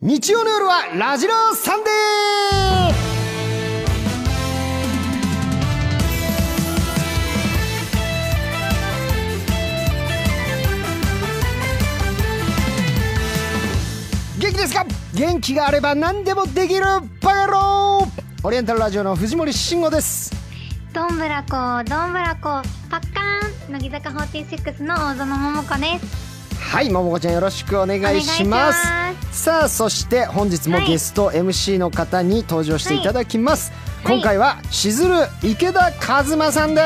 日曜の夜はラジローサンデー。元気ですか？元気があれば何でもできるバカ野郎。オリエンタルラジオの藤森慎吾です。 どんぶらこどんぶらこパッカーン乃木坂46の大園桃子です。 はい、桃子ちゃんよろしくお願いします。さあ、そして本日もゲスト MC の方に登場していただきます。今回はしずる池田一馬さんです。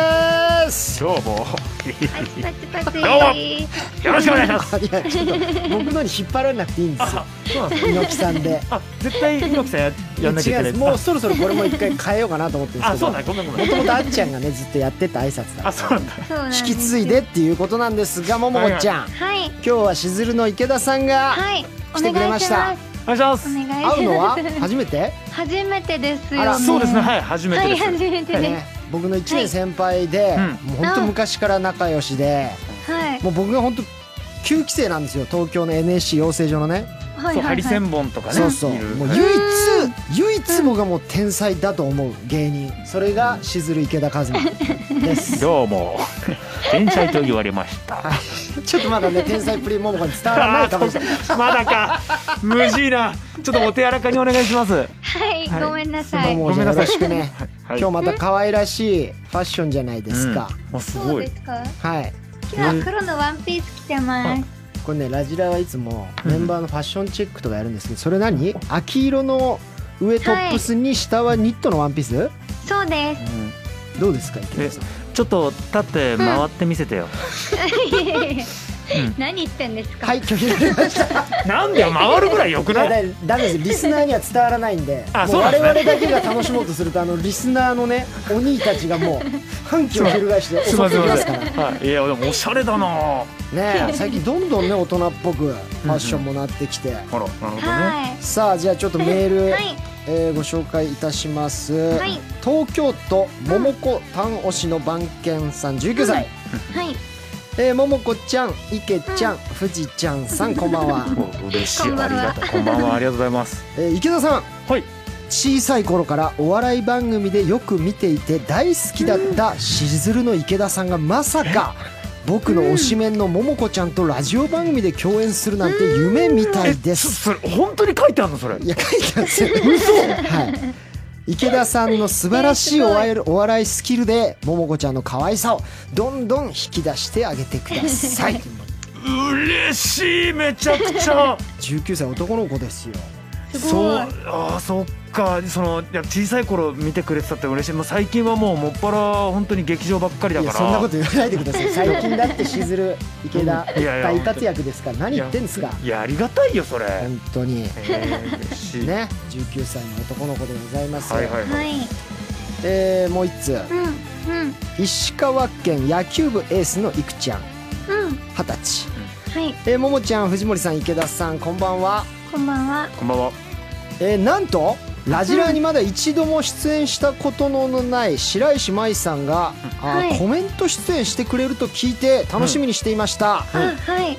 どうもパチパチパチ。 どうもよろしくお願いします。 いや、ちょっと僕のに引っ張らなくていいんですよ。 そうなんですか。 猪木さんで。 絶対猪木さんやんなきゃいけない。 もうそろそろこれも一回変えようかなと思ってるんですけど。 そうだ、ごめん。 もともとあっちゃんがねずっとやってた挨拶だ。 そうなんだ。 引き継いでっていうことなんですが、桃子ちゃん、 はい。 今日はしずるの池田さんが来てくれました。 お願いします。 お願いします。 会うのは初めて？ 初めてですよね。 あら、 そうですね。はい、初めてです。 はい、初めてです。 ね、僕の1年先輩で、もう本当昔から仲良しで、 はい。 もう僕が本当9期生なんですよ、東京の NSC 養成所のね。 そう、ハリセンボンとかね。 そうそう、 いるもう唯一僕がもう天才だと思う芸人、それがしずる池田一馬です。 どうも天才と言われました。 ちょっとまだね天才プリ桃子に伝わらないかもしれない。 まだか、無事な。ちょっとお手柔らかにお願いします。 はい、ごめんなさい。 桃子ちゃんよろしくね。 はい。 今日また可愛らしいファッションじゃないですか。 すごいそうで。すか。 はい、 今日は黒のワンピース着てます。 これね、ラジラはいつもメンバーのファッションチェックとかやるんですけど、それ何？秋色の上トップスに下はニットのワンピース？ そうです。 どうですか池田さん？ ちょっと立って回ってみせてよ。 何言ってんですか。 はい、拒否られました。 なんでよ、回るぐらい良くない？ ダメです、リスナーには伝わらないんで、もう我々だけが楽しもうとするとリスナーのねお兄たちがもう反旗を翻して襲ってきますから。 はい、いやでもおしゃれだな。 ねえ、最近どんどんね大人っぽくファッションもなってきて、 あら、なるほどね。 はさあ、じゃあちょっとメール、 はいご紹介いたします。 い東京都桃子丹推しの番犬さん19歳、 いはい。 桃子ちゃん、池ちゃん、藤ちゃんさん、こんばんは。 嬉しい、 こんばんはありがとう。こんばんは、ありがとうございます。 池田さん、 はい。 小さい頃からお笑い番組でよく見ていて大好きだったしずるの池田さんがまさか僕の推しメンの桃子ちゃんとラジオ番組で共演するなんて夢みたいです。 それ本当に書いてあるのそれ？ いや、書いてあるんですよ。嘘。はい。池田さんの素晴らしいお笑いスキルで桃子ちゃんの可愛さをどんどん引き出してあげてください。 嬉しい、めちゃくちゃ。 19歳男の子ですよ。 そう、そっか。いや、小さい頃見てくれてたって嬉しい。もう最近はもうもっぱら本当に劇場ばっかりだから。 いや、そんなこと言わないでください。最近だってしずる池田大活躍ですから。何言ってんですか。 いや、ありがたいよそれ。 本当に嬉しいね。19歳の男の子でございます。 はいはいはい。 はい。 もう一つ、石川県野球部エースのいくちゃん、20歳。 はい。 ももちゃん、藤森さん、池田さん、こんばんは。 こんばんは。 こんばんは。 なんとラジラにまだ一度も出演したことのない白石麻衣さんが、コメント出演してくれると聞いて楽しみにしていました。 はい。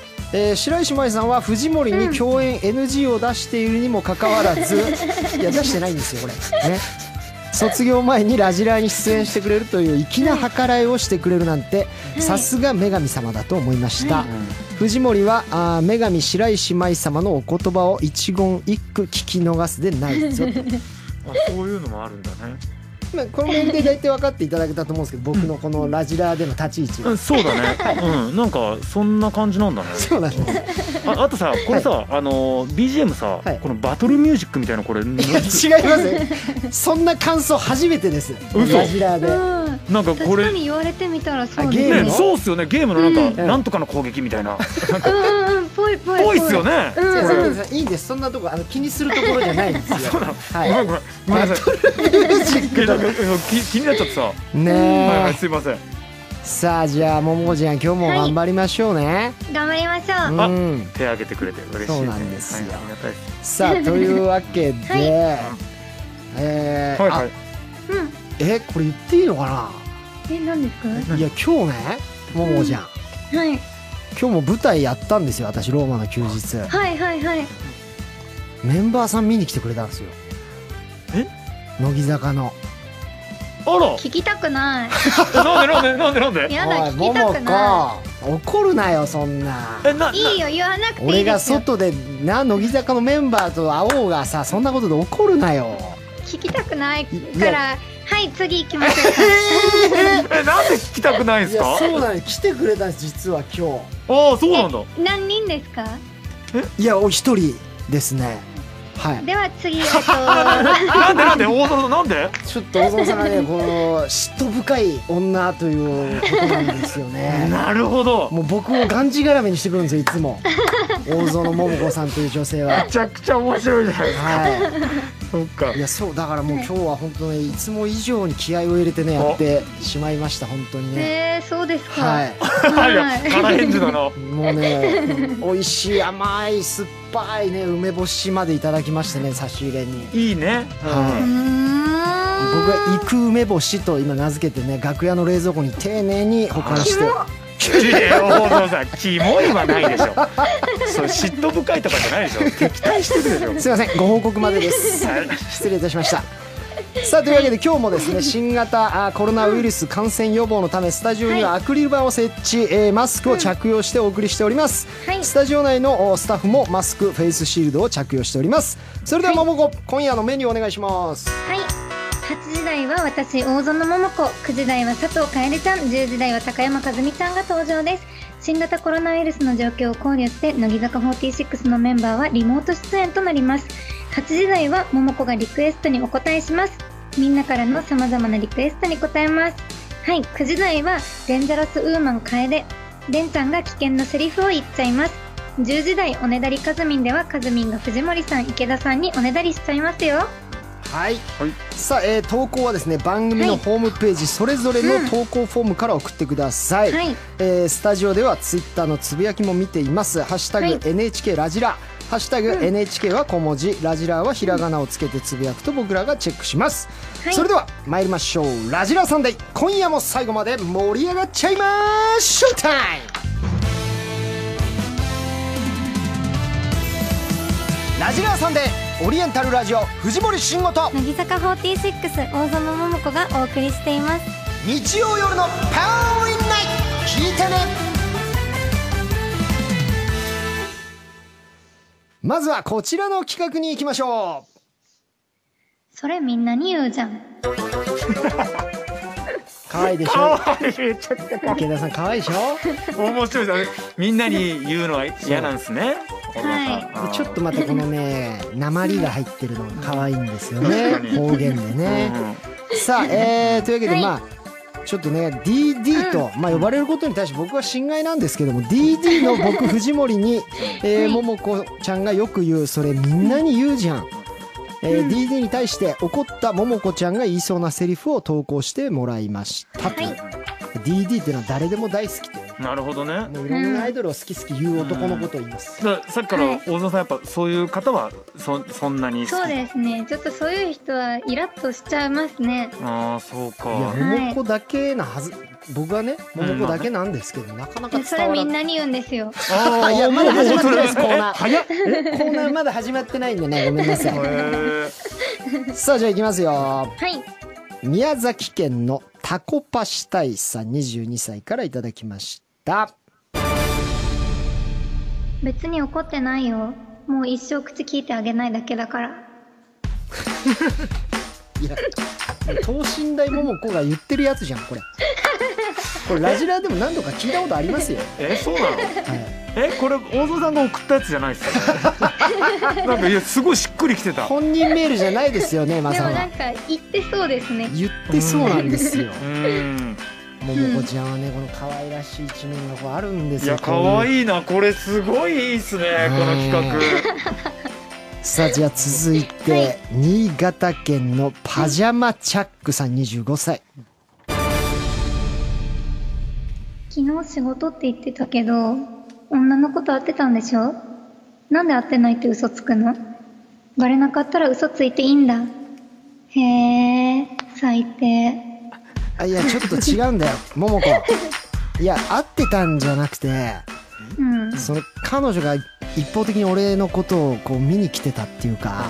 白石麻衣さんは藤森に共演 NG を出しているにもかかわらず、いや出してないんですよこれね。卒業前にラジラに出演してくれるという粋な計らいをしてくれるなんて、さすが女神様だと思いました。藤森は女神白石麻衣様のお言葉を一言一句聞き逃すでないぞと。 そういうのもあるんだね。 このメールで大体分かっていただけたと思うんですけど、僕のこのラジラでの立ち位置が、 そうだね。なんかそんな感じなんだね。 そうなんです。 あとさ、これさ、BGM さ、このバトルミュージックみたいな、これ違いますそんな感想初めてです。ラジラでなんかこれ確かに言われてみたらそうゲームのそうっすよね。ゲームのなんとかの攻撃みたいな。 ぽいぽいっすよね。 いいんです、そんなとこ気にするところじゃないんですよ。 ごめんなさい。気になっちゃってさ。ねえ、すいません。 さあ、じゃあ桃子ちゃん、今日も頑張りましょうね。 頑張りましょう。 手挙げてくれて嬉しい。 そうなんですよ。 ありがたいです。 さあ、というわけで、これ言っていいのかな。 何ですか。 いや、今日ね、桃子ちゃん、今日も舞台やったんですよ、私。ローマの休日。 メンバーさん見に来てくれたんですよ。乃木坂の。 あら聞きたくない。 なんでやだ、 おい聞きたくな怒るなよそんな。 い。いいよ、言わなくていい俺がですよ。 外で乃木坂のメンバーと会おうがさ、そんなことで怒るなよ。 聞きたくないかいやら、はい次行きましょうか。 なんで聞きたくないんいですか？ やそうなんです、来てくれたんです実は今ああそうなんだ。 何人ですか？ 日。いやお一人ですね。はい。 では次なんで大園なんで？ ちょっと大園さんがねこの嫉妬深い女ということなんですよね。 なるほど。 もう僕をがんじがらめにしてくるんですよいつも。大園桃子さんという女性は。 めちゃくちゃ面白いじゃないですか。 はそっかい。いやそうだからもう今日は本当にいつも以上に気合を入れてねやってしまいました本当にね。 そうですか。 はい。 いや腹返事だな。 もうね美味しい甘い酸っぱいね梅干しまでいただきましてね差し入れに。 いいね。 はい。僕は幾梅干しと今名付けてね楽屋の冷蔵庫に丁寧に保管して。 いや大園さんキモいはないでしょ。そう嫉妬深いとかじゃないでしょ。敵対してるでしょ。 すいませんご報告までです。失礼いたしました。さあというわけで今日もですね新型コロナウイルス感染予防のためスタジオにはアクリル板を設置、マスクを着用してお送りしております、 はい。 スタジオ内のスタッフもマスクフェイスシールドを着用しております。それでは桃子、今夜のメニューお願いします。 はい。8時台は私大園桃子、9時台は佐藤楓ちゃん、10時台は高山和美ちゃんが登場です。新型コロナウイルスの状況を考慮して乃木坂46のメンバーはリモート出演となります。8時台は桃子がリクエストにお答えします。みんなからの様々なリクエストに答えます。はい。9時台はデンジャラスウーマン楓、デンちゃんが危険なセリフを言っちゃいます。10時台おねだりかずみんではかずみんが藤森さん池田さんにおねだりしちゃいますよ。 はい、 はい。 さあ、投稿はですね番組のホームページそれぞれの投稿フォームから送ってください、 はい。 スタジオではツイッターのつぶやきも見ています。ハッシュタグ、 はい NHK ラジラ、ハッシュタグ、NHK は小文字ラジラはひらがなをつけてつぶやくと僕らがチェックします、 はいそれでは参りましょう。ラジラサンデー今夜も最後まで盛り上がっちゃいまーショータイム。ラジラサンデーオリエンタルラジオ藤森慎吾と乃木坂46大園桃子がお送りしています。 日曜夜のパワーウィンナイト聞いてね。まずはこちらの企画に行きましょう。 それみんなに言うじゃん。 可愛いでしょ。 かわいい。ちょっと池田さん可愛いでしょ。 面白いですね。みんなに言うのは嫌なんですね。 はいでちょっとまたこのね訛りが入ってるのが可愛いんですよね確かに方言でね。さあ、というわけで、 はいまあちょっとね DD と、まあ、呼ばれることに対して僕は心外なんですけども DD の僕藤森に、桃子ちゃんがよく言うそれみんなに言うじゃん、DD に対して怒った桃子ちゃんが言いそうなセリフを投稿してもらいましたと、 はい DD っていうのは誰でも大好きというなるほどね。 もういろんなアイドルを好き好き言う男のことを言います、 だからさっきから大園さんやっぱそういう方はそんなに好き。 そうですね。ちょっとそういう人はイラッとしちゃいますね。 ああそういやか。 桃子だけなはず、僕はね桃子だけなんですけど、なかなかそれ伝わらない。 みんなに言うんですよ。 あいやまだ始まってないですコーナー早っ。 コーナーまだ始まってないんでねごめんなさいさあじゃあいきますよ。 はい。 宮崎県のタコパシタイさん22歳からいただきました。 別に怒ってないよ。もう一生口聞いてあげないだけだから。 いや等身大桃子が言ってるやつじゃんこれこれラジラでも何度か聞いたことありますよ、 そうなの？ はいこれ大園さんが送ったやつじゃないですか？なんかいやすごいしっくりきてた。 本人メールじゃないですよねまさはでもなんか言ってそうですね。 言ってそうなんですようん。 桃子ちゃんはねこの可愛らしい一面がこうあるんですよ。 いや可愛いなこれすごいいいっすねこの企画。 さあじゃあ続いて、新潟県のパジャマチャックさん25歳。 昨日仕事って言ってたけど、女の子と会ってたんでしょ？なんで会ってないって嘘つくの？バレなかったら嘘ついていいんだ。へえ、最低。 あいやちょっと違うんだよ桃子。いや会ってたんじゃなくてうん。 その彼女が一方的に俺のことをこう見に来てたっていうか、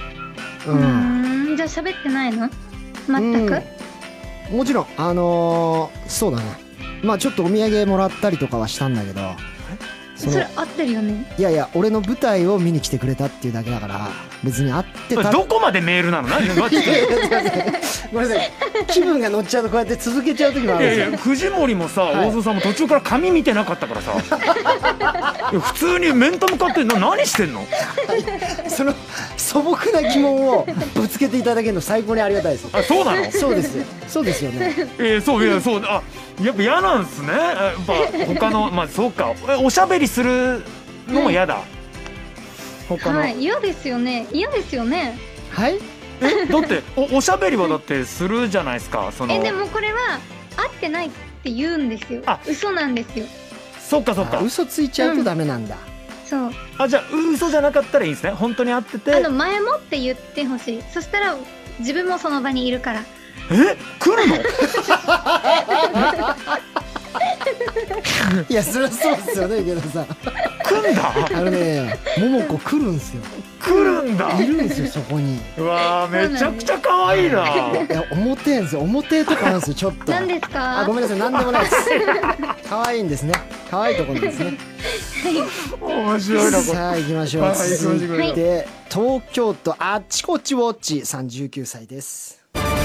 じゃあ喋ってないの全く、 もちろんそうだね、まあちょっとお土産もらったりとかはしたんだけど、 それ合ってるよね。 いやいや、俺の舞台を見に来てくれたっていうだけだから、別に会ってた。 どこまでメールなの？何？ ごめんなさい、気分が乗っちゃうとこうやって続けちゃう時もあるんですよ。 いやいや、藤森もさ、大園さんも途中から紙見てなかったからさいや普通に面と向かって何してんの？ その素朴な疑問をぶつけていただけるの最高にありがたいです。 あ、そうなの？ そうですよ、そうですよね。 そういや、そう、あ、やっぱ嫌なんすね。やっぱ他のまあそうか、おしゃべりするのも嫌だ。他の、 はい、嫌ですよね、嫌ですよね。 はい。 だっておしゃべりはだってするじゃないですか。そのでもこれは合ってないって言うんですよ。嘘なんですよ。 そっかそっか。 嘘ついちゃうとダメなんだ。 そう。 じゃあ嘘じゃなかったらいいんですね。本当に合ってて。 前もって言ってほしい。そしたら自分もその場にいるから。 来るの？ いや、そりゃそうですよね、池田さん。 来んだ。 桃子来るんすよ。 来るんだ。 いるんですよ、そこに。 うわー、めちゃくちゃ可愛いな。 いや、表んですよ、表とかなんですよ、ちょっと。 何ですか？ ごめんなさい、なんでもないです。可愛いんですね。可愛いところですね。 面白いなこれ。 さあ行きましょう。続いて東京都あっちこっちウォッチさん、19歳です。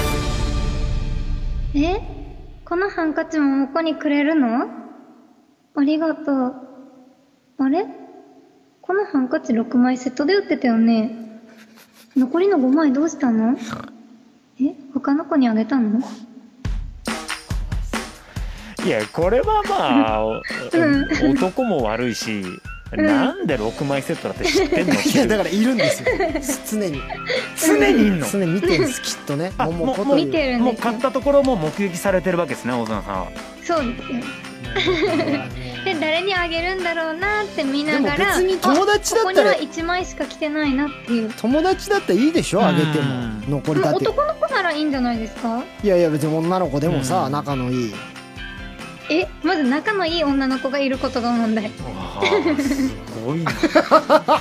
このハンカチももこにくれるの？ありがとう。あれ？このハンカチ6枚セットで売ってたよね。残りの5枚どうしたの？他の子にあげたの？ いや、これはまあ、男も悪いし、なんで6枚セットだって知ってんの？ いや、だからいるんですよ、常に。 常にいんの？ 常に見てるんです、きっとね。 もう見てるんです。 もう買ったところも目撃されてるわけですね、大園さんは。 そうですよ。で、誰にあげるんだろうなって見ながら、 別に友達だったら、 ここには1枚しか来てないなっていう。 友達だったらいいでしょ、あげても。残りだって。 男の子ならいいんじゃないですか？いやいや、別に女の子でもさ、仲のいい。 まず仲のいい女の子がいることが問題。 すごいな。そっか。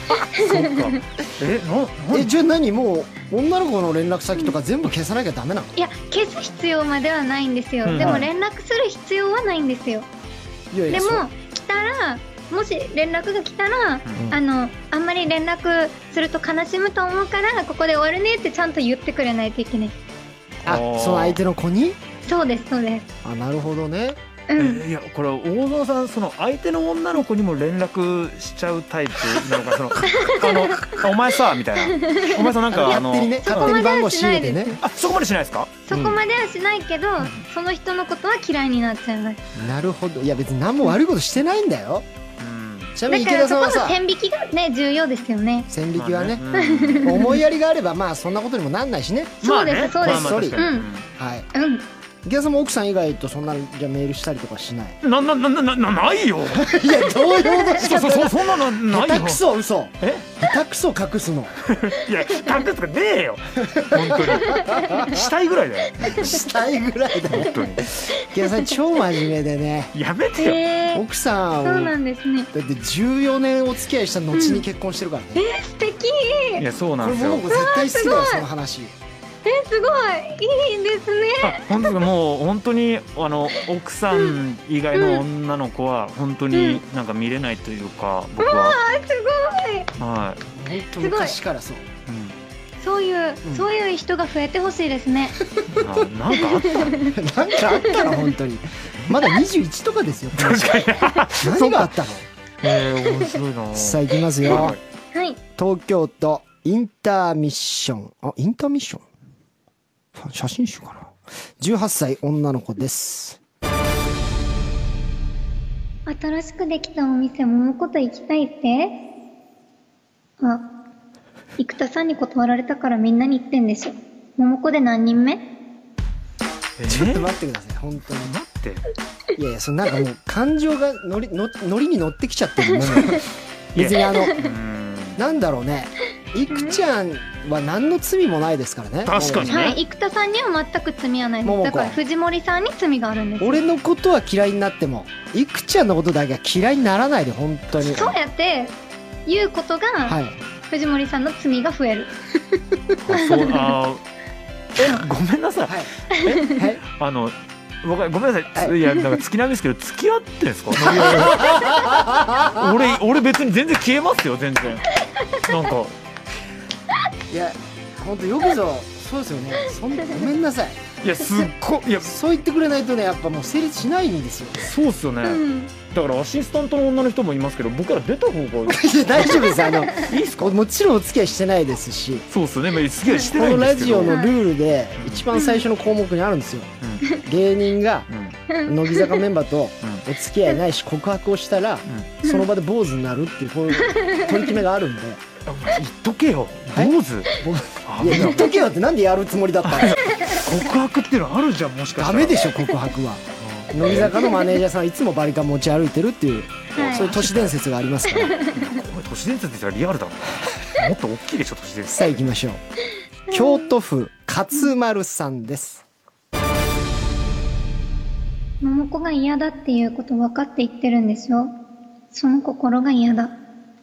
じゃあ何、もう女の子の連絡先とか全部消さなきゃダメなの？ いや、消す必要まではないんですよ。でも連絡する必要はないんですよ。でも来たら、もし連絡が来たら、あんまり連絡すると悲しむと思うから、ここで終わるねってちゃんと言ってくれないといけない。 その相手の子に？ そうです、そうです。 なるほどね。 いや、これ大園さん、その相手の女の子にも連絡しちゃうタイプなのか、そのお前さみたいな、お前さなんか勝手にね、勝手に番号仕入れてね。 そこまでしないですか？ そこまではしないけど、その人のことは嫌いになっちゃいます。 なるほど。いや、別に何も悪いことしてないんだよ。ちなみに池だから田さんはさ、 そこの線引きがね、重要ですよね。 線引きはね、思いやりがあれば、まあそんなことにもなんないしね。 そうです、そうです。 はい。 うん。 池田さんも奥さん以外とそんなじゃメールしたりとかしない？ ないよ。 いや、どういうこと？ そんなのないよ。 下手くそ、嘘。下手くそ隠すの。 いや、隠すかねえよ。本当に。したいぐらいだよ。 したいぐらいだよ。本当に。池田さん超真面目でね。 やめてよ。 奥さん。 そうなんですね。 だって14年お付き合いした後に結婚してるからね。 素敵。 いや、そうなんですよ。 これ桃子絶対好きだよ、その話。 すごいいいですね。 本当にもう本当に奥さん以外の女の子は本当になんか見れないというか、僕は。 すごい。 はい。 本当昔からそう。 そういう人が増えてほしいですね。 なんかあったの？ なんかあったの？本当に。まだ21とかですよ。 確かに。 何があったの？ 面白いな。 さあ行きますよ。 はい。 東京都インターミッション。インターミッション？写真集かな。18歳女の子です。 新しくできたお店、桃子と行きたいって？生田さんに断られたからみんなに言ってんでしょ。桃子で何人目？ ちょっと待ってください、本当に。 待って。 いやいや、なんかもう感情がノリに乗ってきちゃってるもの。別になんだろうね。いくちゃんは何の罪もないですからね。 確かにね。 はい、生田さんには全く罪はないです。だから藤森さんに罪があるんです。 俺のことは嫌いになっても、いくちゃんのことだけは嫌いにならないで、本当に。 そうやっていうことが、 はい。 藤森さんの罪が増える。 ごめんなさい。 はい。はい。 僕ごめんなさい。 はいいや、なんか月並みですけど、付き合ってんですか？俺別に全然消えますよ、全然。なんか。 いや、本当よくぞ、そうですよね。ごめんなさい。 いや、すっごい、いや、 そう言ってくれないとね、やっぱもう成立しないんですよ。 そうっすよね。だからアシスタントの女の人もいますけど、僕から出た方がいや、大丈夫です。 いいっすか？ もちろんお付き合いしてないですし、 そうっすよね。まあ付き合いしてこのないんですけど。 ラジオのルールで一番最初の項目にあるんですよ。芸人が乃木坂メンバーとお付き合いないし告白をしたらその場で坊主になるっていうこういう取り決めがあるんで。 言っとけよ、坊主。 いや、言っとけよってなんでやるつもりだったんですか？ 告白っていうのあるじゃん、もしかしたら。 ダメでしょ、告白は。乃木坂のマネージャーさんはいつもバリカン持ち歩いてるっていう、そういう都市伝説がありますから。 都市伝説ってリアルだもん。もっと大きいでしょ、都市伝説。 さあ行きましょう。京都府勝丸さんです。 桃子が嫌だっていうこと分かって言ってるんでしょ。その心が嫌だ。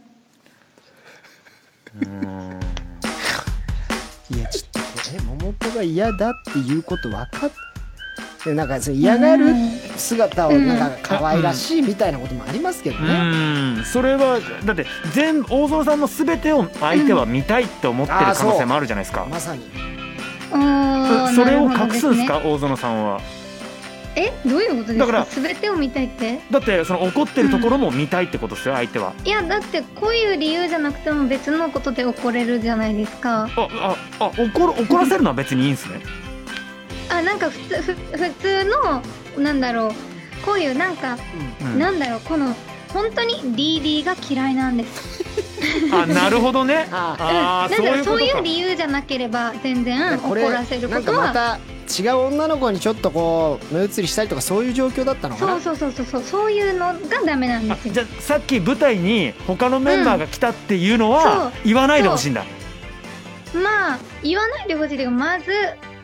いや、ちょっと桃子が嫌だっていうこと分かってなんかそれ嫌がる姿をなんか可愛らしいみたいなこともありますけどね。 それはだって大園さんの全てを相手は見たいって思ってる可能性もあるじゃないですか。 まさに。 それを隠すんですか、大園さんは。 どういうことですか？ だから全てを見たいって？ だってその怒ってるところも見たいってことですよ、相手は。 いや、だってこういう理由じゃなくても別のことで怒れるじゃないですか。 怒らせるのは別にいいんですね。 なんか普通のなんだろう、こういうなんか、なんだろう、この本当に DD が嫌いなんです。 なるほどね。 そういう理由じゃなければ全然怒らせることは。 なんかまた違う女の子にちょっとこう目移りしたりとかそういう状況だったのかな。 そういうのがダメなんですよ。 じゃあさっき舞台に他のメンバーが来たっていうのは言わないでほしいんだ。 まあ言わないでほしいけど、まず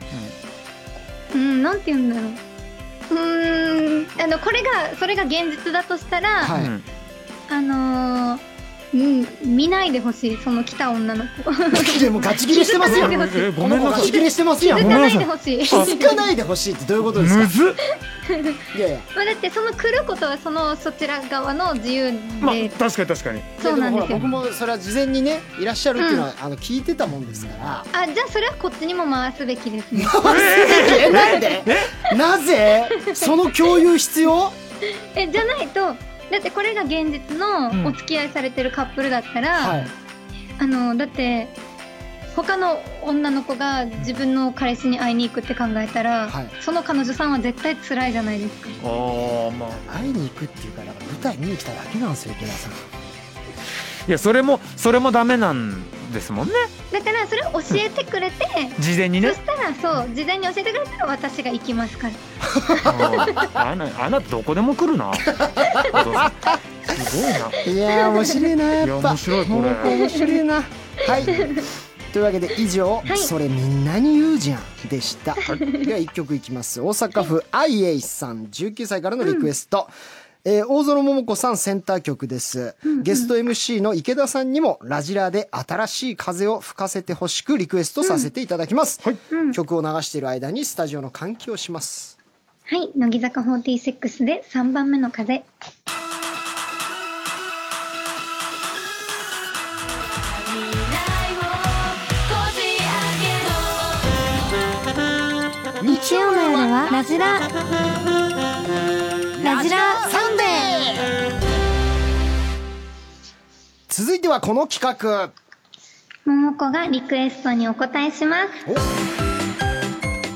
なんて言うんだろう。それが現実だとしたら、見ないでほしい、その来た女の子。 でもガチ切れしてますよ。 ごめんなさい。 ガチ切れしてますよ。 気づかないでほしい。 気づかないでほしいってどういうことですか？ むずっ。 いやいや。 だってその来ることはそちら側の自由で。 確かに。 そうなんですよ。 僕もそれは事前にねいらっしゃるっていうのは聞いてたもんですから。 じゃあそれはこっちにも回すべきですね。 なんで？なぜ？その共有必要？ じゃないと。だってこれが現実のお付き合いされてるカップルだったら、だって他の女の子が自分の彼氏に会いに行くって考えたら、その彼女さんは絶対辛いじゃないですか。 会いに行くっていうか、だから舞台見に来ただけなんですよ、池田さん。 いや、それもダメなんですもんね。 だからそれを教えてくれて、 事前にね。 そしたら事前に教えてくれたら私が行きますから。 あなたどこでも来るな。すごいな。 いや面白いな、やっぱ。 面白い、これ面白いな。はい。というわけで以上、それみんなに言うじゃんでした。では1曲いきます。大阪府アイエイさん19歳からのリクエスト。大園桃子さんセンター曲です。ゲスト MC の池田さんにもラジラで新しい風を吹かせてほしくリクエストさせていただきます。曲を流している間にスタジオの換気をします。 はい、乃木坂46で3番目の風。日曜の夜はラジラサンデー。 続いてはこの企画。 桃子がリクエストにお答えします。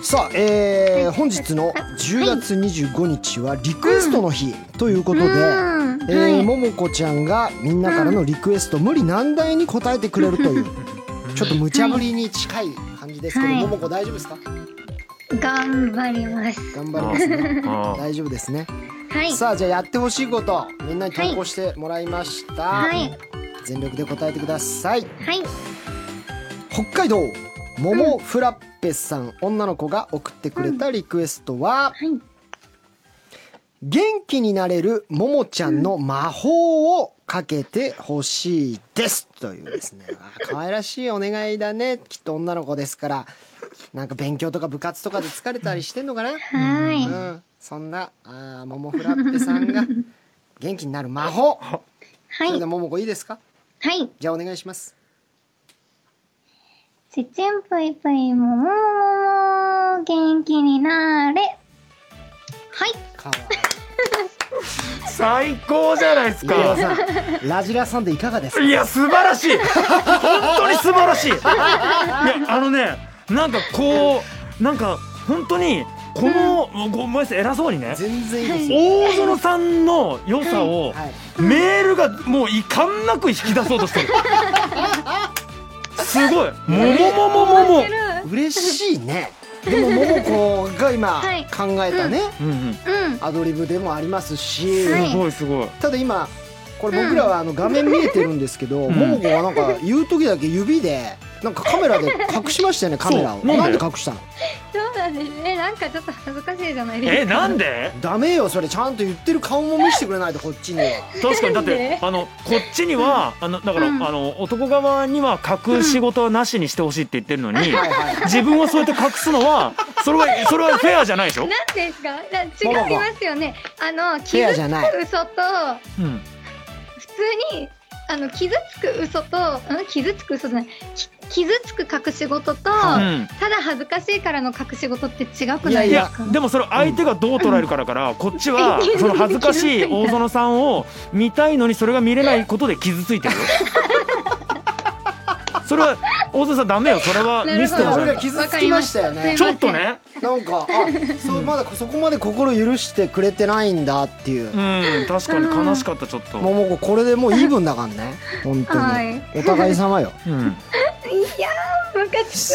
さあ、本日の10月25日はリクエストの日ということで、桃子ちゃんがみんなからのリクエスト無理難題に答えてくれるというちょっと無茶ぶりに近い感じですけど、桃子大丈夫ですか？ 頑張ります。 頑張りますね。大丈夫ですね。さあ、じゃあやってほしいことみんなに投稿してもらいました。全力で答えてください。北海道モモフラッペさん、女の子が送ってくれたリクエストは、元気になれるももちゃんの魔法をかけてほしいですというですね、可愛らしいお願いだね。きっと女の子ですから、なんか勉強とか部活とかで疲れたりしてんのかな。 はい、 そんなモモフラッペさんが元気になる魔法。 はそれでい、 モモコいいですか。 はい。 じゃあお願いします。 ちちんぷいぷいもももも元気になれ。はい。 かわい最高じゃないですい。飯尾か。 さん、ラジラさんでいかがですか。 いや素晴らしい、本当に素晴らしい。いやなんかこうなんか本当にこの、ごめんなさい偉そうにね、 全然いいですよ。 大園さんの良さをはい。 メールがもう遺憾なく引き出そうとしてる。すごい、もももももも。 嬉しいね。でもモモコが今はい考えたね、 うんうん、 うん。 アドリブでもありますし、 はいすごいすごい。 ただ今これ僕らは画面見えてるんですけど、 んモモコはなんか言う時だけ指でなんかカメラで隠しましたよね、カメラを。 そうなんでなんで隠したの。 そうなんですね。なんかちょっと恥ずかしいじゃないですか。 なんで？ ダメよ、それちゃんと言ってる顔も見せてくれないと、こっちには。 確かにだってでこっちにはだから、男側には隠し事はなしにしてほしいって言ってるのに、 はいはい。 自分をそうやって隠すのはそれはフェアじゃないでしょ。 なんですか？違いますよね。 フェア傷つじゃないく嘘とうん普通に傷つく嘘と傷つく嘘じゃない。傷つく隠し事と、 うんただ恥ずかしいからの隠し事って違くいやいやないですか？ でもそれ相手がどう捉えるからこっちはその恥ずかしい大園さんを見たいのにそれが見れないことで傷ついてるよ。それは大園さんダメよ、それはミステリーじゃない。 俺が傷つきましたよね。 ちょっとね、 なんかまだそこまで心許してくれてないんだっていう。 うん、確かに悲しかったちょっと。 ももここれでもうイーブンだからね、本当に、 はい。 お互い様よ。 うん、 いやームカつ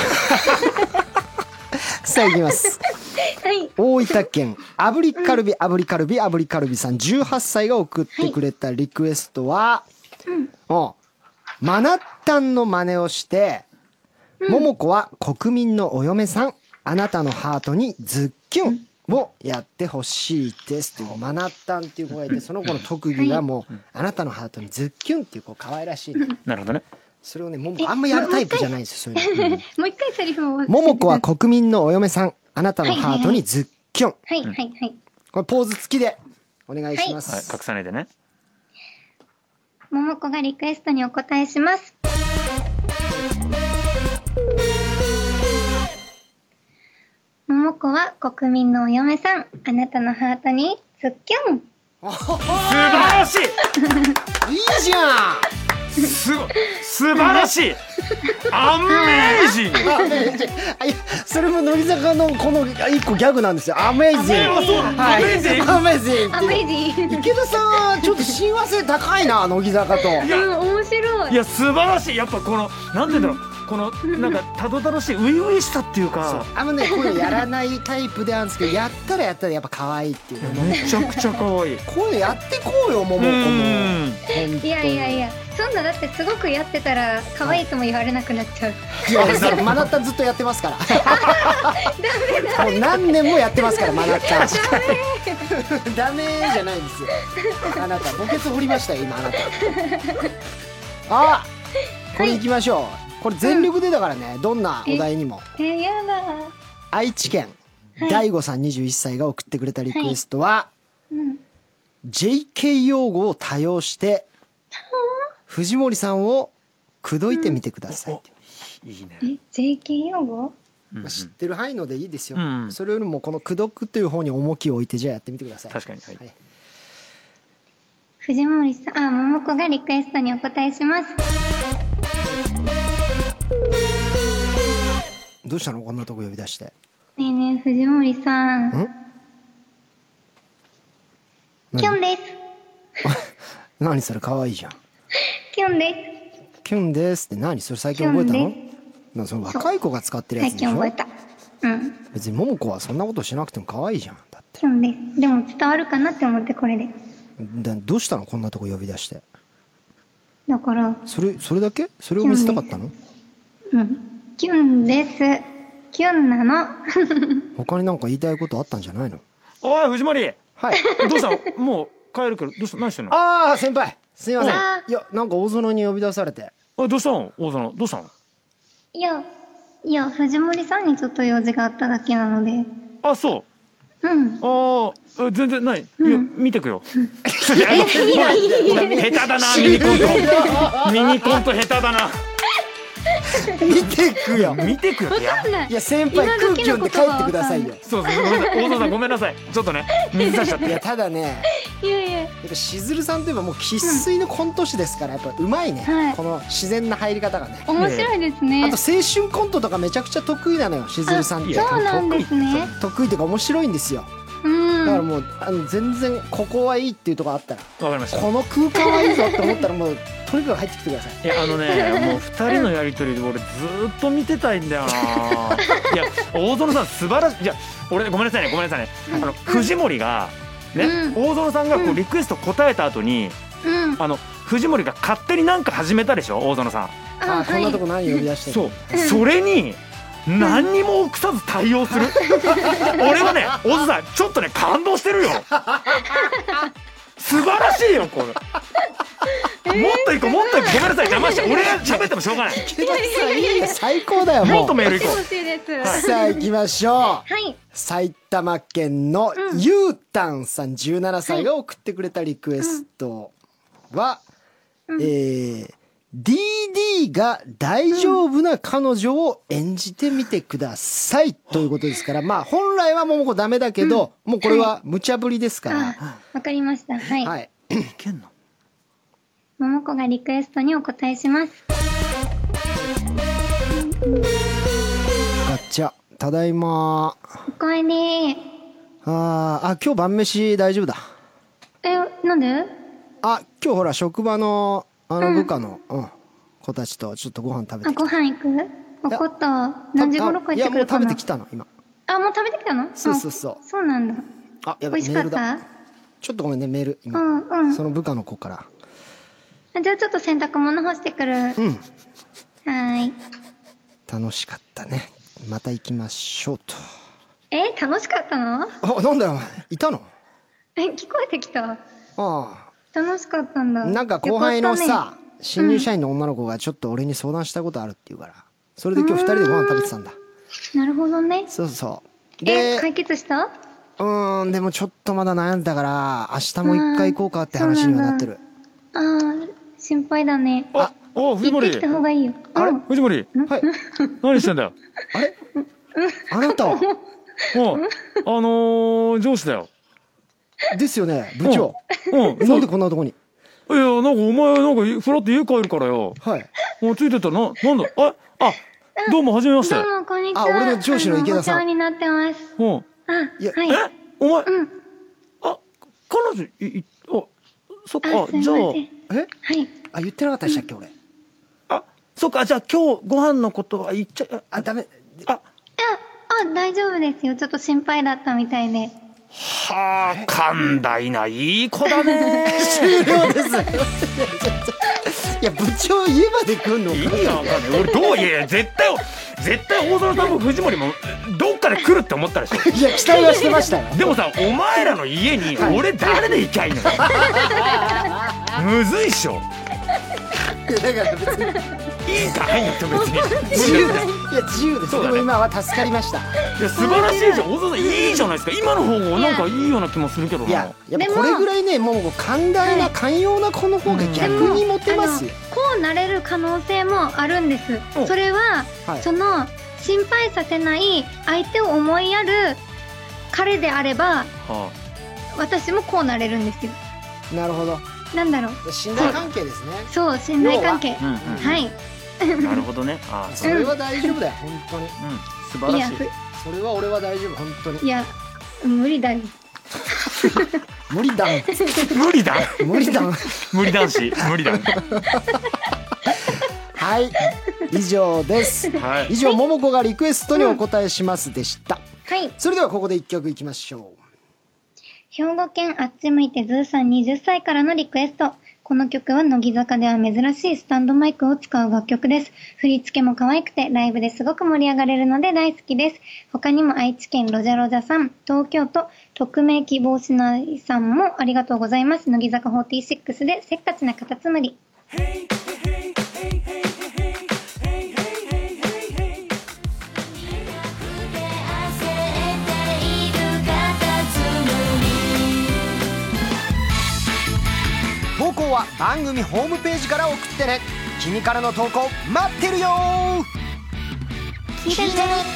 さあ行きます。 く。はい。 大分県炙りカルビ炙りカルビ炙りカルビさん18歳が送ってくれたリクエストは、マナッタンの真似をして、桃子は国民のお嫁さん、あなたのハートにズッキュンをやってほしいですという、マナッタンっていう子がいて、その子の特技がもう、あなたのハートにズッキュンっていうこう可愛らしいの。 なるほどね。 それをね、桃子あんまやるタイプじゃないんですよ、そういうの。 もう一回セリフを。 桃子は国民のお嫁さん、あなたのハートにズッキュン。 はいはいはい。 これポーズ付きでお願いしまはい、 す。 隠さないでね。 桃子がリクエストにお答えします。桃子は国民のお嫁さん、あなたのハートにズッキュン。 素晴らしい。 いいじゃん。 素晴らしい。アメージング。 いや、それも乃木坂のこの一個ギャグなんですよ。アメイジング。 アメージング。 アメイジング。 アメージング。 池田さんはちょっと親和性高いな、乃木坂と。 面白い。 いや素晴らしい。やっぱこのなんて言うんだろう、このなんかたどたどしい初々しさっていうか、 こういうのやらないタイプであるんですけど、やったらやったらやっぱ可愛いっていうの。 めちゃくちゃ可愛い。 こういうのやってこうよ、桃子も。 いやいやいや、そんなだってすごくやってたら可愛いとも言われなくなっちゃう。 いや、マナッタンずっとやってますから。もう何年もやってますから、マナッタン。ダメじゃないんですよ。あなた墓穴掘りましたよ今、あなた。あ、これ行きましょう。これ全力でだからね、どんなお題にも。 やだ。 愛知県大悟さん21歳が送ってくれたリクエストは、JK 用語を多用して藤森さんを口説いてみてください。 いいね。 JK 用語？ 知ってる範囲のでいいですよ。 うんそれよりもこの口説くという方に重きを置いて、じゃあやってみてください。 確かに。はい。 はい。 藤森さん、桃子がリクエストにお答えします。 どうしたの、こんなとこ呼び出して。 ねえねえ、藤森さん。キュンです。 何それ、可愛いじゃん。 キュンでキュンですって何それ、最近覚えたの？ キュンでなんかその若い子が使ってるやつ最でしょ。 近覚えた。 別に桃子はそんなことしなくても可愛いじゃん。だってキュンです。でも伝わるかなって思ってこれで。 どうしたの、こんなとこ呼び出して。 だから、 それだけ？それを見せたかったの？ キュンです。キュンなの。 他になんか言いたいことあったんじゃないの？ おい藤森。 はい。 どうしたの？もう帰るけどどうした？何してんの？ ああ、先輩すいません。 あいやなんか大園に呼び出されて。 どうしたの大園、どうしたの？ いや、藤森さんにちょっと用事があっただけなので。 あ、そう。 うん。 全然ない。いや、見てくよ。下手だな、ミニコント。ミニコント下手だな。 見てくよ。 見てくよってや。 いや先輩空気読んで帰ってくださいよ。 そうそう、ごめんなさい。大園さんごめんなさい。ちょっとね、水出しちゃって。 いやただね、 いやいや。 やっぱしずるさんといえばもう生粋のコント師ですから、やっぱうまいね、 はいこの自然な入り方がね。 面白いですね。 あと青春コントとかめちゃくちゃ得意なのよ、しずるさんって。 そうなんですね。 得意というか面白いんですよ。だからもう全然ここはいいっていうところあったら、 わかりました。 この空間はいいぞって思ったらもうとにかく入ってきてください。 いやもう2人のやりとりで俺ずーっと見てたいんだよな。いや大園さん素晴らしい。いや俺ごめんなさいね。藤森がね、大園さんがこうリクエスト答えた後に、藤森が勝手になんか始めたでしょ、大園さん。 こんなとこ何呼び出してるの。 そう、それに何にも臆さず対応する。俺はね、大園さんちょっとね感動してるよ。素晴らしいよこれ。もっと行こう、もっと行こう。ごめんなさい、邪魔して。俺が喋ってもしょうがない。 いや最高だよもう。 もっとメール行こう。 楽しいです。 さあ行きましょう。 はい。 埼玉県のゆうたんさん17歳が送ってくれたリクエストは、DD が大丈夫な彼女を演じてみてくださいということですから、まあ本来は桃子ダメだけど、もうこれは無茶ぶりですから。 わかりました。はい。 はい。 いけんの？ 桃子がリクエストにお答えします。 ガッチャ。ただいま。 おかえり。 今日晩飯大丈夫だ。 なんで？ 今日ほら職場の部下の、子たちとちょっとご飯食べてきた。 ご飯行く？わかった。何時頃帰ってくるかな？いやもう食べてきたの今。 もう食べてきたの？ そう。 そうなんだ。 やばい、 美味しかった？ ちょっとごめんね、メール今、その部下の子から。 じゃあちょっと洗濯物干してくる。はーい。 楽しかったね。また行きましょうと。 楽しかったの？ なんだよお前、いたの？ 聞こえてきた。 楽しかったんだ。 なんか後輩のさ、新入社員の女の子がちょっと俺に相談したことあるって言うから、それで今日2人でご飯食べてたんだ。 なるほどね。 そうで、解決した？ でもちょっとまだ悩んでたから明日も一回行こうかって話にはなってる。 心配だね。 藤森。 行ってきた方がいいよ。 藤森。 はい。 何してんだよ。 あれ？あなたは？ 上司だよ。 ですよね、部長。なんでこんなとこに？ いや、なんかお前なんかフラって家帰るからよ。 はい。 ついてったらなんだ？どうも初めまして。 どうもこんにちは。 俺の上司の池田さん。 お世話になってます。 いや、 はい。 お前、彼女そっか、じゃあ、 はい。 言ってなかったでしたっけ俺。 そっか、じゃあ今日ご飯のことは言っちゃ、 ダメ。 大丈夫ですよ。ちょっと心配だったみたいで。 寛大ないい子だね。 終了です。いや、部長家まで来んのか。 意味わかんない。俺いや絶対大園さんも藤森もどっかで来るって思ったでしょ。 いや、期待はしてましたよ。 でもさ、お前らの家に俺誰で行きゃいいの？むずいっしょ。 いや、だから別にいいか入んなくても別に自由です。いや、自由です。でも今は助かりました。 いや、素晴らしいじゃん。大園さんいいじゃないですか。今の方がなんかいいような気もするけどな。 いや、やっぱこれぐらいね、もう寛大な寛容な子の方が逆にモテますよ。 こうなれる可能性もあるんです。それはその心配させない相手を思いやる彼であれば、私もこうなれるんですよ。 なるほど。 なんだろう。 信頼関係ですね。 そう、信頼関係。はい。 なるほどね。 それは大丈夫だよ、本当に。 素晴らしい。 それは俺は大丈夫、本当に。 いや、無理だよ。 無理だ。 無理だ。 無理だ。 無理男子。無理だ。 はい、以上です。以上、桃子がリクエストにお答えしますでした。 はい。 それではここで一曲いきましょう。 兵庫県あっち向いてズーさん20歳からのリクエスト。 この曲は乃木坂では珍しいスタンドマイクを使う楽曲です。振り付けも可愛くてライブですごく盛り上がれるので大好きです。他にも愛知県ロジャロジャさん、東京都匿名希望しないさんもありがとうございます。乃木坂46でせっかちなカタツムリ。 投稿は番組ホームページから送ってね。君からの投稿待ってるよ。 聞いてね。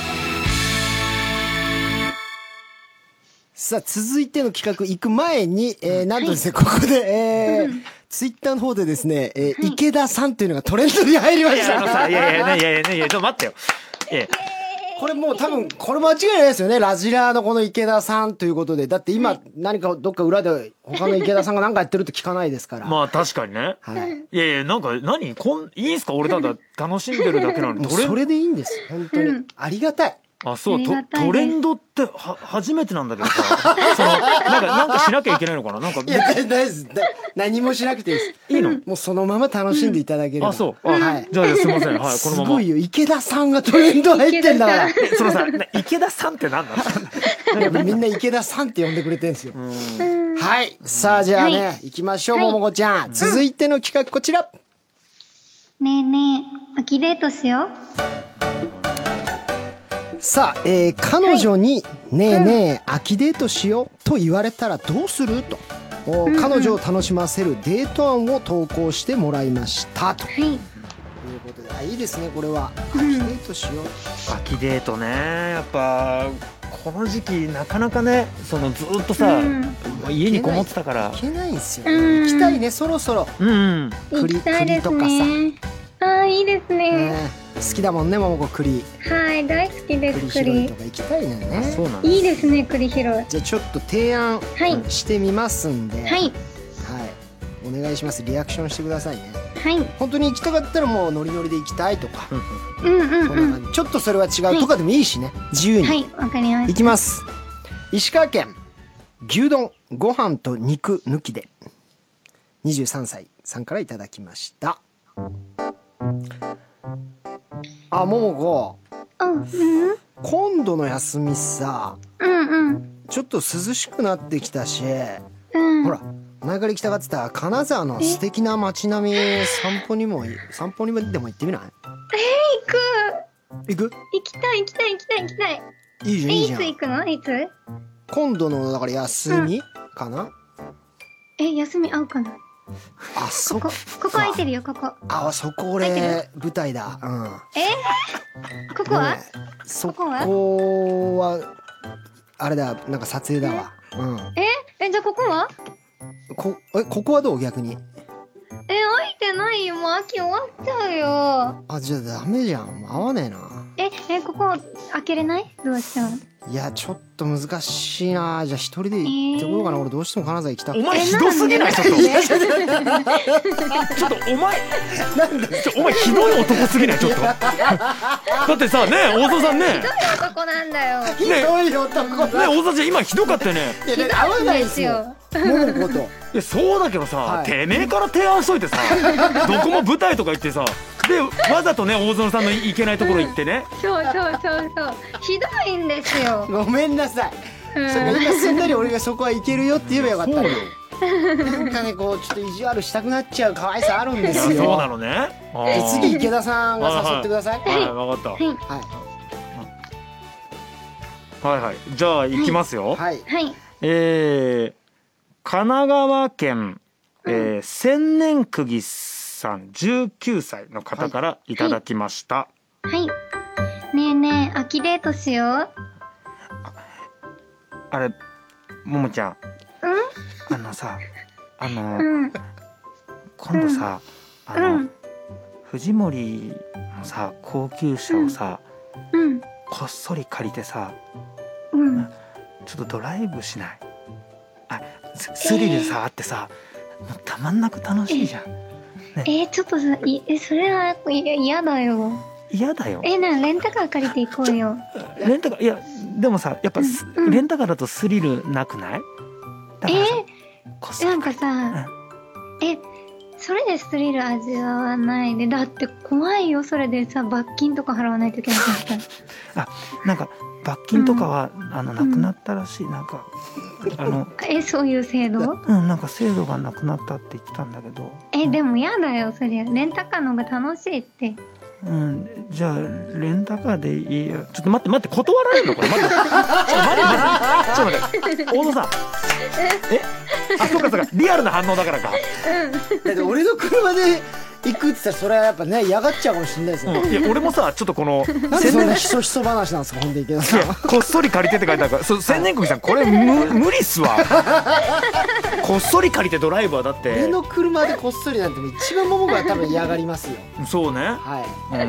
さあ続いての企画行く前に、なんとですね、ここで、ツイッターの方でですね、池田さんというのがトレンドに入りました。 いやちょっと待ってよ。 これもう多分これ間違いないですよね。ラジラーのこの池田さんということで、だって今何かどっか裏で他の池田さんが何かやってるって聞かないですから。 まあ確かにね。 はい。 いやなんかいいんすか、俺ただ楽しんでるだけなのに。 もうそれでいいんです本当に、ありがたい。 あ、そうトレンドって初めてなんだけどさ、なんかしなきゃいけないのかな、なんか。 いや大丈夫です。何もしなくていいです。 いいの？ もうそのまま楽しんでいただければ。 あ、そう。 はい。 じゃあすみません。はい、このまま。 すごいよ、池田さんがトレンド入ってんだから。 そのさ、池田さんって何なの？ やっぱみんな池田さんって呼んでくれてるんですよ。はい。さあじゃあね、行きましょう、ももこちゃん。続いての企画こちら。 ねえねえ、秋デートしよう。 さあ、彼女にねえねえ、秋デートしようと言われたらどうすると、彼女を楽しませるデート案を投稿してもらいましたということで、いいですね、これは秋デートしよう。 秋デートね、やっぱこの時期なかなかね、そのずっとさ、家にこもってたから行けないんですよね。行きたいね、そろそろ。 栗とかさ。あ、いいですね。 好きだもんね、ももこ栗。 はい、大好きです。 栗拾いとか行きたいのよね。 そうなんです。 いいですね、栗拾い。 じゃあちょっと提案してみますんで、はい、お願いします。リアクションしてくださいね。はい。本当に行きたかったらもうノリノリで行きたいとか、ちょっとそれは違うとかでもいいしね、自由に。はい、わかりました。行きます。石川県牛丼ご飯と肉抜きで23歳さんからいただきました。あ、ももこ、今度の休みさ、ちょっと涼しくなってきたし、ほら前から行きたがってた金沢の素敵な街並み散歩にでも行ってみない？行く？行きたい。いいじゃん、いいじゃん。 いつ行くの？いつ？ 今度のだから休みかな？ 休み合うかな？ あ、そこ空いてるよ、ここ。 あ、そこ俺舞台だ。 ここは？ そこはあれだ、なんか撮影だわ。 じゃあここは？ ここはどう？逆に。 空いてないよ、もう秋終わっちゃうよ。 あ、じゃあダメじゃん、合わねえな。 ここ開けれない？どうしよう。 いや、ちょっと難しいな。じゃあ一人で行ってこようかな。俺どうしても金沢行きたくて。 お前ひどすぎない？ちょっとお前ひどい男すぎない？ちょっとだってさ、ね、大沢さんね、 ひどい男なんだよ。 ひどい男だね。 大沢ちゃん今ひどかったね。 いや、合わないですよ、ももこと。 いや、そうだけどさ、てめえから提案しといてさ、どこも舞台とか行ってさ、でわざとね、大園さんの行けないところ行ってね。 そうひどいんですよ。 ごめんなさい。それ今すんなり俺がそこは行けるよって言えばよかったの。なんかね、こうちょっと意地悪したくなっちゃう可愛さあるんですよ。 そうなのね。 次池田さんが誘ってください。 はい、分かった。はい、じゃあ行きますよ。はい。神奈川県千年釘さん19歳の方からいただきました。 はい。ねえねえ、秋デートしよう。 あれ、ももちゃん。さ、今度さ、藤森のさ、高級車をさ、こっそり借りてさ、ちょっとドライブしない？スリルさあってさ、たまんなく楽しいじゃん。 ちょっとさ、それは嫌だよ。 嫌だよ。 レンタカー借りて行こうよ。 レンタカー、いやでもさ、やっぱレンタカーだとスリルなくない？なんかさ、 なんかさ、 それでスリル味わわないで、だって怖いよ。それでさ罰金とか払わないといけなかったら。 なんか罰金とかは、なくなったらしい。なんかそういう制度？ なんか制度がなくなったって言ってたんだけど。 でもやだよそりゃ。レンタカーの方が楽しいって。 じゃあレンタカーでいいよ。ちょっと待って断られるのこれ。待ってちょっと待って大野さんそうかリアルな反応だからか。 だって俺の車で行くって言ったらそれはやっぱね嫌がっちゃうかもしれないですよ。 いや俺もさちょっとこのなんでそんなひそひそ話なんですかほんで池田さん。 こっそり借りてって書いてあるから千年国さんこれ無理っすわ。こっそり借りてドライブはだって俺の車でこっそりなんて一番桃子は多分嫌がりますよ。 そうね、 はい、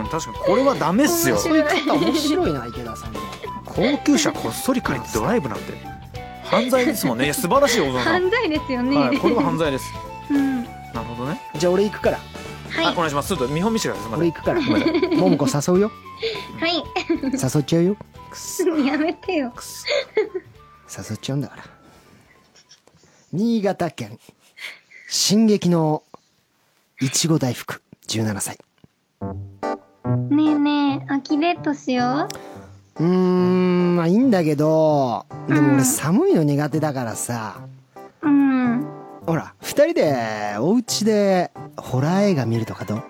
確かにこれはダメっすよ。 そういう方面白いな池田さんの。 高級車こっそり借りてドライブなんて犯罪ですもんね。いや素晴らしい大園さん。 犯罪ですよね、 はい、これは犯罪です。なるほどね。 じゃあ俺行くから。 はい、 お願いします。ちょっと見本見せてください。 俺行くから桃子誘うよ。 はい誘っちゃうよ。 やめてよ。 誘っちゃうんだから。新潟県進撃のいちご大福17歳。 ねえねえ秋デートしよう。 まあいいんだけど、でも俺寒いの苦手だからさ、ほら2人でお家でホラー映画見るとかどう？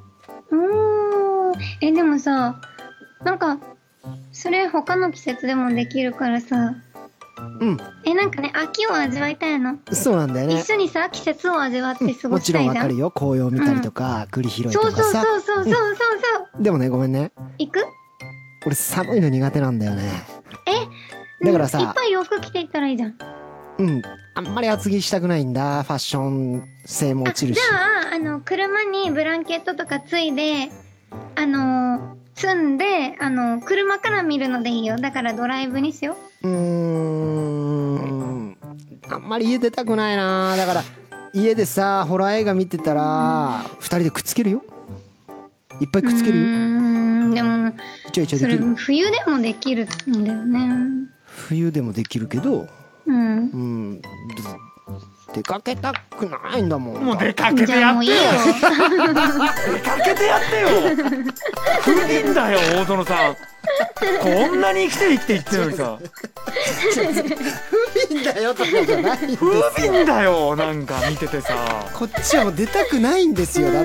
でもさなんかそれ他の季節でもできるからさ。なんかね秋を味わいたいの。 そうなんだよね。 一緒にさ季節を味わって過ごもちろんしたいじゃん。 わかるよ。紅葉見たりとか、栗拾いとかさ。 そうでもねごめんね。 行く？ 俺寒いの苦手なんだよね。だからさいっぱい洋服着ていったらいいじゃん。 あんまり厚着したくないんだ。ファッション性も落ちるし。 じゃあ車にブランケットとかついで積んで車から見るのでいいよ。だからドライブにしよう。 あんまり家出たくないな。だから家でさホラー映画見てたら2人でくっつけるよ。いっぱいくっつけるよ。 でもそれ冬でもできるんだよね。 冬でもできるけど出かけたくないんだもん。 もう出かけてやってよ。出かけてやってよ。不憫だよ大園さん。こんなに生きて言ってるのにさ。 不憫だよとかじゃないんですよ。 不憫だよなんか見ててさ。 こっちはもう出たくないんですよ。だって。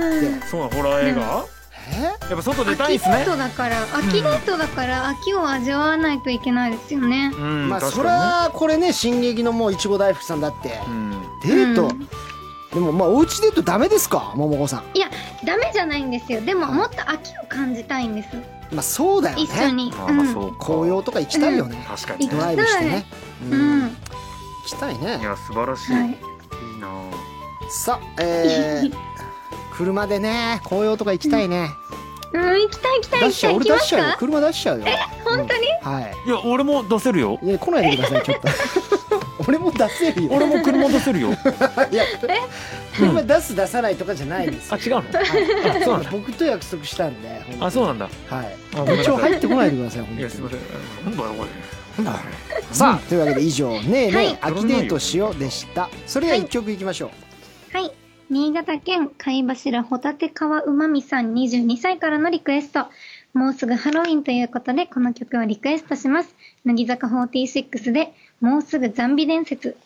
そうなホラー映画？やっぱ外出たいんすね。 秋デートだから秋を味わわないといけないですよね。 まあそりゃこれね進撃のもういちご大福さんだってデートでもまあおうちデートダメですか桃子さん？ いやダメじゃないんですよ。でももっと秋を感じたいんです。 まあそうだよね。 一緒に紅葉とか行きたいよね。 確かにドライブしてね。行きたいね。 いや素晴らしい。いいな。 さあ車でね紅葉とか行きたいね。 行きたい。 俺出しちゃうよ。車出しちゃうよ。 本当に？ はい。 いや俺も出せるよ。 いや来ないでくださいちょっと。俺も出せるよ。 俺も車出せるよ。 いや車出す出さないとかじゃないです。 違うの？そうなんだ。 僕と約束したんで。 そうなんだ。 はい。一応入ってこないでください。 いやすみません。なんだよこれ。 さあというわけで以上ねえねえ秋デートしようでした。それでは一曲いきましょう。はい。新潟県貝柱ホタテ川うまみさん22歳からのリクエスト。もうすぐハロウィンということでこの曲をリクエストします。乃木坂46でもうすぐザンビ伝説。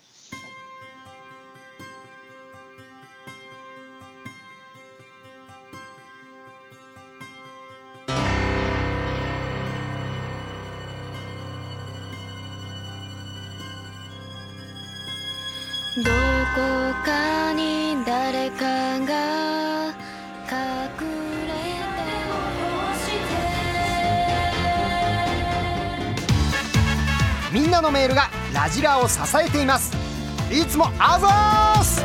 どこかに誰かが隠れてう。みんなのメールがラジラを支えています。いつもあざーす。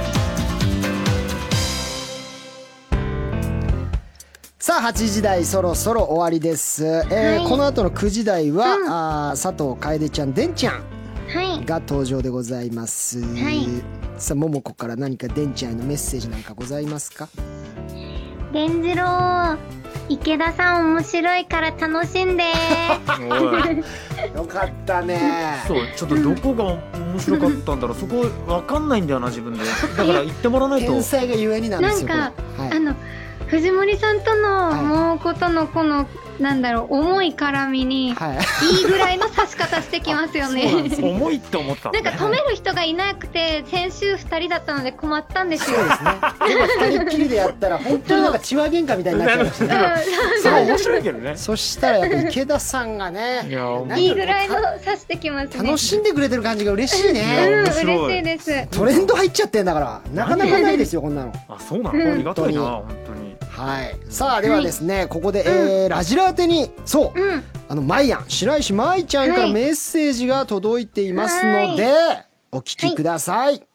さあ8時台そろそろ終わりです。この後の9時台は、佐藤楓ちゃんでんちゃんが登場でございます。さあ桃子から何かでんちゃんへのメッセージなんかございますか？ でんじろー池田さん面白いから楽しんでよかったね。 そうちょっとどこが面白かったんだろうそこわかんないんだよな自分で。だから言ってもらわないと。 天才がゆえになんですよ。 なんか、 これはい、 藤森さんとのはいもうことのこのなんだろう重い絡みにはいいいぐらいの刺し方してきますよそうなんね。 です重いって思ってたのね。 なんか止める人がいなくて先週2人だったので困ったんですよ。 そうですね。でも二人っきりでやったら本当になんか血話喧嘩みたいになっちゃいましたね。 それ面白いけどね。 そしたらやっぱ池田さんがね、 いやなんかいいぐらいの刺してきますね。 楽しんでくれてる感じが嬉しいうんね。 面白い嬉しいです。 トレンド入っちゃってんだからなかなかないですよこんなの。 あそうなの。ありがたいな本当に。 はい。さあではですね、ここで、ラジラ宛てにそう、 うんマイアン白石舞ちゃんからはいメッセージが届いていますので、お聞きください。 はい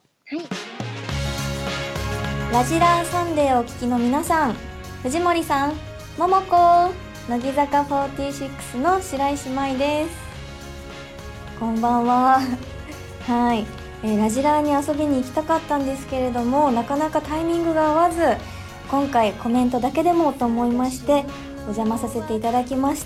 ラジラーサンデーをお聞きの皆さん、藤森さん、桃子、乃木坂46の白石舞です。こんばんは。はい、ラジラーに遊びに行きたかったんですけれども、なかなかタイミングが合わず、今回コメントだけでもと思いましてお邪魔させていただきました。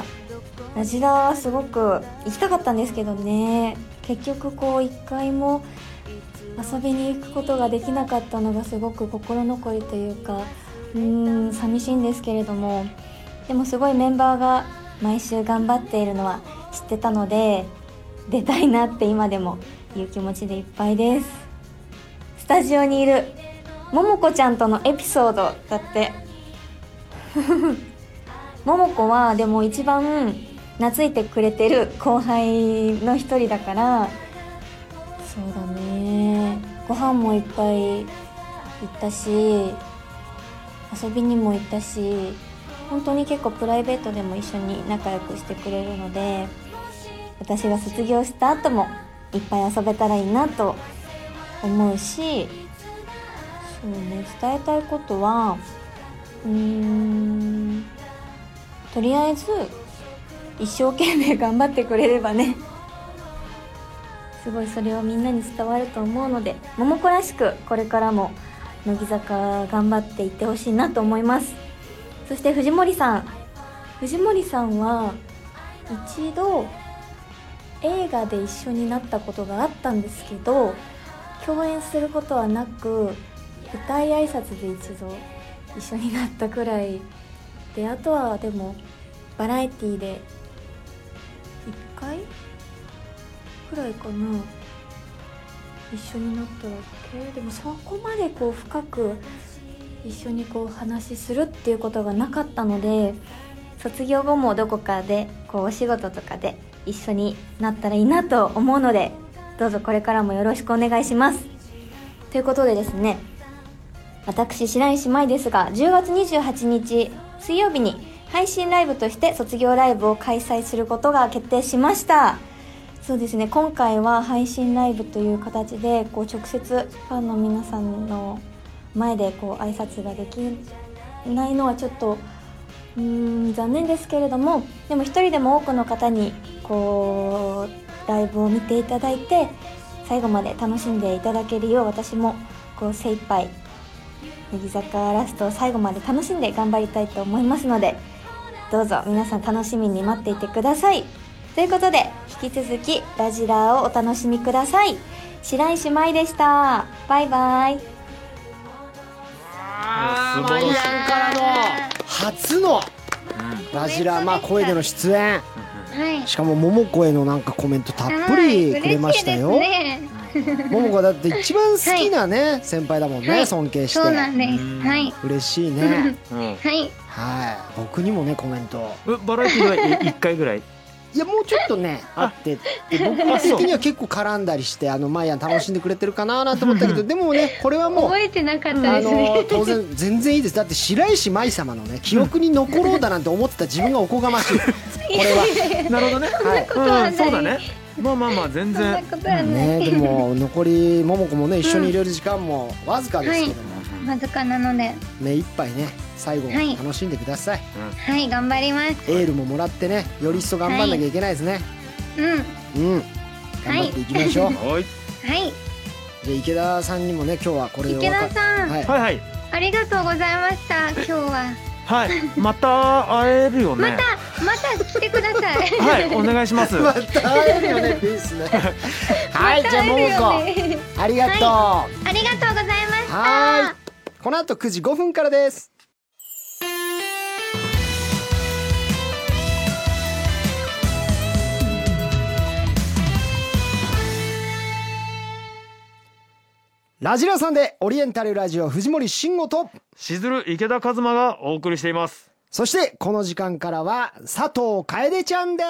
ラジラーはすごく行きたかったんですけどね、結局こう一回も遊びに行くことができなかったのがすごく心残りというか、寂しいんですけれども、でもすごいメンバーが毎週頑張っているのは知ってたので、出たいなって今でもいう気持ちでいっぱいです。スタジオにいるももこちゃんとのエピソードだってももこはでも一番懐いてくれてる後輩の一人だから、そうだね、ご飯もいっぱい行ったし遊びにも行ったし、本当に結構プライベートでも一緒に仲良くしてくれるので、私が卒業した後もいっぱい遊べたらいいなと思うし、そうね、伝えたいことはとりあえず一生懸命頑張ってくれればね、すごいそれをみんなに伝わると思うので、桃子らしくこれからも乃木坂頑張っていってほしいなと思います。そして藤森さんは一度映画で一緒になったことがあったんですけど、共演することはなく舞台挨拶で一度一緒になったくらいで、あとはでもバラエティで1回くらいかな、一緒になっただけでも、そこまでこう深く一緒にこう話するっていうことがなかったので、卒業後もどこかでこうお仕事とかで一緒になったらいいなと思うので、どうぞこれからもよろしくお願いします。ということでですね、私白石舞ですが、10月28日水曜日に配信ライブとして卒業ライブを開催することが決定しました。そうですね、今回は配信ライブという形でこう直接ファンの皆さんの前でこう挨拶ができないのはちょっと残念ですけれども、でも一人でも多くの方にこうライブを見ていただいて最後まで楽しんでいただけるよう、私もこう精一杯乃木坂ラストを最後まで楽しんで頑張りたいと思いますので、どうぞ皆さん楽しみに待っていてください。ということで引き続きラジラーをお楽しみください。白石舞でした。バイバイ。 マイアンからの初のラジラ、声での出演、 はいしかも桃子へのなんかコメントたっぷりくれましたよ。 嬉しいですね。 桃子だって一番好きなね、先輩だもんね、 はい尊敬して。 そうなんです。はい嬉しいね。 はいはい、僕にもねコメント。 バラエティーは1回ぐらい。 いやもうちょっとねあってで、僕的には結構絡んだりしてマイアン楽しんでくれてるかななんて思ったけど、でもねこれはもう覚えてなかったですね。 当然全然いいです。だって白石舞様のね記憶に残ろうだなんて思ってた自分がおこがましい。これはなるほどね。 はいそうだね。まあ全そんな然。 ことはない。 ね、でも残り桃子もね一緒にいれる時間もわずかですけども、 わずかなので、 目いっぱいね最後はい楽しんでください。 はい頑張ります。 エールももらってね、より一層頑張んなきゃいけないですね。 うん頑張っていきましょう。 はいはいじゃあ池田さんにもね今日はこれを池田さん、 はいはいありがとうございました。今日ははい。また会えるよね。 また来てください。 はいお願いします。 また会えるよねピースね。はいじゃあももこありがとう。 ありがとうございました。 はいこの後9時5分からです。ラジラさんでオリエンタルラジオ藤森慎吾としずる池田一馬がお送りしています。 そしてこの時間からは佐藤楓ちゃんです。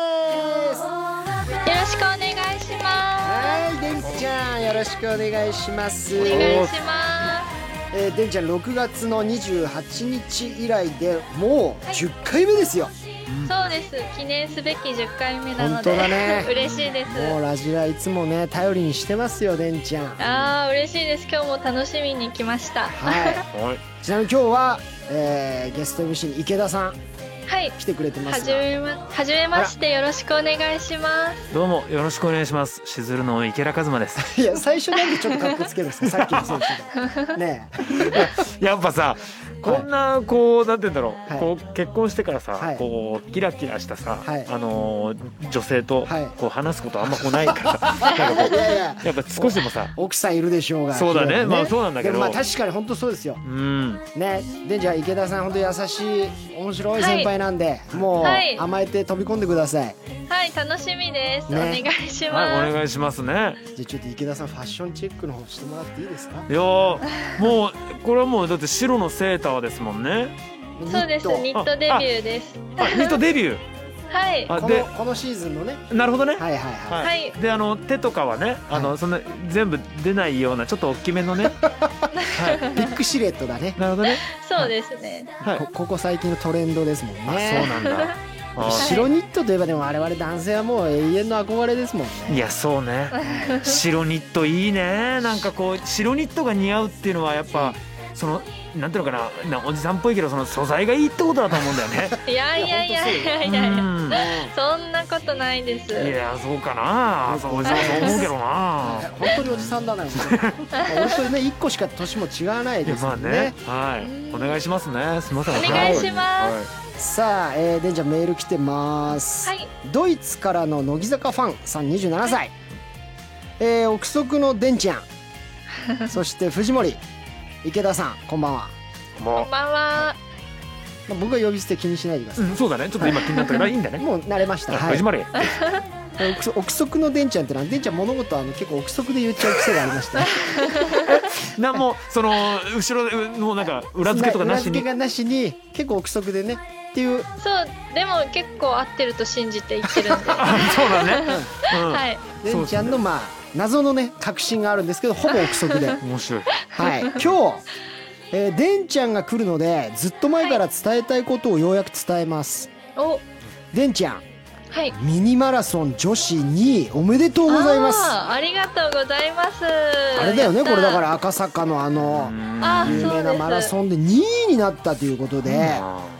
よろしくお願いしまはいでんちゃんよろしくお願いします。 す。お願いしまでんちゃん6月の28日以来でもう10回目ですよ。 す。そうです。記念すべき10回目なの本当で、 だね嬉しいです。 もうラジラいつもね頼りにしてますよでんちゃん。 あー嬉しいです。今日も楽しみに来ました。 はいはいちなみに今日は、ゲスト MC に池田さんはい。 来てくれてまはすがじめましてよろしくお願いします。 どうもよろしくお願いします。しずるの池田一馬です。 いや最初なんでちょっと格好つけるんですかさっきの選手がねやっぱさこんなこうなんて言うんだろう、 はいこう結婚してからさ、 はいこうキラキラしたさ、 はい女性とはいこう話すことあんまこうないからさ、なんかこいやいやうやっぱ少しでもさ、 奥さんいるでしょうがそうだね昨日まあそうなんだけどでもまあ確かに本当そうですようんね。でじゃあ池田さん本当優しい面白い先輩なんで、もうはい甘えて飛び込んでください。 はい楽しみです。 ねお願いしはいます。 お願いしますね。 じゃあちょっと池田さんファッションチェックの方してもらっていいですか。 いやーもうこれはもうだって白のセーターですもんね。 そうです。ニットデビューです。 あニットデビューはい。 あでこのシーズンのねなるほどね。 はいはいはい、 はいで手とかはねはいそんな全部出ないようなちょっと大きめのねはいビッグシルエットだね、 なるほどね。 そうですね。 はいここ最近のトレンドですもんあね。 そうなんだ。あ白ニットといえばでも我々男性はもう永遠の憧れですもんね。 いやそうね白ニットいいね。なんかこう白ニットが似合うっていうのはやっぱそのなんていうのかなおじさんっぽいけどその素材がいいってことだと思うんだよね。 いやいやいやいやいやいや。そんなことないです。 いやそうかな。そうおじさんはそう思うけどな。 本当におじさんだな俺とね1個しか年も違わないいやですもんね、 まあねはいお願いしますね。すみません。 お願いしますはいさあ、でんちゃんメール来てます、 はい。 ドイツからの乃木坂ファンさん27歳、憶測のでんちゃんそして藤森池田さんこんばんは。 もこんばんは。 まあ僕は呼び捨て気にしないでください、 そうだねちょっと今気になったけどいいんだね。 もう慣れました。はい藤森憶測のでんちゃんってのはでんちゃん物事は結構憶測で言っちゃう癖がありまして、ね、 もうその後ろでもうなんか裏付けとかなしに裏付けがなしに結構憶測でねっていう、 そうでも結構合ってると信じて言ってるんで。 あそうだね。うんはい。 でんちゃんのまあ謎のね確信があるんですけどほぼ憶測で面白い。 はい今日、でんちゃんが来るのでずっと前から伝えたいことをようやく伝えます。 おでんちゃんはい。 ミニマラソン女子2位おめでとうございます。 ありがとうございます。 あれだよねやったこれだから赤坂のあ有名なマラソンで2位になったということで、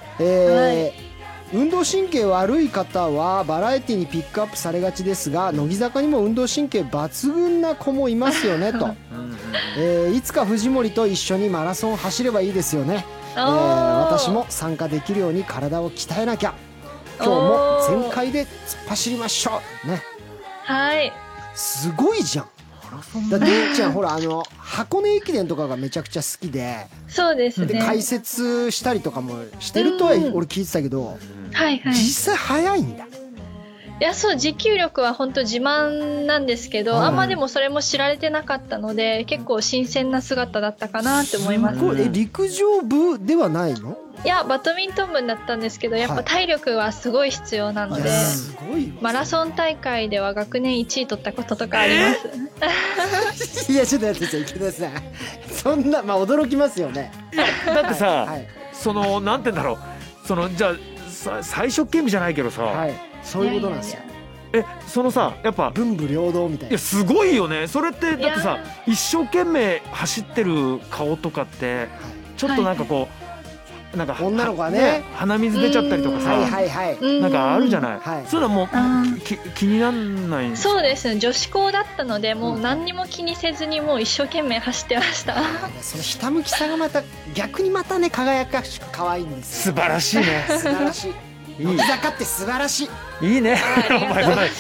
運動神経悪い方はバラエティにピックアップされがちですが乃木坂にも運動神経抜群な子もいますよねと、いつか藤森と一緒にマラソン走ればいいですよね、私も参加できるように体を鍛えなきゃ今日も全開で突っ走りましょうね。 はい。 すごいじゃん。だでんちゃんほら箱根駅伝とかがめちゃくちゃ好きで、 そうですね。 解説したりとかもしてるとは俺聞いてたけど、 はいはい。 実際早いんだ。 いやそう持久力は本当自慢なんですけど、 はいあんまでもそれも知られてなかったので結構新鮮な姿だったかなって思います。 すごい陸上部ではないの？ いやバドミントン部だったんですけどやっぱ体力はすごい必要なので、 いやすごいよ。 マラソン大会では学年1位取ったこととかあります。 いやちょっと待って池田さんそんなまあ驚きますよね。 だってさ、 はいそのなんて言うんだろうそのじゃあ最初兼備じゃないけどさ、 はいそういうことなんですよ。 そのさやっぱ文武両道みたいな。 いやすごいよねそれって。だってさいや一生懸命走ってる顔とかってちょっとなんかこう、なんか女の子はね鼻水出ちゃったりとかさ、 はいはいはい。 なんかあるじゃない、 はいそういうのはもうあ気になんないんですか？ そうですね女子校だったのでもう何にも気にせずにもう一生懸命走ってました。 そのひたむきさがまた逆にまたね輝かしく可愛いんですよ。 素晴らしいね素晴らしい。 乃木坂って素晴らしい。 いいね。 ありがとうございます。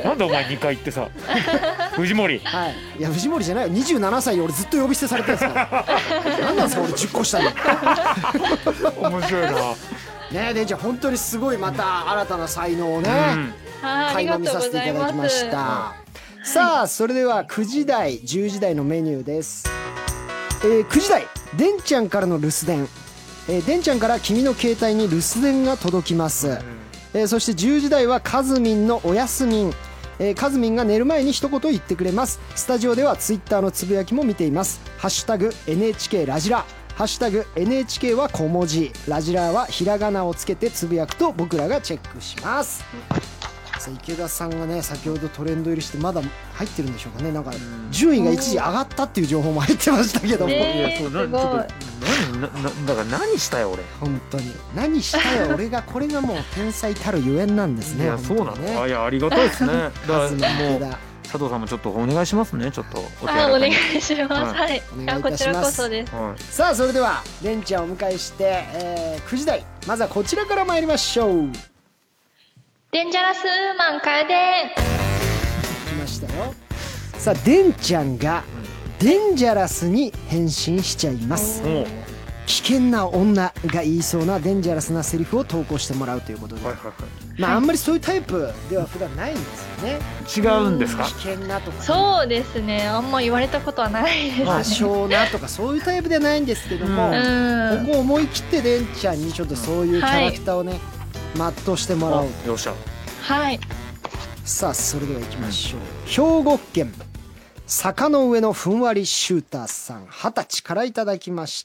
なんでお前2回言ってさ藤森。 はい。いや藤森じゃないよ。27歳で俺ずっと呼び捨てされてるんですから何なんですか俺10個下に面白いな。 ね。でじゃあ本当にすごいまた新たな才能をね、 あ垣間見させていただきまし。た。さあそれでは9時台10時台のメニューです。9時台でんちゃんからの留守電、でんちゃんから君の携帯に留守電が届きます。そして10時台はかずみんのおやすみん、かずみんが寝る前に一言言ってくれます。スタジオではツイッターのつぶやきも見ています。ハッシュタグ NHK ラジラ、ハッシュタグ NHK は小文字、ラジラはひらがなをつけてつぶやくと僕らがチェックします。さあ池田さんがね先ほどトレンド入りしてまだ入ってるんでしょうかね。なんか順位が一時上がったっていう情報も入ってましたけども、 いやそうすごいちょっとだから何したよ俺。 本当に何したよ俺が。これがもう天才たるゆえんなんですね。 いやそうなの。 本当にねいやありがたいですね。だからかずみんもう池田佐藤さんもちょっとお願いしますね。ちょっとお手柔あ、お願らかに。 いします。 はいはい。 お願いいたしますこちらこそです。 はいさあそれではれんちゃんをお迎えして、9時台まずはこちらから参りましょう。 デンジャラスウーマン楓。 来ましたよ。さあでんちゃんがデンジャラスに変身しちゃいます。 もう危険な女が言いそうなデンジャラスなセリフを投稿してもらうということで、 はいはいはまああんまりそういうタイプでは普段ないんですよね。 い。違うんですか。 危険なとか、 そうですね。あんま言われたことはないですね。 魔性なとかそういうタイプではないんですけども、 うん。 ここ思い切ってレンちゃんにちょっとそういうキャラクターをね、全うしてもらおう。 よっしゃ。 はい。 さあそれでは行きましょう。兵庫県坂の上のふんわりシューターさん20歳からいただきました。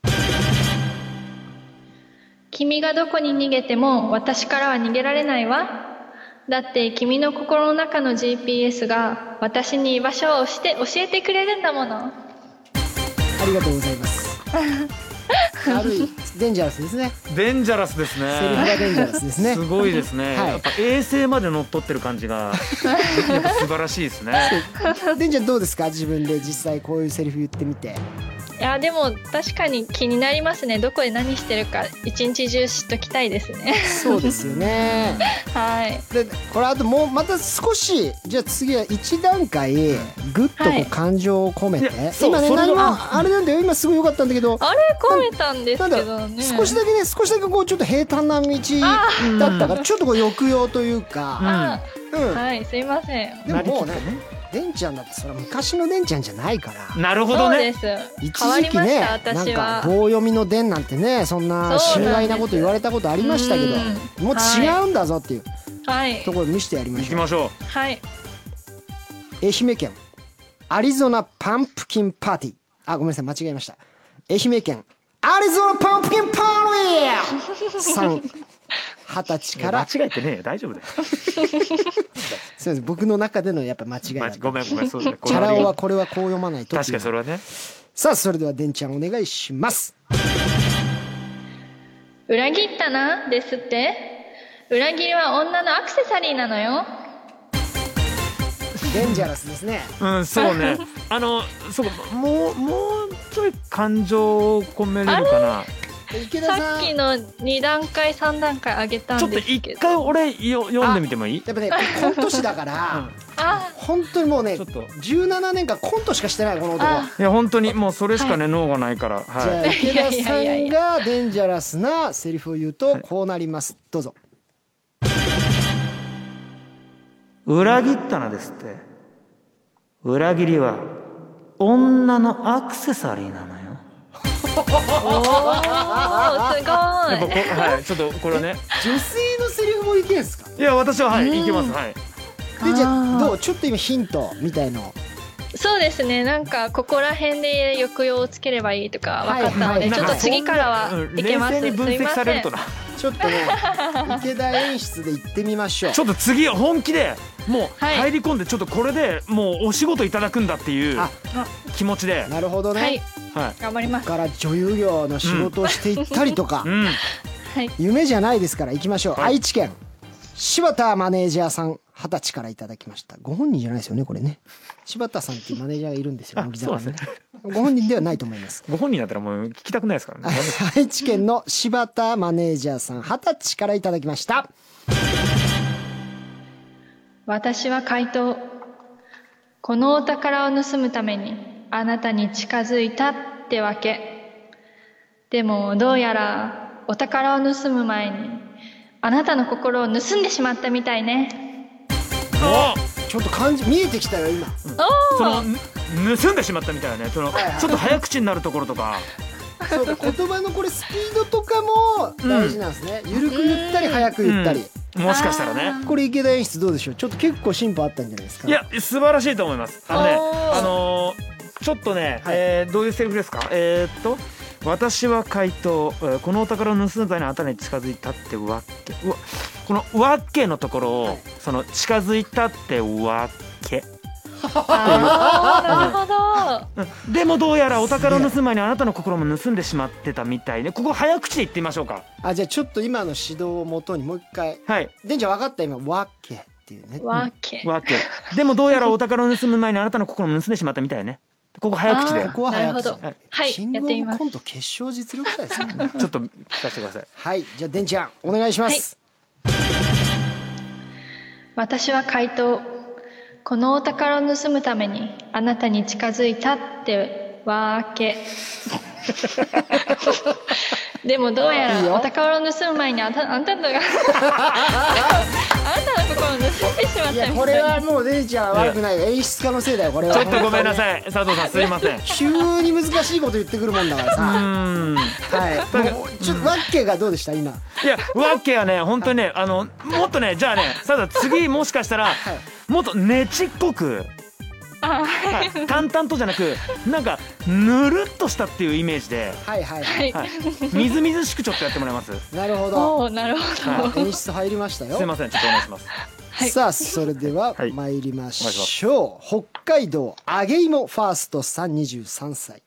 君がどこに逃げても私からは逃げられないわ。だって君の心の中の GPS が私に居場所を教えてくれるんだもの。 ありがとうございます軽いデンジャラスですね。 デンジャラスですね。 セリフがデンジャラスですね。 すごいですね。 はいやっぱ衛星まで乗っ取ってる感じがやっぱ素晴らしいですね。 デンちゃんどうですか、自分で実際こういうセリフ言ってみて。 いやでも確かに気になりますね。どこで何してるか一日中知っときたいですね。 そうですよねはいでこれあともうまた少しじゃあ次は一段階グッとこう感情を込めて、 いやそう今ねそれが何もあれなんだよ、今すごい良かったんだけど、 あれ込めたんですなんだけどね。 少しだけこうちょっと平坦な道だったからちょっとこう抑揚というか、 あ、 うんはいすいません。 でももうねデンちゃんだってそれは昔のデンちゃんじゃないからなるほどね。 そうです。 一変わりまし時期ねたなんか私は。 棒読みのデンなんてねそんな心外なこと言われたことありましたけど、 うんもう違うんだぞっていうはいところ見せてやりましょう。 行きましょはい。 愛媛県アリゾナパンプキンパーティー、あごめんなさい間違えました。愛媛県アリゾナパンプキンパーティーさん20歳う。 から間違えてねえよ大丈夫だよ。 すいません僕の中でのやっぱ間違いだった。 ごめんそうだね。 チャラ男はこれはこう読まないとっていう。 確かにそれはね。 さあそれではデンちゃんお願いします。 裏切ったなですって。裏切りは女のアクセサリーなのよ。 デンジャラスですね。 うんそうね。そうもうちょい感情を込めれるかな。 池田さんさっきの2段階3段階上げたちょっとんですけど。 一回俺読んでみてもいい？ やっぱねコント師だからあ本当にもうねちょっと 17年間コントしかしてないこの男。 あいや本当にもうそれしかね脳がないから。 じゃあはい。 池田さんがデンジャラスなセリフを言うとこうなります。どうぞ。 裏切ったなですって。裏切りは女のアクセサリーなのよ。 おーすごはいちょっとこれはね。 女性のセリフもいけんすか。 いや私ははいいけますはい。 でじゃああーどうちょっと今ヒントみたいの。 い。そうですね。なんかここら辺で抑揚をつければいいとか分かったので、 はいはいちょっと次からはいけます。 冷静に分析されるとな。 ちょっとね池田演出で行ってみましょう。 ちょっと次本気でもうはい入り込んでちょっとこれでもうお仕事いただくんだっていうあ気持ちで。 なるほどね。 はいは頑張ります。 ここから女優業の仕事をしていったりとか、 い。うん。 はい。 夢じゃないですから行きましょう。 はい愛知県柴田マネージャーさん 20歳からいただきました。ご本人じゃないですよねこれね。柴田さんっていうマネージャーがいるんですよ、乃木坂にね。ご本人ではないと思います。 ご本人だったらもう聞きたくないですからね。 愛知県の柴田マネージャーさん、20歳からいただきました。 私は回答。このお宝を盗むためにあなたに近づいたってわけ。でもどうやらお宝を盗む前にあなたの心を盗んでしまったみたいね。 ちょっと見えてきたよ今。 その盗んでしまったみたいなね、そのちょっと早口になるところとか。 そうか、言葉のこれスピードとかも大事なんですね。ゆるく言ったり早く言ったり。 もしかしたらね。 これ池田演出どうでしょう。ちょっと結構進歩あったんじゃないですか。 いや素晴らしいと思います。ちょっとね、どういうセリフですか。私は回答、このお宝を盗むためにあなたに近づいたってわけ。このわけのところを、その近づいたってわけ。 なるほど。 でもどうやらお宝を盗む前にあなたの心も盗んでしまってたみたいね。ここ早口で言ってみましょうか。 じゃあちょっと今の指導をもとにもう一回。 はい。 でんちゃん分かった。今わけっていうね。 わけ。 でもどうやらお宝を盗む前にあなたの心も盗んでしまったみたいね。ここ早口で。 ここは早口。 はい。 キングオブコント決勝実力者ですよね。 ちょっと聞かせてください。 はい。じゃあでんちゃんお願いします。 私は回答。このお宝を盗むためにあなたに近づいたってわけ。でもどうやらお宝を盗む前にあんたの心を盗んでしまったみたい。 これはもうでんちゃん悪くないよ。演出家のせいだよこれは。 ちょっとごめんなさい佐藤さん、すいません。 急に難しいこと言ってくるもんだからさ。はい。ちょっとわけがどうでした今。 いやわけはね本当にねもっとね、じゃあね佐藤さん次もしかしたらもっとねちっこく、淡々とじゃなくなんかぬるっとしたっていうイメージで、みずみずしくちょっとやってもらえます。 なるほど。 なるほど。 演出入りましたよ。 すいません、ちょっとお願いします。 さあそれでは参りましょう。北海道揚げ芋ファーストさん23歳。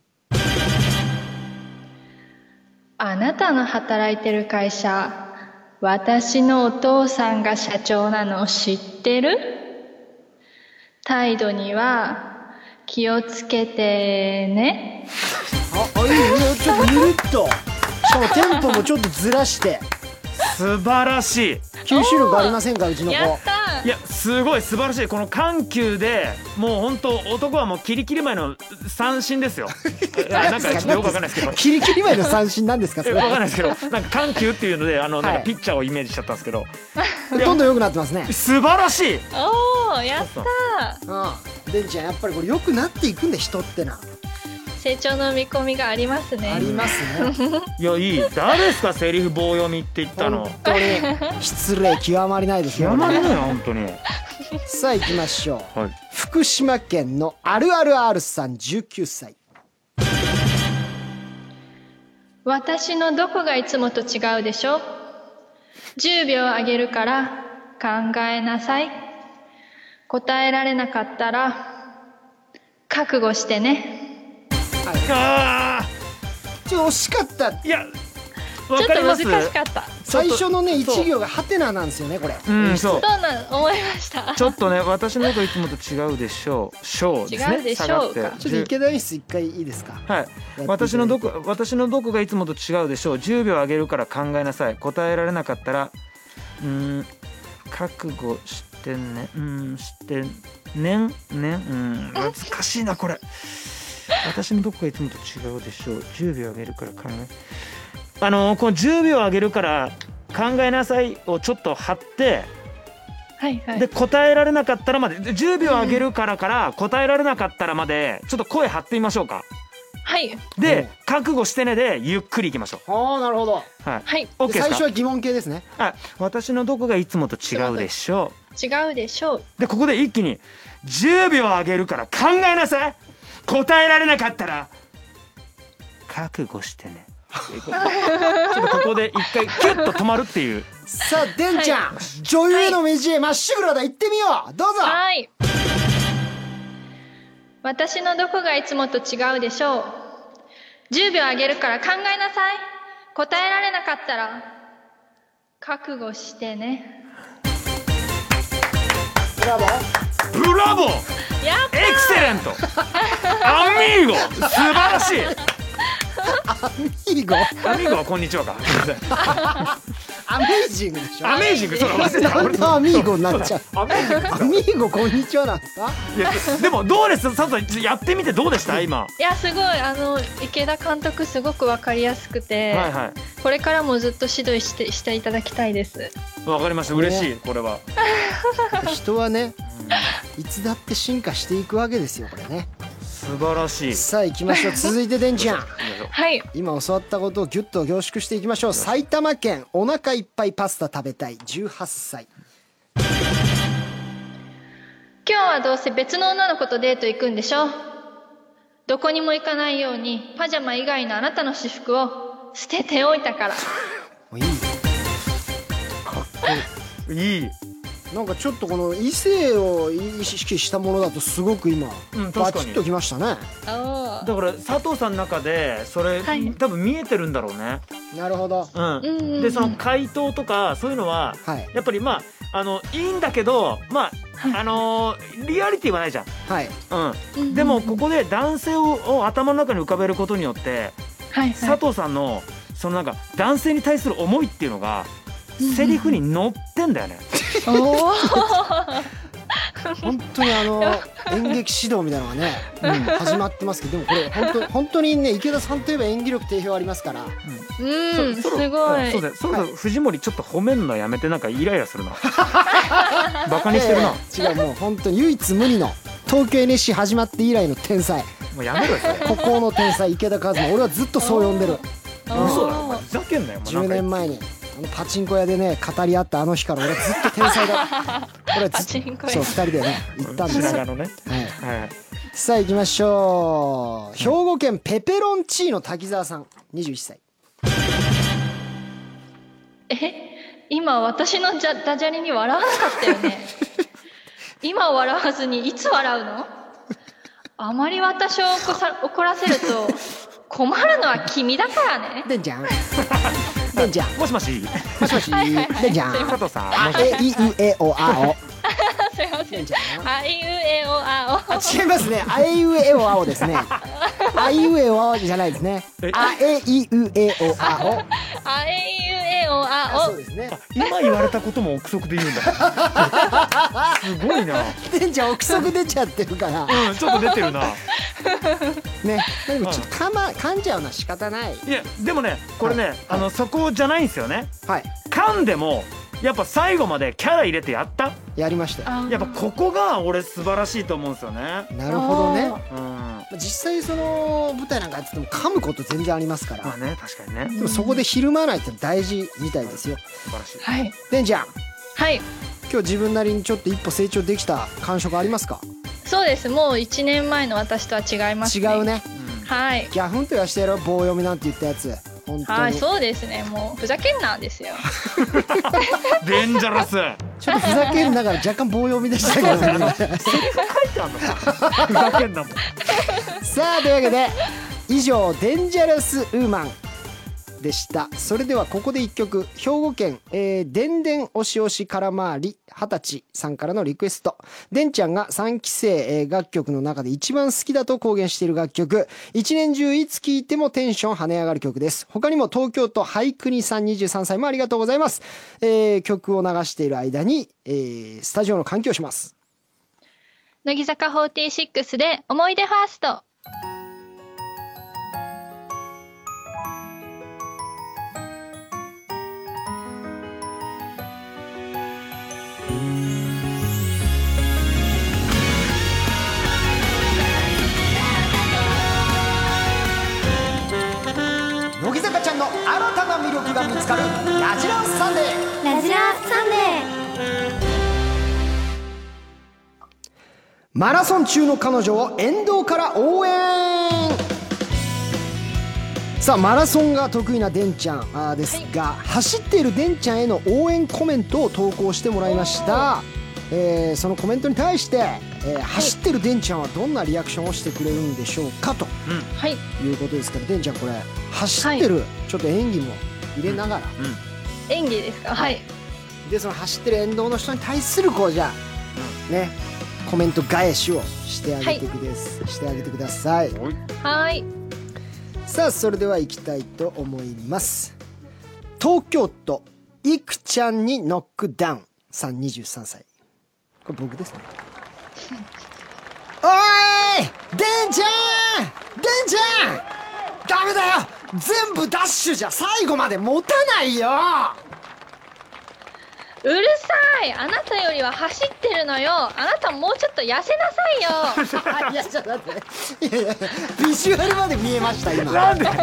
あなたの働いてる会社、私のお父さんが社長なの知ってる？態度には気をつけてね。 いいね。ちょっとゆるっと、しかもテンポもちょっとずらして。 素晴らしい。 吸収力ありませんかうちの子。 やった。 いやすごい素晴らしい。この緩急でもう本当男はもうキリキリ前の三振ですよ。なんかちょっとよくわかんないですけど。 キリキリ前の三振なんですかそれ。 わかんないですけど、なんか緩急っていうのでなんかピッチャーをイメージしちゃったんですけど。 どんどん良くなってますね。 素晴らしい。 やった。 でんちゃんやっぱりこれ良くなっていくんで人ってな。 成長の見込みがありますね。 ありますね。 いやいい。誰ですかセリフ棒読みって言ったの。 本当に失礼極まりないですね。 極まりないよ本当に。 さあ行きましょう。福島県のあるある R さん19歳。 私のどこがいつもと違うでしょ。10秒あげるから考えなさい。答えられなかったら覚悟してね。 ちょっと惜しかった。 いやちょっと難しかった。 最初のね1行がハテナなんですよねこれ。 そう思いました。 ちょっとね私のどこいつもと違うでしょう。 違うでしょうか。 ちょっと池田演出一回いいですか。 はい。私のどこがいつもと違うでしょう。10秒あげるから考えなさい。答えられなかったら覚悟してね。してね難しいなこれ。私のどこがいつもと違うでしょう。10秒あげるから考え。この10秒あげるから考えなさいをちょっと貼って、で答えられなかったらまで10秒あげるから答えられなかったらまでちょっと声張ってみましょうか。 はい。 で覚悟してねでゆっくりいきましょう。 なるほど。 はい。 オッケーですか。 最初は疑問形ですね。 私のどこがいつもと違うでしょう。 違うでしょう。 でここで一気に10秒あげるから考えなさい。答えられなかったら覚悟してね。ちょっとここで一回キュッと止まるっていう。 さあでんちゃん、女優への道へまっしぐらだ。行ってみよう。どうぞ。 はい。私のどこがいつもと違うでしょう。10秒あげるから考えなさい。答えられなかったら覚悟してね。 ラボブラボー、 やっエクセレント、アミーゴ、素晴らしい。 いい子アミーゴはこんにちはか。 アメージングでしょ。 アメージング、そうだ、忘れた。 なんでアミーゴになっちゃう。 アメージング。 アミーゴこんにちはなんですか。 いやでもどうです佐藤さん、やってみてどうでした今。 いやすごい池田監督すごく分かりやすくて、 はいはい、 これからもずっと指導していただきたいです。 わかりました、嬉しい。これは人はね、いつだって進化していくわけですよこれね。 素晴らしい。 さあ行きましょう。続いてでんちゃん、 はい。 今教わったことをギュッと凝縮していきましょう。埼玉県、お腹いっぱいパスタ食べたい、18歳。 今日はどうせ別の女の子とデート行くんでしょ。どこにも行かないようにパジャマ以外のあなたの私服を捨てておいたから。 いいかっこいい。 いい。なんかちょっとこの異性を意識したものだとすごく今、 うん、確かに。 バチッときましたね。 あだから佐藤さんの中でそれ、 はい、 多分見えてるんだろうね。 なるほど。 うん。でその回答とかそういうのは、 はい、 やっぱりまあいいんだけど、まあリアリティはないじゃん。 はい。 うん。でもここで男性を頭の中に浮かべることによって、はい、佐藤さんのそのなんか男性に対する思いっていうのがセリフに乗ってんだよね。 お本当に演劇指導みたいなのがね、始まってますけど、でもこれ本当にね、池田さんといえば演技力定評ありますから。 すごい。 そうだ、そうだ、藤森ちょっと褒めるのやめて、なんかイライラするな。バカにしてるな。 違う、もう本当に唯一無二の東京 NSC 始まって以来の天才。 もうやめろよそれ。 孤高の天才池田和馬。俺はずっとそう呼んでる。 嘘だよ、お前ふざけんなよ。 10年前にパチンコ屋でね語り合ったあの日から俺はずっと天才だ。これずっとそう2人でね行ったんですよ。 白髪のね。 はい。さあ行きましょう。兵庫県ペペロンチーノ滝沢さん、21歳。 今私のダジャレに笑わなかったよね。今笑わずにいつ笑うの？あまり私を怒らせると困るのは君だからね。 でんちゃん。でんちゃん。 もしもし。 もしもし。でんちゃん。 佐藤さん。 あえいうえおあお。 すいません。あいうえおあお。 違いますね。あいうえおあおですね。あいうえおあおじゃないですね。あえいうえおあお。 あえいうえおあお。 そうですね。 今言われたことも憶測で言うんだ。すごいな。 でんちゃん憶測出ちゃってるから。 うん、ちょっと出てるな。 ね、でもちょっと噛んじゃうのは仕方ない。 いやでもね、これね、そこじゃないんですよね。 はい。 噛んでもやっぱ最後までキャラ入れてやった。 やりましたよ。 やっぱここが俺素晴らしいと思うんですよね。 なるほどね。 うん。 実際その舞台なんかやってても噛むこと全然ありますから。 まあね、確かにね。 でもそこでひるまないって大事みたいですよ。 素晴らしい。 はい。 でんちゃん。 はい。 今日自分なりにちょっと一歩成長できた感触ありますか？ そうです。もう1年前の私とは違いますね。 違うね。 はい。 ギャフンと言わしてやろ、棒読みなんて言ったやつ。本当に。 はい、そうですね。もうふざけんなんですよ。 デンジャラス。 ちょっとふざけんながら若干棒読みでしたけどね。 セリフ書いてあるのか。ふざけんなもん。 さあというわけで以上デンジャラスウーマンでした。それではここで一曲、兵庫県でんでんおしおし空回り20歳さんからのリクエスト。でんちゃんが3期生楽曲の中で一番好きだと公言している楽曲、一年中いつ聴いてもテンション跳ね上がる曲です。他にも東京都ハイクニさん23歳もありがとうございます。曲を流している間に、スタジオの換気をします。 乃木坂46で思い出ファースト。 乃木坂ちゃんの新たな魅力が見つかるラジラサンデー。 ラジラサンデマラソン中の彼女を沿道から応援。さあマラソンが得意なでんちゃんですが、走っているでんちゃんへの応援コメントを投稿してもらいました。そのコメントに対して、走ってるでんちゃんはどんなリアクションをしてくれるんでしょうかと、いうことですから、でんちゃんこれ走ってる、ちょっと演技も入れながら、 演技ですか？はい。 でその走ってる沿道の人に対するこうじゃあねコメント返しをしてあげてください。 はい。 さあそれでは行きたいと思います。東京都いくちゃんにノックダウンさん23歳。これ僕ですね。おーいでんちゃんダメだよ、全部ダッシュじゃ最後まで持たないよ。 うるさい、あなたよりは走ってるのよ。あなたもうちょっと痩せなさいよ。 いやちょっと待って、いやビジュアルまで見えました今。 なんでなん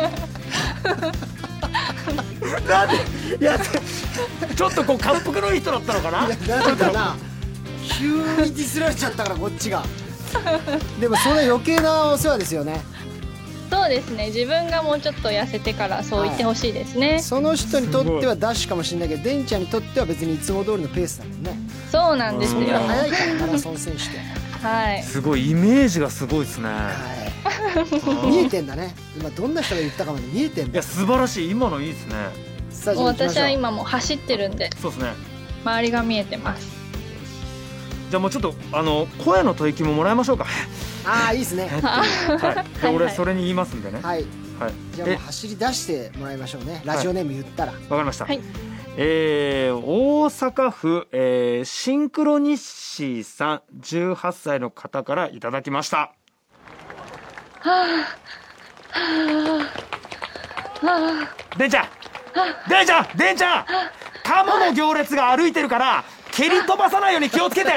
でいやちょっとこう滑腹のいい人だったのかな。 なんかな急にディスられちゃったからこっちが。でもそれ余計なお世話ですよね。 そうですね、自分がもうちょっと痩せてからそう言ってほしいですね。 その人にとってはダッシュかもしれないけど、デンちゃんにとっては別にいつも通りのペースだもんね。 そうなんですよ。 早いからマラソン選手って。 はい。 すごいイメージがすごいですね。 はい。見えてんだね。今どんな人が言ったかまで見えてんだ。 いや素晴らしい、今のいいですね。 さあじゃあ行きましょう。 私は今もう走ってるんでそうですね。 周りが見えてます。 じゃあもうちょっと声の吐息ももらいましょうか。 ああいいですね。 はい。で俺それに言いますんでね。 はい。 はい。 じゃあもう走り出してもらいましょうね。ラジオネーム言ったら。 わかりました。 はい。 大阪府、シンクロニッシーさん18歳の方からいただきました。でんちゃんカモの行列が歩いてるから蹴り飛ばさないように気をつけて。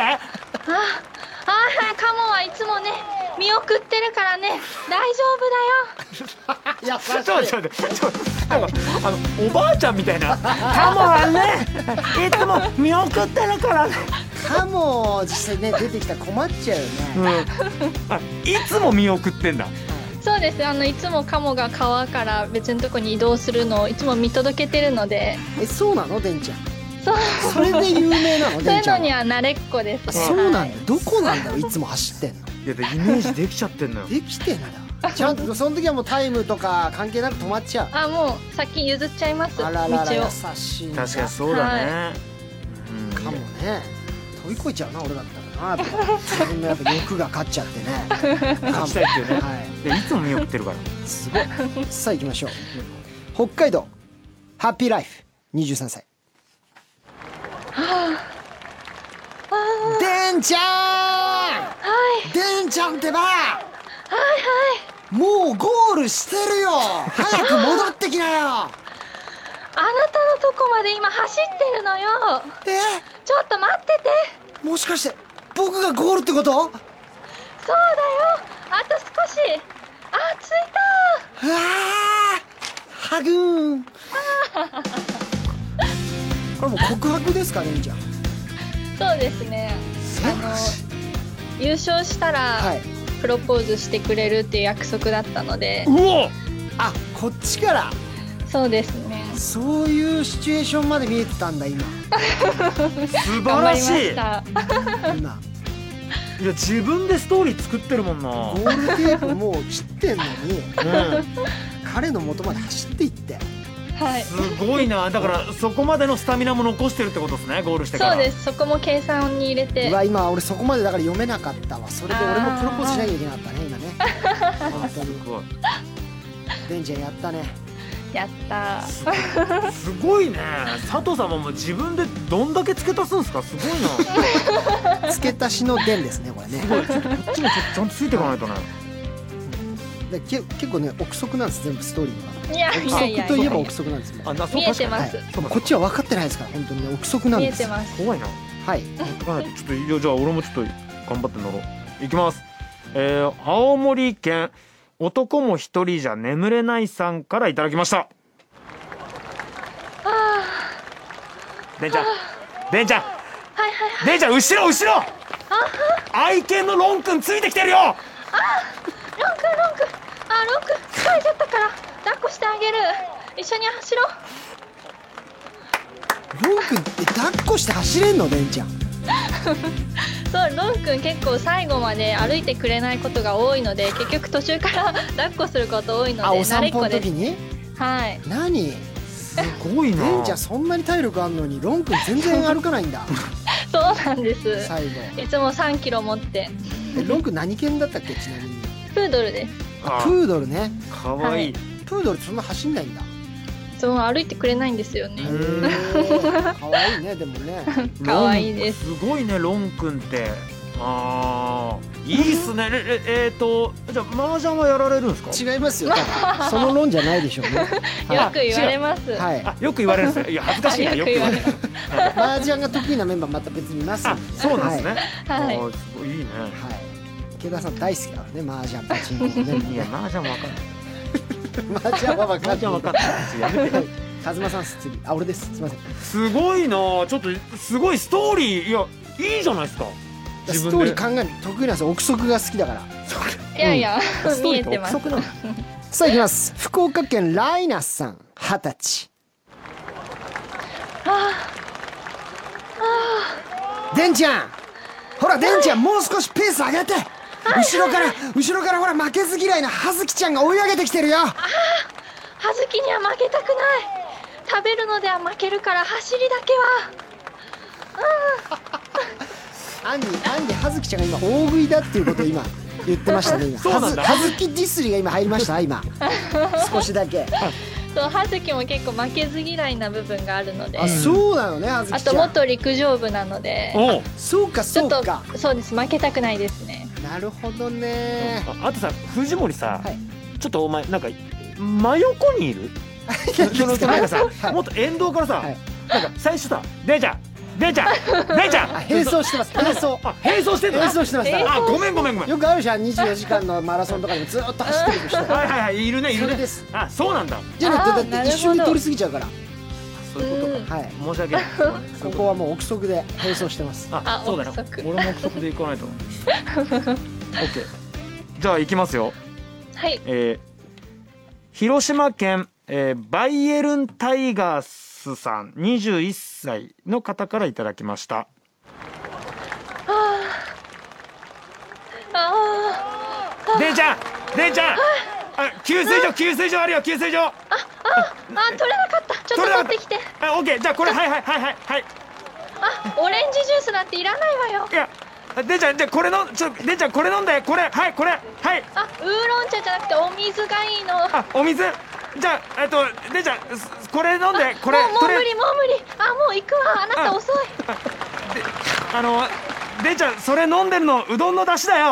カモはいつもね見送ってるからね大丈夫だよ。 いやちょっとなんかおばあちゃんみたいな。カモはねいつも見送ってるからね。 カモ実際ね出てきたら困っちゃうよね。 いつも見送ってんだ。 そうです、いつもカモが川から別のとこに移動するのをいつも見届けてるので。 そうなのでんちゃん。 そうそれで有名なのそういうのでんちゃんは。 には慣れっこですね。 そうなんだ、 はい、 どこなんだろういつも走ってんの。 いやでイメージできちゃってんのよ。 できてんだ。ちゃんとその時はもうタイムとか関係なく止まっちゃう。 もう先譲っちゃいます。 あららら道を。 優しいんだ。 確かにそうだね。 かもね。飛び越えちゃうな俺だったらな。自分のやっぱ欲が勝っちゃってね。 勝ちたいっていうね。 はい。 でいつも見送ってるから。 すごい。さあ行きましょう。北海道ハッピーライフ23歳。でんちゃん。でんちゃんってば。もうゴールしてるよ。早く戻ってきなよ。 あなたのとこまで今走ってるのよ。ちょっと待ってて。 もしかして僕がゴールってこと？ そうだよ。あと少し。着いた。 うわーハグーン。これもう告白ですかねんちゃん。 そうですね。優勝したら、 はい、 プロポーズしてくれるっていう約束だったので。 うお。 あ、こっちから。 そうですね。 そういうシチュエーションまで見えてたんだ今。 素晴らしい。 今。 いや自分でストーリー作ってるもんな。 ゴールテープもう切ってんのに、彼の元まで走っていって。 はい。 すごいな。だからそこまでのスタミナも残してるってことですね。ゴールしてから。 そうです。そこも計算に入れて。 うわ今俺そこまでだから読めなかったわ。それで俺もプロポーズしなきゃいけなかったね今ね。本当に。 すごい。 デンちゃんやったね。 やったー。すごいね。佐藤さんももう自分でどんだけ付け足すんですか。すごいな。付け足しのデンですねこれね。 すごい。ちょっとこっちもちゃんとついていかないとね。 で結構ね憶測なんです全部ストーリーは。 いや憶測といえば憶測なんですもん。 見えてます。 こっちは分かってないですから本当にね憶測なんです。 見えてます。 怖いな。 はい。 ちょっとじゃあ俺もちょっと頑張って乗ろう。いきます。青森県男も一人じゃ眠れないさんからいただきました。でんちゃんでんちゃんでんちゃん後ろ愛犬のロンくんついてきてるよ。 ロンくん疲れちゃったから抱っこしてあげる。一緒に走ろう。 ロンくんって抱っこして走れんのでんちゃん。 そうロンくん結構最後まで歩いてくれないことが多いので結局途中から抱っこすること多いのでお散歩の時に。 はい。 何すごいな。 でんちゃんそんなに体力あんのにロンくん全然歩かないんだ。 そうそうなんです最後。 いつも3キロ持ってロン君何犬だったっけ、ちなみに。 プードルですプードルね。 かわいい。 プードルそんな走んないんだ。 そう歩いてくれないんですよねかわいいね、でもね。 かわいいですすごいね、ロン君って。いいっすね。じゃあ麻雀はやられるんですか？ 違いますよ。その論じゃないでしょうね。 よく言われますはい。 よく言われるんですよ。いや恥ずかしいな、よく言われる。 麻雀が得意なメンバーまた別にいますんで。 そうなんですね。 はいすごいいいね。 はい。池田さん大好きだからね、麻雀パチンコね。 いや麻雀もわかんない。 麻雀は分か麻雀わかんない。やめて。 カズマさん次。俺です。すみません。 すごいな。ちょっとすごいストーリー。いやいいじゃないですか。 ストーリー考える得意なんですよ。憶測が好きだから。 いやいや見えてますさあ行きます。福岡県ライナスさん、20歳。デンちゃん、ほらデンちゃん、もう少しペース上げて。後ろからほら負けず嫌いな葉月ちゃんが追い上げてきてるよ。 葉月には負けたくない。食べるのでは負けるから走りだけは。 アンディ葉月ちゃんが今大食いだっていうことを今言ってましたね。今そうなんだ。 葉月ディスリが今入りました今。少しだけ。 そう葉月も結構負けず嫌いな部分があるので。 あ、そうなのね、葉月ちゃん。 あと元陸上部なので。 そうかちょっとそうです、負けたくないですね。 なるほどね。 あとさ、藤森さ、 はい、 ちょっとお前なんか真横にいる？なんかさ、もっと沿道からさ、なんか最初さ、デンちゃん並走してます。並走してます。あ、ごめん。 よくあるじゃん、24時間のマラソンとかでもずっと走ってる人。 いるね。 それです。 あ、そうなんだ。 じゃなくてだって一瞬で通り過ぎちゃうから。 そういうことか。 はい。 申し訳ない。 ここはもう憶測で並走してます。 あ、そうだな。俺も憶測で行かないと。オッケー。じゃあ行きますよ。 はい。 広島県バイエルンタイガースさん21歳の方からいただきました。デンちゃん、給水所あるよ、給水所。 取れなかった。ちょっと取ってきて。 オッケー。じゃあこれ、はい。 オレンジジュースなんていらないわよ。 いや、デンちゃん、じゃあこれのデンちゃんこれ飲んで。これ、はい。 ウーロン茶じゃなくてお水がいいの。 お水。じゃあデンちゃんこれ飲んで。これもう無理。もう行くわ。あなた遅い。 デンちゃんそれ飲んでるのうどんの出汁だよ。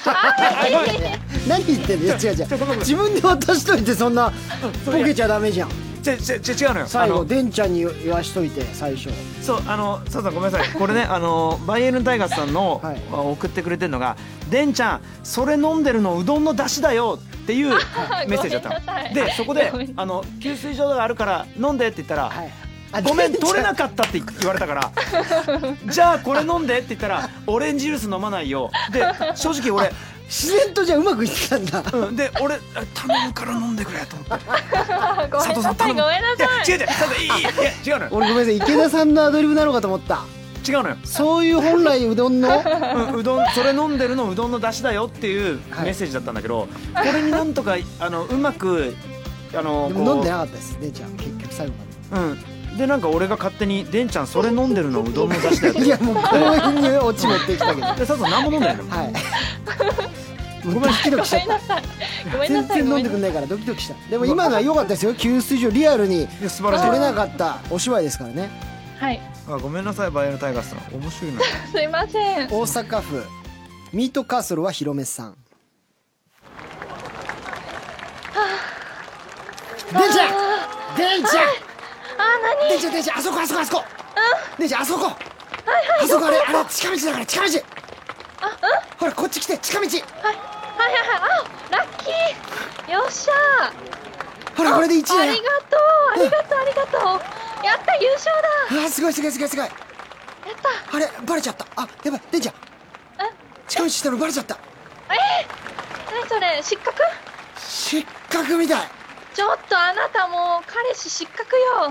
何言ってんの？違う自分で渡しといてそんなボケちゃダメじゃん。 違うのよ。 最後デンちゃんに言わしといて最初。 そうさごめんなさい。これねバイエルンタイガースさんの送ってくれてるのが、デンちゃんそれ飲んでるのうどんの出汁だよっていうメッセージだったの。でそこで給水所があるから飲んでって言ったら、ごめん取れなかったって言われたからじゃあこれ飲んでって言ったらオレンジジュース飲まないよ。で正直俺自然とじゃあうまくいってたんだ。 で俺頼むから飲んでくれと思って。 佐藤さん頼む。ごめんなさい。 違うのよ。 俺ごめんなさい、池田さんのアドリブなのかと思った。 違うのよ。 そういう本来うどんのうどんそれ飲んでるのうどんの出汁だよっていうメッセージだったんだけど、これになんとかうまくでも飲んでなかったですね、じゃあ結局最後まで。 でなんか俺が勝手にデンちゃんそれ飲んでるのうどんの出汁だよって。 いやもう強引にオチ持ってきたけど。 で佐藤さん何も飲んでないの？ はい。ごめん、ドキドキしちゃった。全然飲んでくんないからドキドキした。でも今のは良かったですよ。給水所リアルに素晴らしい。 取れなかったお芝居ですからね。 はい。 ごめんなさい、バイエルンタイガースさん面白いな。 すいません。 大阪府ミートカーソルは広めさん。デンちゃんデンちゃんあそこデンちゃんあそこあれ近道だから近道。ほらこっち来て近道。 はいラッキー。よっしゃほらこれで1位だよ。 ありがとう。やった優勝だ。 すごい。 やった。 あれバレちゃった。やばいデンちゃん近道したのバレちゃった。 何それ失格みたい。 ちょっとあなたもう彼氏失格よ。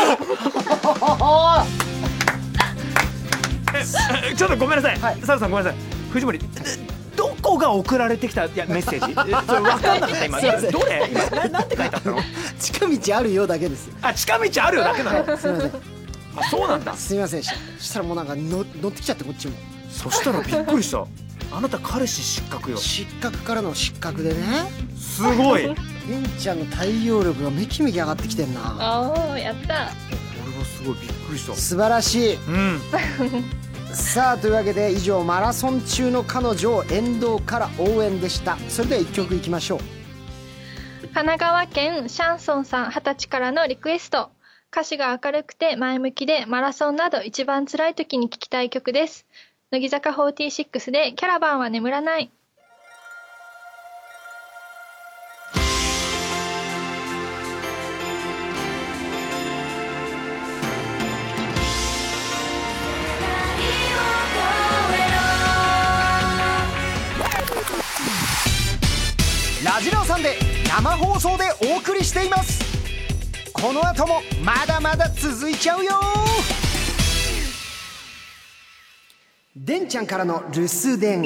ちょっとごめんなさい、佐藤さんごめんなさい。藤森どこが送られてきたメッセージそれ分かんなかった今。どれなんて書いてあったの？ 近道あるよだけです。 近道あるよだけなの。 すみません。 あ、そうなんだ。 すみませんでした。そしたらもうなんか乗ってきちゃって、こっちもそしたらびっくりした。あなた彼氏失格よ。 失格からの失格でね。 すごい。 レンちゃんの対応力がめきめき上がってきてんな。 おー、やった。 これはすごいびっくりした。 素晴らしい。 うん。 さあというわけで以上、マラソン中の彼女を沿道から応援でした。それでは1曲いきましょう。 神奈川県シャンソンさん20歳からのリクエスト。歌詞が明るくて前向きで、マラソンなど一番辛い時に聴きたい曲です。乃木坂46でキャラバンは眠らない。 ラジラーさんで生放送でお送りしています。この後もまだまだ続いちゃうよ。でんちゃんからの留守電。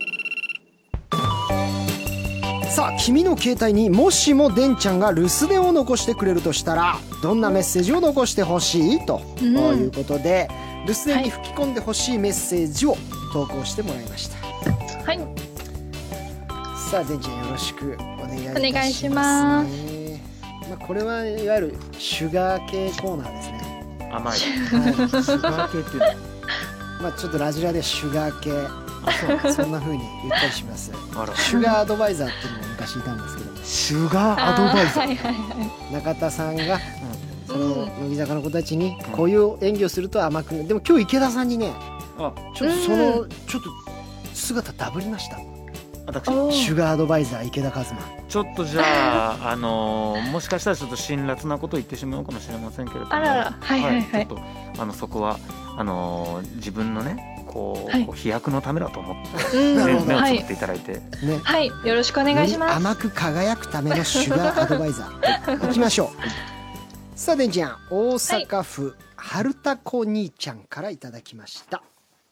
さあ君の携帯にもしもでんちゃんが留守電を残してくれるとしたら、どんなメッセージを残してほしいということで、留守電に吹き込んでほしいメッセージを投稿してもらいました。 はい。 さあでんちゃんよろしくお願いいたします。 お願いします。 これはいわゆるシュガー系コーナーですね。 甘い。 はい、 シュガー系っていうの。 ちょっとラジラでシュガー系、そんな風に言ったりします。 あら。 シュガーアドバイザーっていうのも昔いたんですけど、 シュガーアドバイザー。 はいはいはい。 中田さんが、その乃木坂の子たちにこういう演技をすると甘く、でも今日池田さんにね、ちょっとちょっと姿ダブりました。 私シュガーアドバイザー池田一馬。 ちょっとじゃあもしかしたらちょっと辛辣なことを言ってしまうかもしれませんけれども、 あらら、はいはいはい。 ちょっとそこは自分のねこう飛躍のためだと思って目をつぶっていただいて、ね、 はい、よろしくお願いします。 甘く輝くためのシュガーアドバイザー。いきましょう。さあでんちゃん、大阪府春田子兄ちゃんからいただきました。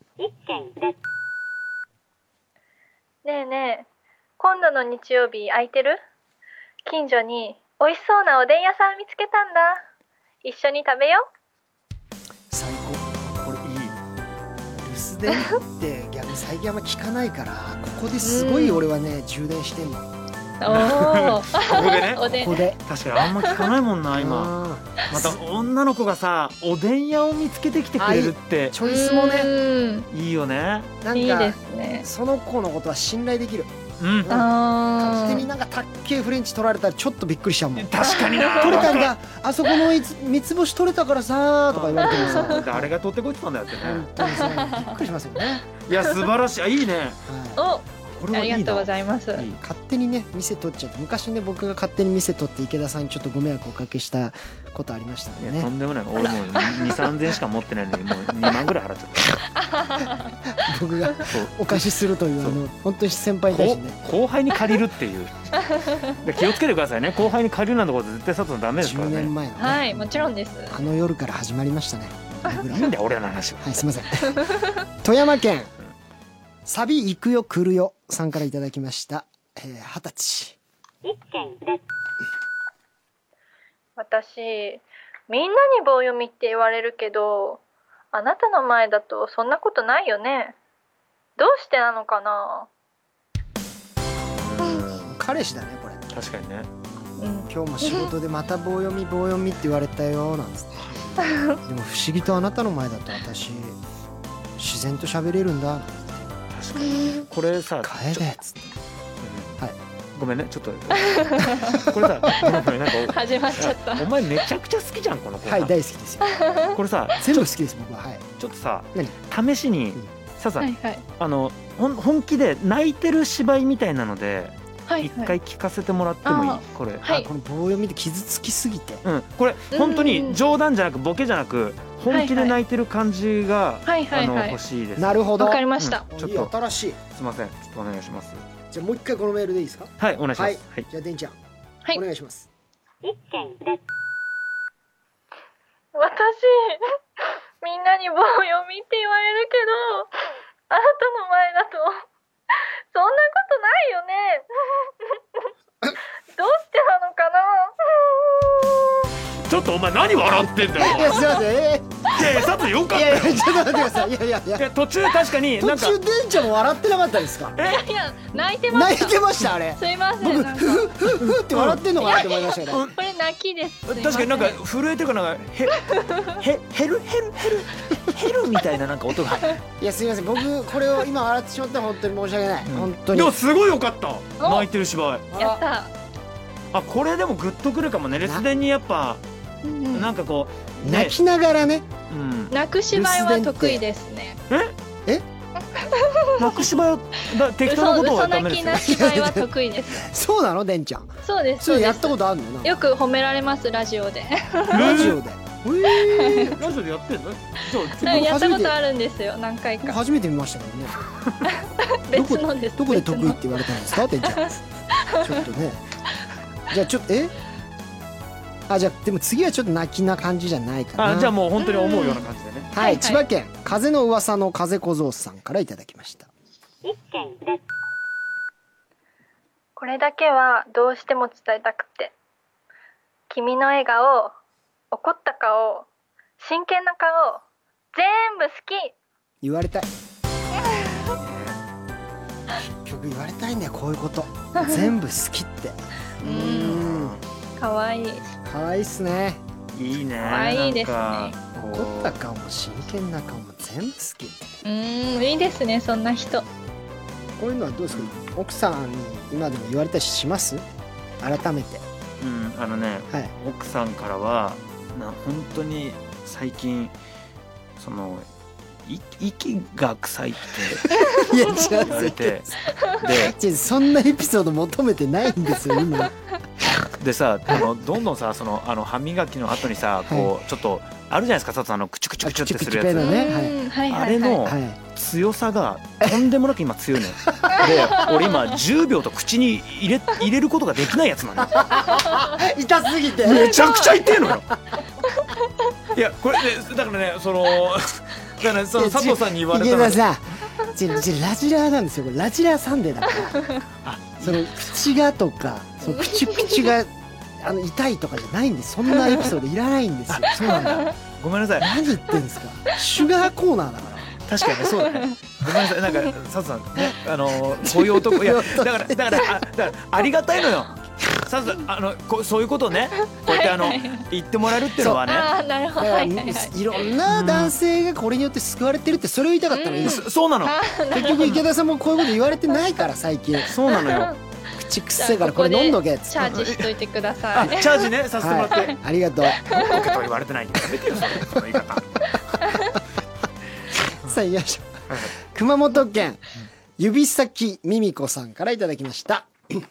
ねえねえ、今度の日曜日空いてる？近所に美味しそうなおでん屋さん見つけたんだ。一緒に食べよう。 最高。これいい。留守電って逆に最近あんま聞かないから、ここですごい俺はね、充電してんの。 おお。 ここでね。 ここで。 確かにあんま聞かないもんな今。また女の子がさ、おでん屋を見つけてきてくれるってチョイスもねいいよね。 なんかいいですね。 その子のことは信頼できる。 勝手になんかたっけえフレンチ取られたらちょっとびっくりしちゃうもん。 確かにな。 取れたんだ、あそこの三つ星取れたからさとか言われてもさ、 誰が取ってこいってたんだよってね。 本当にさびっくりしますよね。 いや素晴らしい。いいね。 お、 これはいいな。 ありがとうございます。 勝手にね店取っちゃって、昔ね僕が勝手に店取って池田さんにちょっとご迷惑をおかけしたことありましたんでね。 とんでもない。俺もう2、3000円しか持ってないのにもう2万ぐらい払っちゃった。 僕がお貸しするという本当に先輩に対してね、 後輩に借りるっていう。気をつけてくださいね。後輩に借りるなんてこと絶対佐藤ダメですからね。 10年前のね、 はい、もちろんです。 あの夜から始まりましたね。 いいんだよ俺らの話は。 はい、すみません。富山県サビ行くよ来るよさんからいただきました。20歳。 私、みんなに棒読みって言われるけど、あなたの前だとそんなことないよね。どうしてなのかな。 彼氏だねこれ。 確かにね。 今日も仕事でまた棒読みって言われたよなんつって。でも不思議とあなたの前だと私自然と喋れるんだ。 確かに。これさ、 帰れっつって。はい。 ごめんねちょっと。これさ、なんか始まっちゃった。 お前めちゃくちゃ好きじゃんこの子。 はい、大好きですよ。 これさ全部好きです僕は。はい。 ちょっとさ、試しにさはいはい、 本気で泣いてる芝居みたいなので。 はいはい、 一回聞かせてもらってもいい？これ、 はい、 この棒読みで傷つきすぎて、 これ本当に冗談じゃなくボケじゃなく本気で泣いてる感じが欲しいです。 なるほど、 わかりました。 ちょっと新しい。 すみません、ちょっとお願いします。 じゃあもう一回このメールでいいですか？ はい、お願いします。はい、 じゃあでんちゃん、 はい、 お願いします。 私みんなに棒読みって言われるけど、あなたの前だとそんなことないよね。どうしてなのかな。 ちょっとお前何笑ってんだよ。 いやすいませんいやいや、佐藤よかったよ。 いやいやちょっと待ってください。いやいやいや、 途中確かになんか途中でんちゃんも笑ってなかったですか？ いや泣いてました。 泣いてましたあれ。 すいません。 僕なんかふふって笑ってんのかなって思いましたけど。 これ泣きです。すいません確かになんか震えてるかなんかヘルみたいななんか音が。 いやすいません、僕これを今笑ってしまったら本当に申し訳ない。本当に。 でもすごいよかった。泣いてる芝居。 やった。 あ、これでもグッとくるかもね。留守電にやっぱなんかこう泣きながらね。 泣く芝居は得意ですね。 泣く芝居だ、適当なことはダメですよ。 嘘泣きな芝居は得意です。 そうなのでんちゃん。 そうです。 それやったことあるの？ よく褒められますラジオで。 ラジオで。 ラジオでやってんの？ やったことあるんですよ、何回か。 初めて見ましたけどね。 別のです。 どこで得意って言われたんですか、てんちゃん。ちょっとね。じゃあちょっとじゃあでも次はちょっと泣きな感じじゃないかな。 じゃあもう本当に思うような感じでね。 はい、千葉県風の噂の風小僧さんからいただきました。 これだけはどうしても伝えたくて、君の笑顔、怒った顔、真剣な顔、全部好き。 言われたい。結局言われたいんだよ、こういうこと。全部好きって。 可愛い。 可愛いっすね。 いいね。 可愛いですね。 怒った顔も真剣な顔も全部好き。 いいですね、そんな人。 こういうのはどうですか、奥さんに今でも言われたりします？改めて。 奥さんからは本当に最近その息が臭いっていや言われて、 でそんなエピソード求めてないんですよ今。 でさ、どんどんさ、その歯磨きの後にさ、こうちょっとあるじゃないですか、さつクチュクチュクチュってするやつ。あれの強さがとんでもなく今強いのよ。で、俺今10秒と口に入れることができないやつなのよ。 痛すぎてめちゃくちゃ痛いのよ。いや、これね、だからね、だからその佐藤さんに言われたの。 池田さん、ラジラーなんですよ。これラジラーサンデーだから。その口がとか、その口が痛いとかじゃないんです。そんなエピソードいらないんですよ。そうなんだ。 ごめんなさい。 何言ってんですか。シュガーコーナーだから。 確かにそうだね。ごめんなさい。なんか佐藤さんね、こういう男、いやだからありがたいのよ。佐藤さん、そういうことをね、こうやって言ってもらえるっていうのはね。 なるほど。 いろんな男性がこれによって救われてるって、それを言いたかったのに。 そうなの。 結局池田さんもこういうこと言われてないから最近。 そうなのよ。 口くせえからこれ飲んどけっつって。 チャージしといてください。 チャージね、させてもらって。 ありがとう。 飲んどけとは言われてない。やめてよ、その言い方。 さあ行きましょう。熊本県指先ミミコさんからいただきました。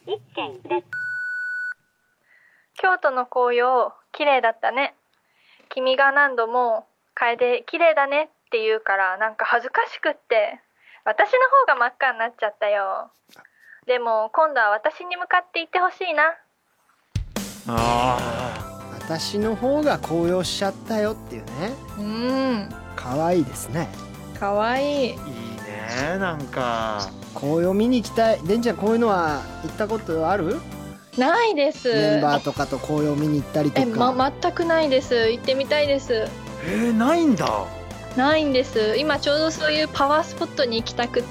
京都の紅葉綺麗だったね。君が何度も楓綺麗だねって言うからなんか恥ずかしくって私の方が真っ赤になっちゃったよ。でも今度は私に向かって言ってほしいな。 私の方が紅葉しちゃったよっていうね。可愛いですね。 可愛い。 いいね、なんか紅葉見に行きたい。でんちゃん、こういうのは行ったことある？ ないです。 メンバーとかと紅葉見に行ったりとか。 全くないです。行ってみたいです。 ないんだ。 ないんです。今ちょうどそういうパワースポットに行きたくって。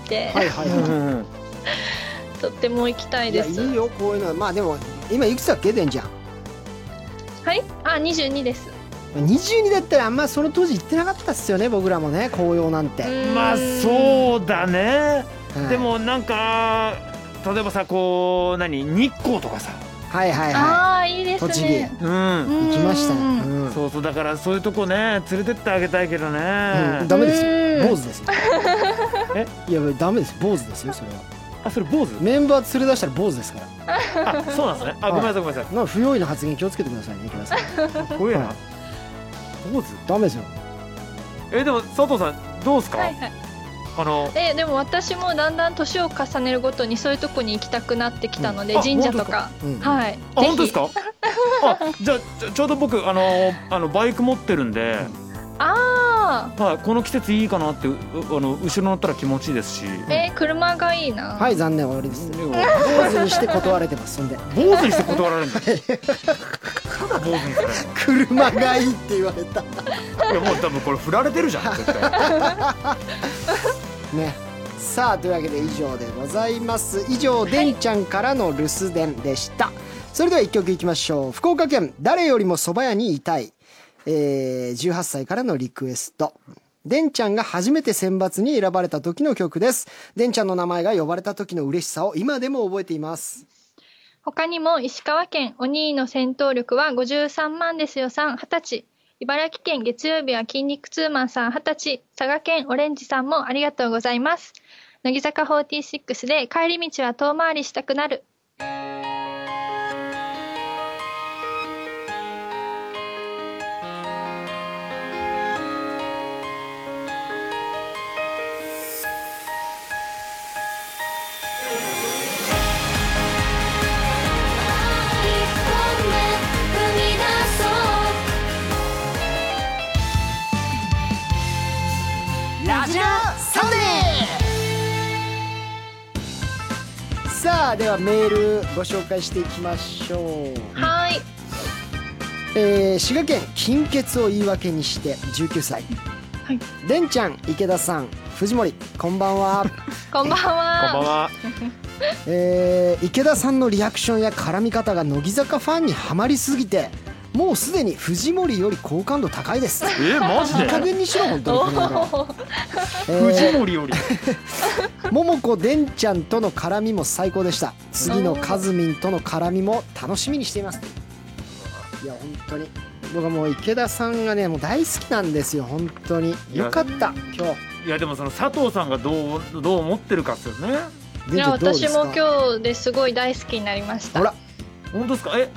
とっても行きたいです。 いいよ、こういうのは。まあでも今いくつだっけ、でんちゃん。 はい、22です。 22だったらあんまその当時行ってなかったっすよね、僕らもね、紅葉なんて。 まあそうだね。でもなんか例えばさ、こう日光とかさ。 いいですね。 栃木。行きましたね。 そうそう、だからそういうとこね、連れてってあげたいけどね。 ダメですよ、坊主ですよ。いやダメです、坊主ですよ、それは。 それ坊主？ メンバー連れ出したら坊主ですから。そうなんですね。ごめんなさい、ごめんなさい。 不用意な発言気をつけてくださいね、池田さん。 不用意な。坊主？ ダメですよ。 でも佐藤さんどうですか？ でも私もだんだん年を重ねるごとにそういうとこに行きたくなってきたので、神社とか。はい。 本当ですか？じゃあちょうど僕バイク持ってるんで。この季節いいかなって。後ろ乗ったら気持ちいいですし。 車がいいな。 はい、残念、終わりです。坊主にして断られてますんで。 坊主にして断られるんだ。ただ坊どうすんですかね。 車がいいって言われたいやもう多分これ振られてるじゃん絶対。 ね。さあというわけで以上でございます。以上、でんちゃんからの留守電でした。それでは一曲いきましょう。福岡県誰よりもそば屋にいたい、18歳からのリクエスト。でんちゃんが初めて選抜に選ばれた時の曲です。でんちゃんの名前が呼ばれた時の嬉しさを今でも覚えています。 他にも石川県お兄の戦闘力は53万ですよさん20歳、茨城県月曜日は筋肉ツーマンさん20歳、佐賀県オレンジさんもありがとうございます。乃木坂46で帰り道は遠回りしたくなる。 ラジラサンデー。さあではメールご紹介していきましょう。 はい。 滋賀県金欠を言い訳にして19歳、 はい、 でんちゃん、池田さん、藤森、こんばんは。 こんばんは。 こんばんは。 池田さんのリアクションや絡み方が乃木坂ファンにはまりすぎて、もうすでに藤森より好感度高いです。 マジで？ いい加減にしろ本当にこの野郎。 藤森より桃子、でんちゃんとの絡みも最高でした。次のかずみんとの絡みも楽しみにしています。いや本当に僕はもう池田さんがねもう大好きなんですよ。本当によかった今日。 いやでもその佐藤さんがどう思ってるかっすよね。 いや私も今日ですごい大好きになりました。 ほら本当ですか。はい、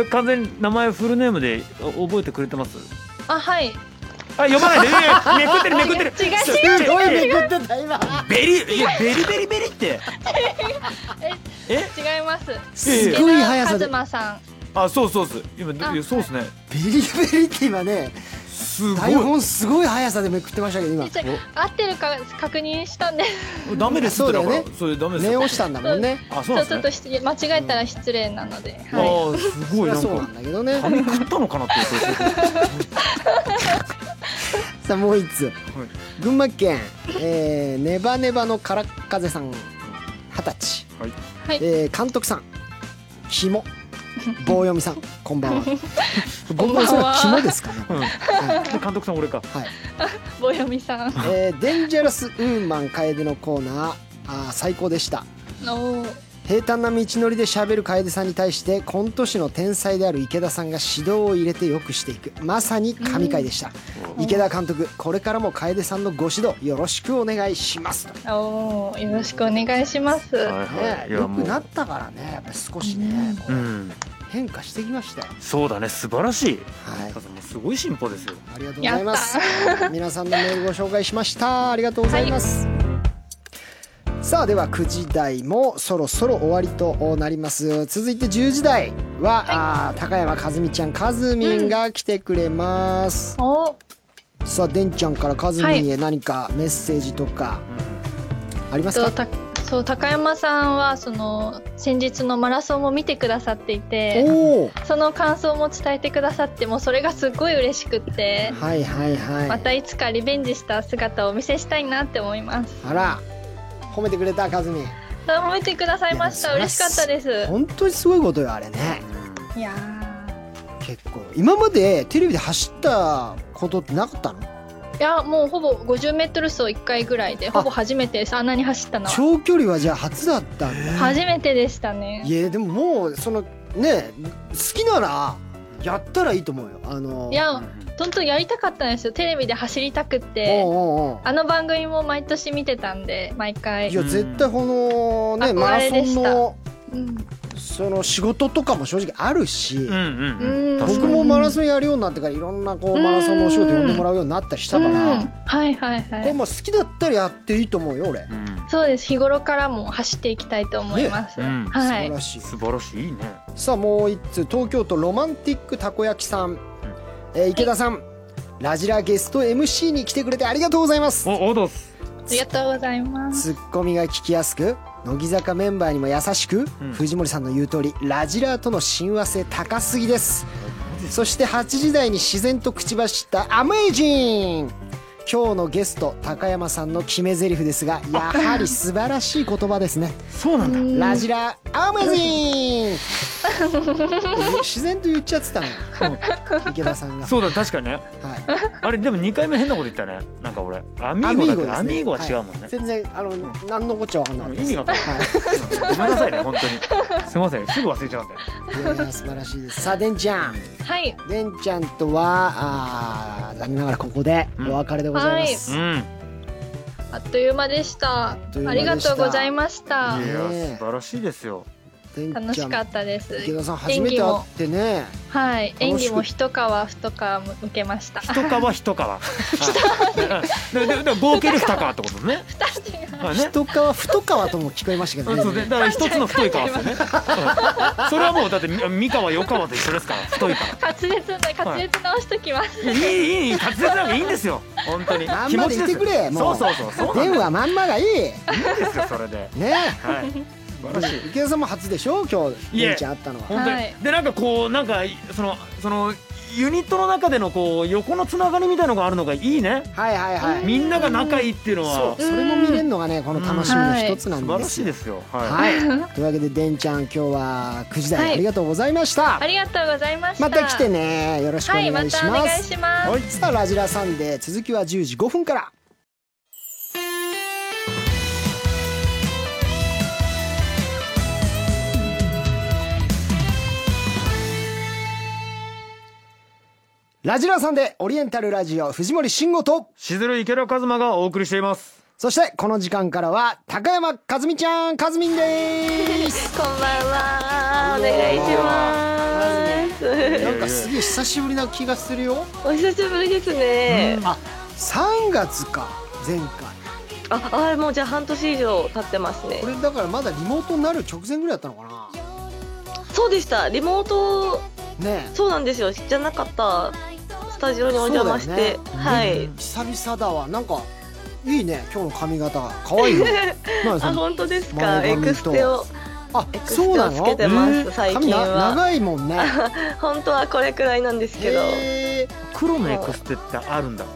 完全に名前フルネームで覚えてくれてます？あ、はい。あ、読まないで、めくってるめくってる。 違うすごいめくってた今。 ベリって違います。 すごい速さで。 池田和馬さん。 あ、そうっす今そうっすね。 ベリベリって今ね、台本すごい速さでめくってましたけど今。 合ってるか確認したんで。 ダメですってだから。それダメです。 念押したんだもんね。 あ、そうですね。 ちょっと間違えたら失礼なので。 ああ、すごいそうなんだけどね。 髪食ったのかなって。 さあもう一つ、群馬県ネバネバのからっ風さん20歳、はい、監督さんキモ棒読みさんこんばんは。僕もそれはキモですかね。 監督さん俺か。 はい。 棒読みさん。 デンジャラスウーマン楓のコーナー最高でした。平坦な道のりで喋る楓さんに対してコント師の天才である池田さんが指導を入れて良くしていく、まさに神回でした。池田監督、これからも楓さんのご指導よろしくお願いしますと。 よろしくお願いします。 良くなったからね、やっぱ少しね、変化してきましたよ。 そうだね、素晴らしい。 はい、 すごい進歩ですよ。 ありがとうございます。皆さんのメールご紹介しました。ありがとうございます。さあでは9時台もそろそろ終わりとなります。続いて10時台は、高山和美ちゃん、かずみんが来てくれます。さあでんちゃんからかずみんへ何かメッセージとかありますか？ そう高山さんはその先日のマラソンも見てくださっていて、その感想も伝えてくださって、もうそれがすごい嬉しくって、またいつかリベンジした姿をお見せしたいなって思います。 あら、褒めてくれた、かずみ。 褒めてくださいました。嬉しかったです。 本当にすごいことよあれね。 いや結構今までテレビで走ったことってなかったの？ いやもうほぼ50メートル走1回ぐらいで、ほぼ初めてです。あんなに走ったのは長距離はじゃあ初だったんだ。 初めてでしたね。 いやでももうそのね、好きならやったらいいと思うよ。 いや本当やりたかったんですよ。テレビで走りたくって、あの番組も毎年見てたんで、毎回。いや絶対このねマラソンのその仕事とかも正直あるし、僕もマラソンやるようになってからいろんなこうマラソンのお仕事呼んでもらうようになったりしたから、これも好きだったらやっていいと思うよ俺。 そうです。日頃からも走っていきたいと思います。 素晴らしい。 素晴らしい、いいね。 さあもう一つ、東京都ロマンティックたこ焼きさん、池田さん、ラジラゲスト MC に来てくれてありがとうございます。 ありがとうございます。 ツッコミが聞きやすく、乃木坂メンバーにも優しく、藤森さんの言う通りラジラーとの親和性高すぎです。 そして8時台に自然と口走ったアメージング。今日のゲスト高山さんの決め台詞ですが、やはり素晴らしい言葉ですね。 そうなんだ。 ラジラアメージング自然と言っちゃってたの池田さんが。 そうだ、確かにね。 はい、 あれでも2回目変なこと言ったね。なんか俺アミーゴだけどアミーゴは違うもんね。 はい、全然何のこっちゃわかんないです。 意味が分かんない。ごめんなさいね、本当に。すみません、すぐ忘れちゃうんだよ。 いや素晴らしいです。さあでんちゃん、 はい。 でんちゃんとは残念ながらここでお別れでございます。 うん。 あっという間でした。ありがとうございました。 いや素晴らしいですよ。 楽しかったです。 池田さん初めて会ってね。 はい、演技も一皮二皮向けました。 一皮一皮。で合計で二皮ってことですね。 一皮太皮とも聞こえましたけどね。 そうで、だから一つの太い皮ですよね。それはもうだって三皮四皮と一緒ですから、太い皮。 滑舌直しときます。 いい滑舌なんかいいんですよ。本当に。 まんまで言ってくれ。 そう。 電話まんまがいい。いいですよそれで。 ね。 はい。 池田さんも初でしょ今日でんちゃん会ったのは。 本当に。でなんかこうなんかそのユニットの中でのこう横のつながりみたいのがあるのがいいね。 はい。 みんなが仲いいっていうのはそれも見れるのがねこの楽しみの一つなんです。 素晴らしいですよ。 はい。というわけででんちゃん今日は9時台ありがとうございました。 ありがとうございました。 また来てね。よろしくお願いします。 はい、またお願いします。 さあラジラサンデー続きは10時5分から。ラジラさんでオリエンタルラジオ藤森慎吾としずる池田一馬がお送りしています。 そしてこの時間からは高山和美ちゃん、かずみんです。 こんばんは、お願いします。 なんかすげえ久しぶりな気がするよ。 お久しぶりですね。 あ、3月か前回。 もうじゃあ半年以上経ってますね。 これだからまだリモートになる直前ぐらいだったのかな。 そうでした、リモートね。 そうなんですよ、じゃなかったスタジオにお邪魔して、はい。 久々だわ。なんかいいね、今日の髪型が可愛いね。 本当ですか。エクステをそうなの。 つけてます、最近は。 長いもんね。 本当はこれくらいなんですけど。 黒のエクステってあるんだ。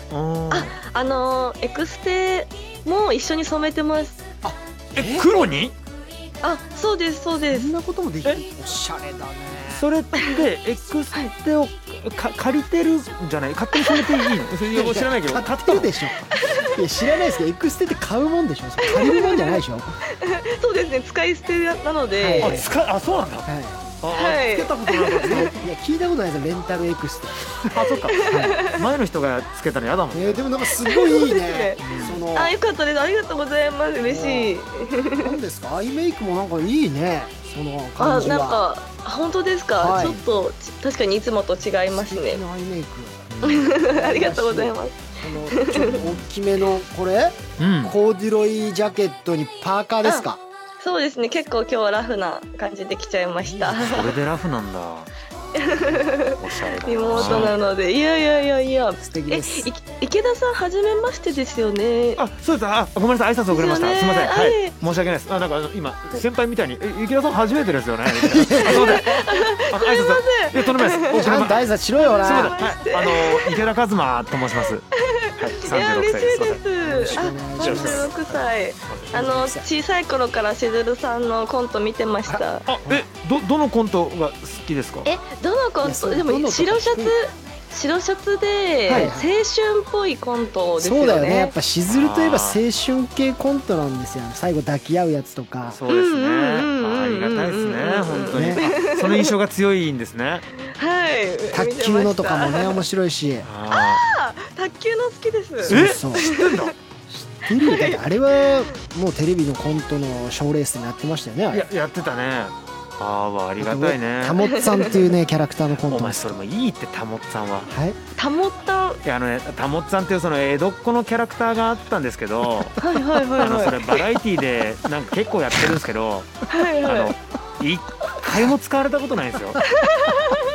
エクステも一緒に染めてます。 黒に？ そうですそうです。 そんなこともできる。おしゃれだね。 それってエクステを借りてるんじゃない？勝手に染めていいの？知らないけど。 買ってるでしょ。いや知らないですけどエクステって買うもんでしょ。借りるもんじゃないでしょ。 そうですね、使い捨てなので。 そうなんだ。つけたことなかった。いや聞いたことないですよ、レンタルエクステ。 そっか。前の人がつけたのやだもん。 でもなんかすごいいいね。 よかったです。ありがとうございます。嬉しい。 何ですか？アイメイクもなんかいいね。その感じは。 なんか本当ですか。ちょっと確かにいつもと違いますね。 アイメイク。 ありがとうございます。 ちょっと大きめのこれコーデュロイジャケットにパーカーですか？ そうですね、結構今日はラフな感じで来ちゃいました。 それでラフなんだ。おしゃれだ。 リモートなので。いや素敵です。 池田さん初めましてですよね。 そうです。ごめんなさい、挨拶遅れました。すみません。はい、申し訳ないです。なんか今先輩みたいに池田さん初めてですよね。すみません。挨拶。とんでもないです。 ちゃんと挨拶しろよな。 池田一馬と申します。 いや嬉しいです。36歳。小さい頃からしずるさんのコント見てました。 どのコントが好きですか？ どのコントでも白シャツで青春っぽいコントですよね。 そうだよね。やっぱしずるといえば青春系コントなんですよ。最後抱き合うやつとか。 そうですね。ありがたいですね。本当に。その印象が強いんですね。 はい。 卓球のとかもね面白いし。 卓球の好きです。 そう。 知ってんだ。 だってあれはもうテレビのコントの賞レースでやってましたよね。 やってたね。ありがたいね。 たもっさんっていうねキャラクターのコント。 お前それもいいってたもっさんは。 はい。 たもったん。 たもっさんっていうその江戸っ子のキャラクターがあったんですけど。それバラエティでなんか結構やってるんですけど。一回も使われたことないんですよ。本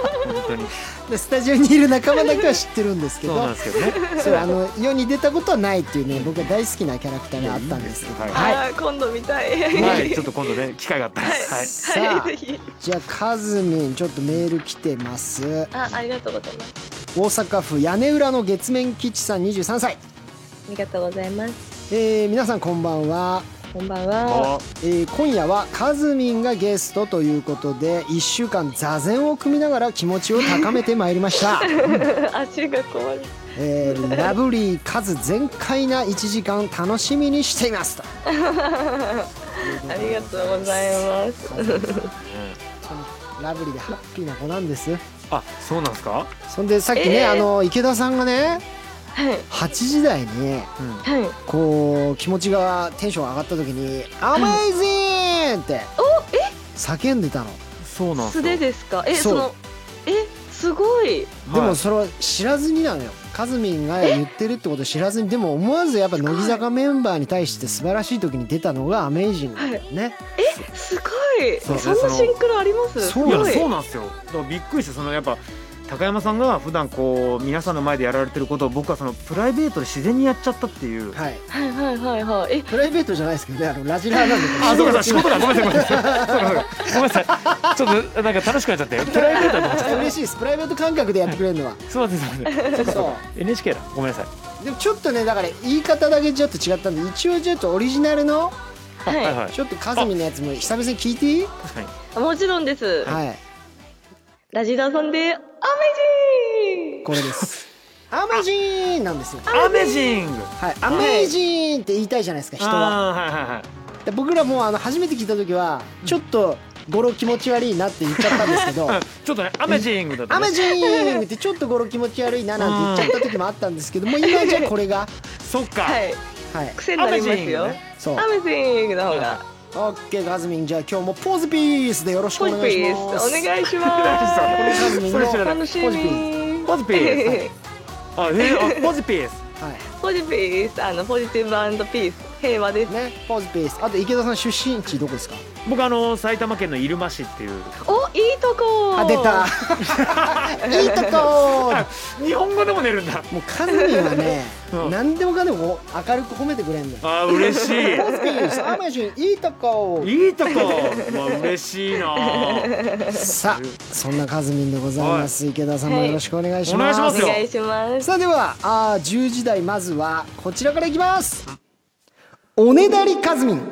当に。 でスタジオにいる仲間だけは知ってるんですけどそうなんですけどね。 それ世に出たことはないっていうね、僕が大好きなキャラクターがあったんですけど、 はいはい、 今度見たい。 はい、ちょっと今度ね機会があったら。はい。 さあぜひ。 じゃあカズミンちょっとメール来てます。 ありがとうございます。 大阪府屋根裏の月面基地さん23歳。 ありがとうございます。 皆さんこんばんは。 こんばんは。 今夜はカズミンがゲストということで1週間座禅を組みながら気持ちを高めてまいりました足が壊れる。 ラブリーかつ全開な1時間楽しみにしていますとありがとうございます。 ラブリーでハッピーな子なんです。 あ、そうなんですか。 そんでさっきね、池田さんがねはい 8時台にはい。 こう気持ちがテンション上がった時に「アメイジング!」って叫んでたの。 そうなんですよ。 素手ですか。 そうすごい。 でもそれを知らずになのよ。カズミンが言ってるってことを知らずに、でも思わずやっぱ乃木坂メンバーに対して素晴らしい時に出たのがアメイジングだよね。 すごい。 そうそんなシンクロあります。 そういや、 すごい。 そうなんですよ。だからびっくりして、やっぱ高山さんが普段こう皆さんの前でやられてることを僕はプライベートで自然にやっちゃったっていう。 はい。 はいはいはいはい。 プライベートじゃないですけどね、ラジラーなんで。 あ、そうか、仕事だ。ごめんなさい、ごめんなさい。そうかごめんなさい。ちょっとなんか楽しくなっちゃって、プライベートだと思っちゃっ嬉しいです。プライベート感覚でやってくれるのは。 た。すみません、すみません。 そ NHK だ。ごめんなさい。 う。でもちょっとね、だから言い方だけちょっと違ったんで、一応ちょっとオリジナルのはいはい。 ちょっとカズミのやつも久々に聞いていい？ 確かに。 もちろんです。 はい。 ラジダさんでアメージング。 これです。アメージーンなんですよ。 アメージング。 はい。アメージーンって言いたいじゃないですか、人は。 あー、はいはいはい。 で僕らも初めて聞いた時はちょっと語呂気持ち悪いなって言っちゃったんですけど、 うんちょっとね、アメージングだとね。 アメージーンってちょっと語呂気持ち悪いななんて言っちゃった時もあったんですけども、今じゃこれがそっか。 はい。 はい。 癖になりますよ。 アメージングねそう。 アメージングの方が。 オッケーカズミン、じゃあ今日もポーズピースでよろしくおポジ願いしピーます。 スお願いしこれます。 カズミンのそれ知らない楽しポジピーみ。 ポジピース。あ、ポジピース。 ス。はい。 ポジピース、ポジティブ&ピース、平和です。 ね、ポーズピース。あと池田さん出身地どこですか？ 僕埼玉県の入間市っていう。 お、いいとこ。 あ、出た。いいとこー。 日本語でも出るんだ。 もうカズミンはね、 うん何でもかんでも明るく褒めてくれんのよ。 あ、嬉しい。 ポーズピース、アメージング、いいとこー。 いいとこ。まあ嬉しいな。 さあ、そんなカズミンでございます。池田さんもよろしくお願いします。 お願いしますよお願いします。 さあでは10時台、まずはこちらからいきます。おねだりカズミン。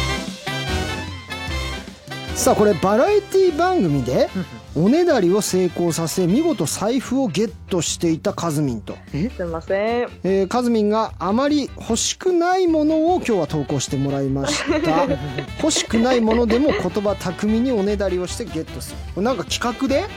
さあこれバラエティ番組でおねだりを成功させ見事財布をゲットしていたカズミンと、 すいません。 カズミンがあまり欲しくないものを今日は投稿してもらいました欲しくないものでも言葉巧みにおねだりをしてゲットする。これなんか企画で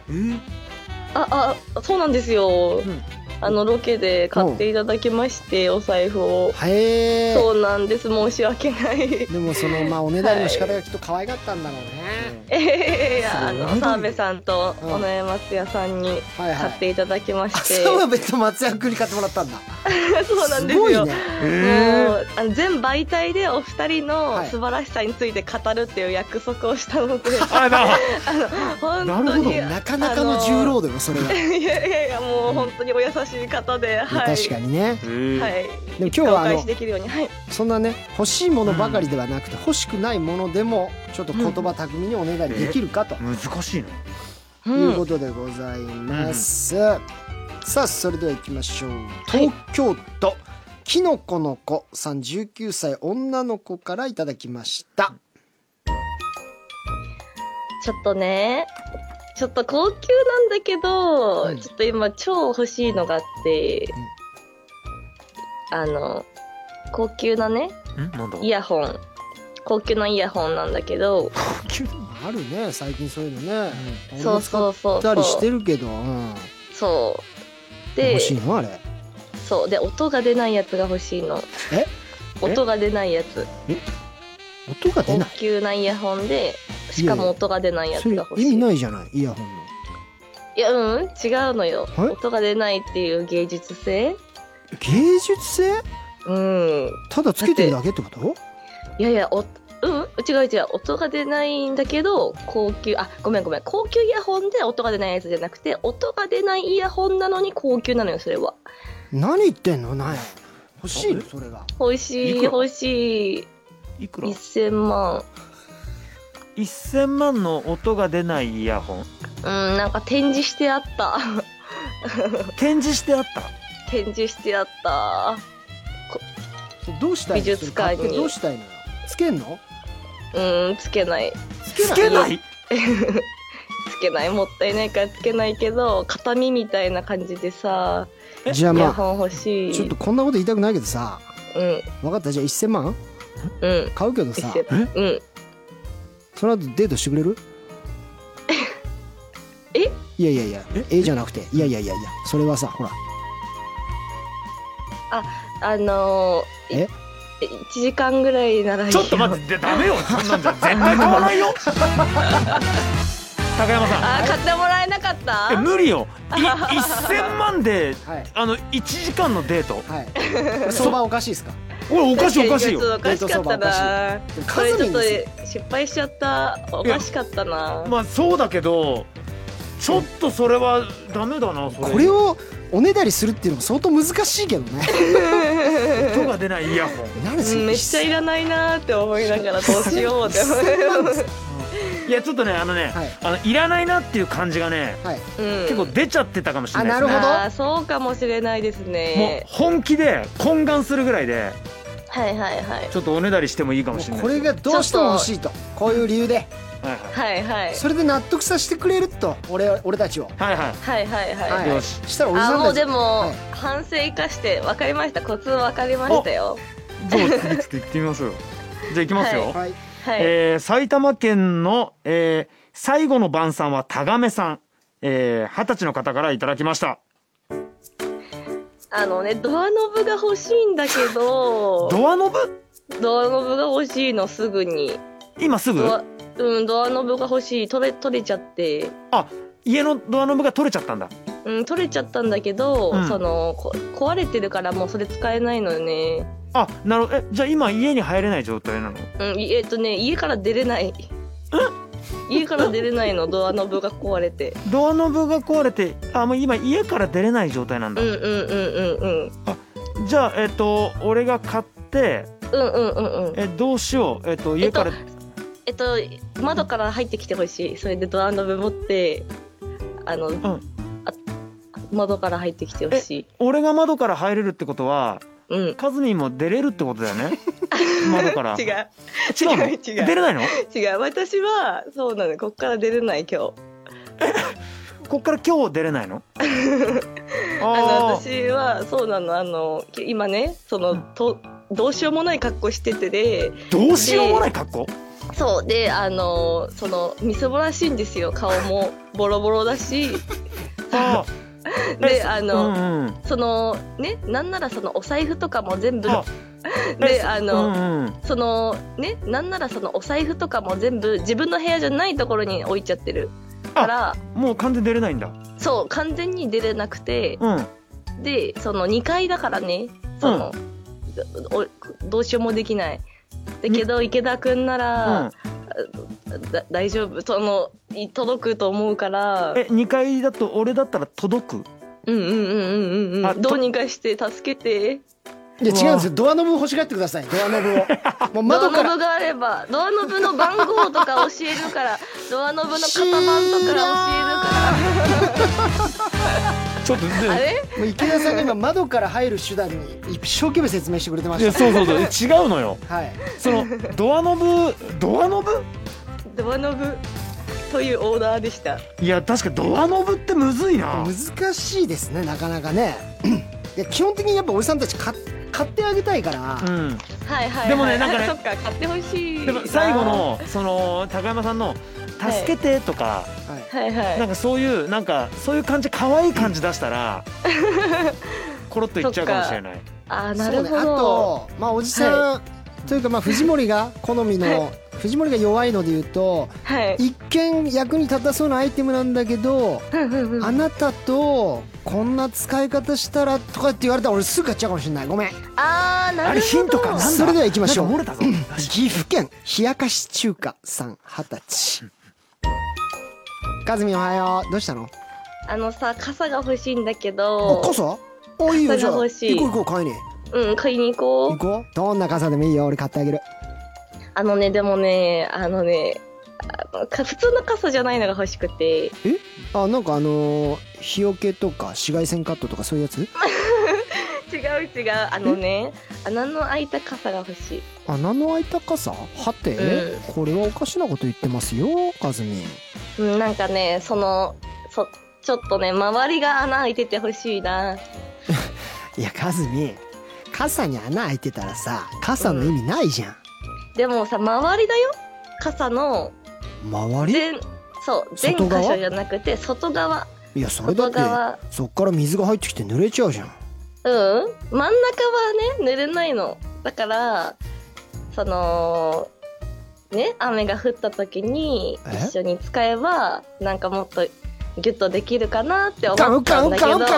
そうなんですよ。ロケで買っていただきましてお財布を。 へー。 そうなんです。申し訳ない。 でもおねだりの仕方がきっと可愛かったんだろうね。 澤部さんと尾上松也さんに買っていただきまして。 澤部と松也君に買ってもらったんだ。 そうなんですよ。 すごいね。 もう全媒体でお二人の素晴らしさについて語るっていう約束をしたので、本当になかなかの重労働よそれは。 いやもう本当にお優しい方で、はい。 確かにね。 はい。 でも今日はお返しできるように、はい。 そんなね欲しいものばかりではなくて欲しくないものでもちょっと言葉巧みにおねだりできるかと難しいな。 いうことでございます。さあそれでは行きましょう。東京都きのこの子さん19歳女の子からいただきました。 ちょっとね、ちょっと高級なんだけど、ちょっと今超欲しいのがあって、高級なねイヤホン、高級なイヤホンなんだけど、 あるね最近そういうのね。 そうそうそう。 使ったりしてるけど。 そうで欲しいのあれ。 そうで音が出ないやつが欲しいの。音が出ないやつ。 音が出ない。 高級なイヤホンでしかも音が出ないやつが欲しい。 意味ないじゃないイヤホンの。 いや違うのよ。音が出ないっていう芸術性。 芸術性？ただつけてるだけってこと？ いや違う音が出ないんだけど高級、ごめん高級イヤホンで音が出ないやつじゃなくて、音が出ないイヤホンなのに高級なのよそれは。 何言ってんの？欲しいのそれが。 欲しい。 いくら ？1000万。 1000万の音が出ないイヤホン。 なんか展示してあった。 展示してあった。 どうしたいの？ 美術館に。 どうしたいのよ。つけんの？ つけない。 つけないつけない。もったいないからつけないけど、形見みたいな感じでさ。 じゃあイヤホン欲しい。 ちょっとこんなこと言いたくないけどさ。分かった。じゃあ1000万？買うけどさ。その後デートしてくれる？いやじゃなくて、いやそれはさ、ほら。 1時間ぐらいならいいよ。 ちょっと待って、ダメよ、そんなんじゃ絶対買わないよ。高山さん。 買ってもらえなかった？ 無理よ。1000万で1時間のデート。 相場おかしいですか？ おかしいよ。 おかしかったな。これちょっと失敗しちゃった。おかしかったな。 まあそうだけど、ちょっとそれはダメだな。 これをおねだりするっていうのも相当難しいけどね。 音が出ないイヤホン。 めっちゃいらないなって思いながらどうしようって思いやちょっとねいらないなっていう感じがね、結構出ちゃってたかもしれないですね。 なるほど。 そうかもしれないですね。 もう本気で懇願するぐらいで、ちょっとおねだりしてもいいかもしれない。 これがどうしても欲しいと、こういう理由で。それで納得させてくれると、俺たちを。よし。したらおじさんたち。 もうでも反省生かして分かりました。コツ分かりましたよ。 じゃあ次ちょっと行ってみましょうよ。じゃあ行きますよ。埼玉県の最後の晩さんはタガメさん、20歳の方からいただきました。 ドアノブが欲しいんだけど。 ドアノブが欲しいの、すぐに。 今すぐ？ ドアノブが欲しい。取れちゃって。 家のドアノブが取れちゃったんだ。 取れちゃったんだけど、壊れてるからもうそれ使えないのよね。 なるほど。じゃあ今家に入れない状態なの？ 家から出れない。家から出れないの、ドアノブが壊れて。 ドアノブが壊れて、もう今家から出れない状態なんだ。じゃあ俺が買って、どうしよう。家から窓から入ってきてほしい。それでドアノブ持って窓から入ってきてほしい。 俺が窓から入れるってことは、カズミンも出れるってことだよね。窓から。違うの？出れないの？ 違う。私はそうなの。こっから出れない今日。 こっから今日出れないの？ 私はそうなの。今ね、どうしようもない格好しててで。 どうしようもない格好？ そうでみすぼらしいんですよ。顔もボロボロだし。でなんならお財布とかも全部でなんならお財布とかも全部自分の部屋じゃないところに置いちゃってるからもう完全に出れないんだ。 そう完全に出れなくて、で2階だからねどうしようもできない。だけど池田くんなら、大丈夫届くと思うから。 2階だと俺だったら届く？ どうにかして助けて。 いや違うんですよ。ドアノブ欲しがってください。ドアノブを。もう窓から。 ドアノブがあればドアノブの番号とか教えるから。ドアノブの型番とか教えるから。 ちょっとあれ？ もう池田さんが今窓から入る手段に一生懸命説明してくれてました。 そう違うのよ。ドアノブというオーダーでした。 いや確かドアノブってむずいな。 難しいですね、なかなかね。いや基本的にやっぱおじさんたち買ってあげたいから。 でもねなんかね、 そっか買ってほしい。 でも最後の高山さんの助けてとか、なんかそういう感じ、可愛い感じ出したらコロッといっちゃうかもしれない。 なるほど。 あとおじさんというか藤森が好みの藤森が弱いので言うと、 はい。 一見役に立たそうなアイテムなんだけど、あなたとこんな使い方したらとかって言われたら俺すぐ買っちゃうかもしれない。ごめん。 あー、なるほど。 あれヒントかなんだ。 それでは行きましょう。 なんか漏れたぞ。 岐阜県冷やかし中華さん20歳。かずみおはよう。どうしたの？ さ、傘が欲しいんだけあ、 ど。 傘？あ、いいよ、じゃあ傘が欲しい。 行こう買いに。 買いに行こ行こう。どんな傘でもいいよ、俺買ってあげる。 でもね、普通の傘じゃないのが欲しくて。 あ、なんか日よけとか紫外線カットとかそういうやつ？ 違う。穴の開いた傘が欲しい。 穴の開いた傘？はて、これはおかしなこと言ってますよ、かずみ。 なんかね、ちょっとね、周りが穴開いてて欲しいな。 いや、かずみ、傘に穴開いてたらさ、傘の意味ないじゃん。 でもさ、周りだよ。傘の周り？ 全箇所じゃなくて外側。 いや、それだってそっから水が入ってきて濡れちゃうじゃん。 真ん中はね、濡れないの。だから雨が降った時に一緒に使えばなんかもっとギュッとできるかなって思ったんだけど。 弱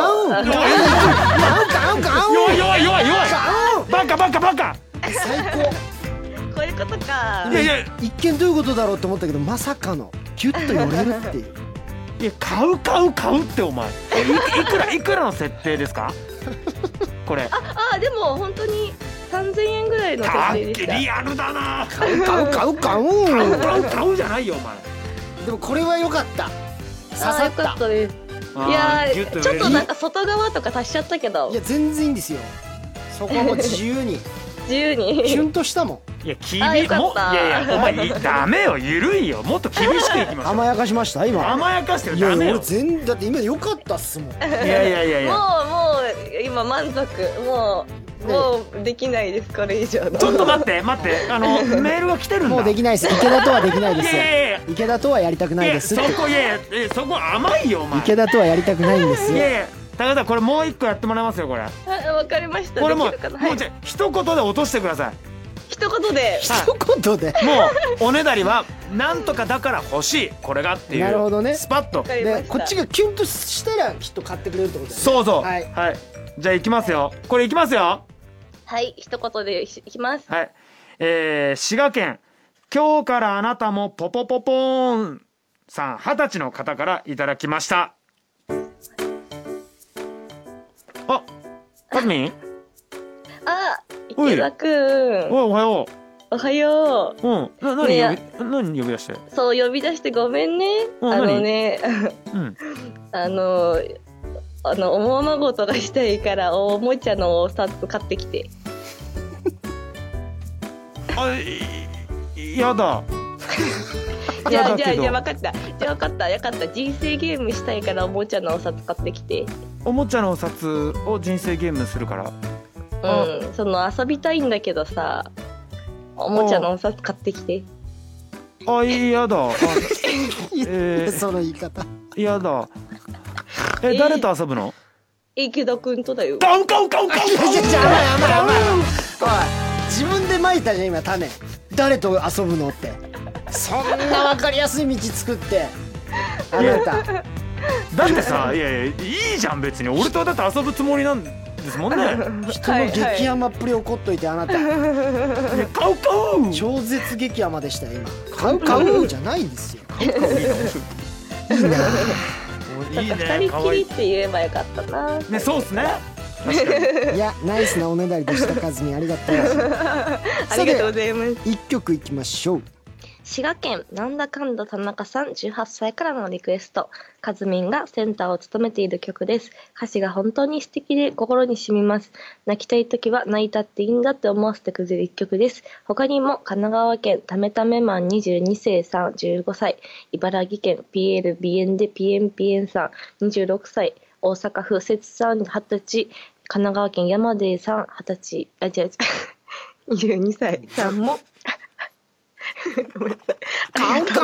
いバカ最高。 こういうことか。 いや一見どういうことだろうって思ったけど、まさかのギュッと寄れるっていう。 いや、買うってお前いくらの設定ですかこれ？ でも本当に3000円ぐらいの設定でした。 リアルだな。 買うじゃないよお前。 でもこれは良かった。刺さよかったです。いやちょっとなんか外側とか足しちゃったけど。 いや、全然いいんですよ。そこはもう自由にキュンとしたもん。 いや、いやお前ダメよ、緩いよ。もっと厳しくいきましょう。 甘やかしました今。 甘やかしてる。ダメよ。 だって今良かったっすもん。 いやもう今満足。もうできないです、これ以上の。 ちょっと待ってメールが来てるんだ。 もうできないです。池田とはできないですよ。池田とはやりたくないです。 そこ甘いよお前。 池田とはやりたくないんですよ。 高田さん、これもう一個やってもらいますよ、これ。 わかりました。 これもうじゃ一言で落としてください。 一言で。 もうおねだりはなんとかだから欲しいこれがっていう。 なるほどね。 スパッと。 でこっちがキュンとしたらきっと買ってくれるってことだよね。 そう。 はい。 じゃあ行きますよ。これ行きますよ。 はい、一言でいきます。 はい。滋賀県今日からあなたもポポポポーンさん20歳の方からいただきました。あ、かずみん？池田くん。 おはよう。おはよう。何呼び出して？ そう、呼び出してごめんね。おまごとがしたいからおもちゃのお札買ってきて。 やだ。 じゃあ分かった。人生ゲームしたいからおもちゃのお札買ってきて。 おもちゃのお札を人生ゲームするから？ 遊びたいんだけどさ、おもちゃのお札買ってきて。 やだ。 その言い方。 やだ。誰と遊ぶの？ 池田くんとだよ。 買う。 自分でまいたじゃん今種。誰と遊ぶのって。そんな分かりやすい道作ってあなた。 だってさ、いいじゃん別に。俺とだって遊ぶつもりなんですもんね。 人の激甘っぷり怒っといてあなた。 買う。 超絶激甘でしたよ今。買うじゃないんですよ。いいな。 いいね。二人きりって言えばよかったな。 ね、そうっすね。 いや、ナイスなおねだりでした。かずみありがとう。 ありがとうございます。 一曲いきましょう。 滋賀県なんだかんだ田中さん18歳からのリクエスト。かずみんがセンターを務めている曲です。歌詞が本当に素敵で心に染みます。泣きたい時は泣いたっていいんだって思わせてくれる一曲です。他にも神奈川県ためためマン22世さん15歳、茨城県 PL 鼻炎でピエンピエンさん26歳、大阪府摂さん20歳、神奈川県山出さん20歳、22歳さんもごめんなさい。 買う。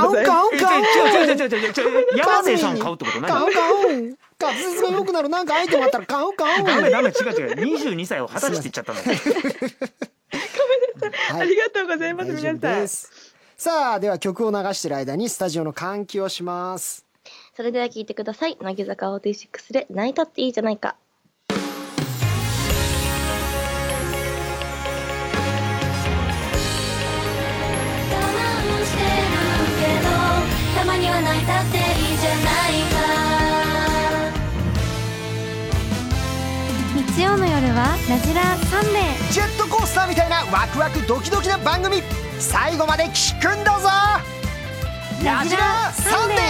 山根さん買うってこと？ 買う。滑舌が良くなるなんかアイテムあったら買う。 ダメ違う。22歳を20歳って言っちゃったの。 ごめんなさい。ありがとうございます皆さん。 さあでは曲を流している間にスタジオの換気をします。 それでは聴いてください。乃木坂46で泣いたっていいじゃないか。 たまには泣いたっていいじゃないか。 日曜の夜はラジラサンデー。 ジェットコースターみたいなワクワクドキドキな番組、最後まで聞くんだぞ。ラジラサンデー。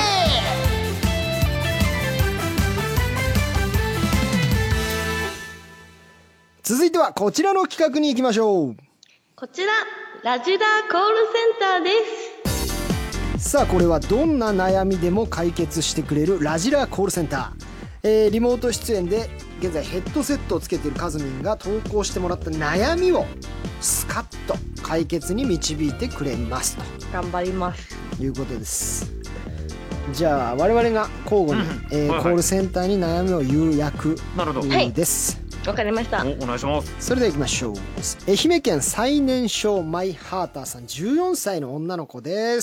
続いてはこちらの企画に行きましょう。 こちらラジダコールセンターです。 さあこれはどんな悩みでも解決してくれるラジラコールセンター、リモート出演で現在ヘッドセットをつけているカズミンが投稿してもらった悩みをスカッと解決に導いてくれますと頑張りますいうことです。じゃあ我々が交互に、コールセンターに悩みを言う役です。 わかりました。 お願いします。 それでは行きましょう。愛媛県最年少マイハーターさん、14歳の女の子です。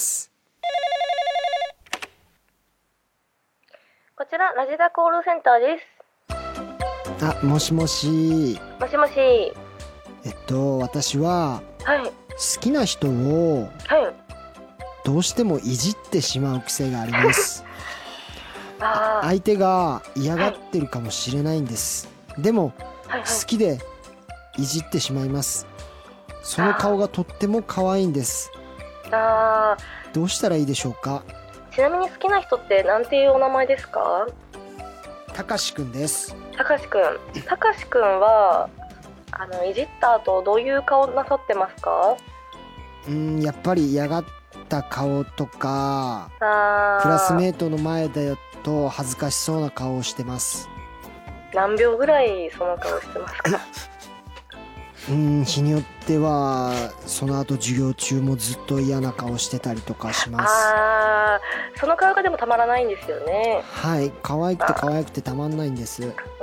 こちらラジダコールセンターです。 あ、もしもし。 もしもし。 私ははい。 好きな人をはい。 どうしてもいじってしまう癖があります。 あ相手が嫌がってるかもしれないんです。でもはいはい。 好きでいじってしまいます。その顔がとっても可愛いんです。 あどうしたらいいでしょうか。 ちなみに好きな人ってなんていうお名前ですか？ たかしくんです。 たかしくん。たかしくんは、いじった後どういう顔なさってますか？ やっぱり嫌がった顔とか、クあラスメートの前だと恥ずかしそうな顔をしてます。 何秒ぐらいその顔してますか？ 日によってはその後授業中もずっと嫌な顔してたりとかします。 その顔がでもたまらないんですよね。 はい、可愛くて可愛くてたまんないんです。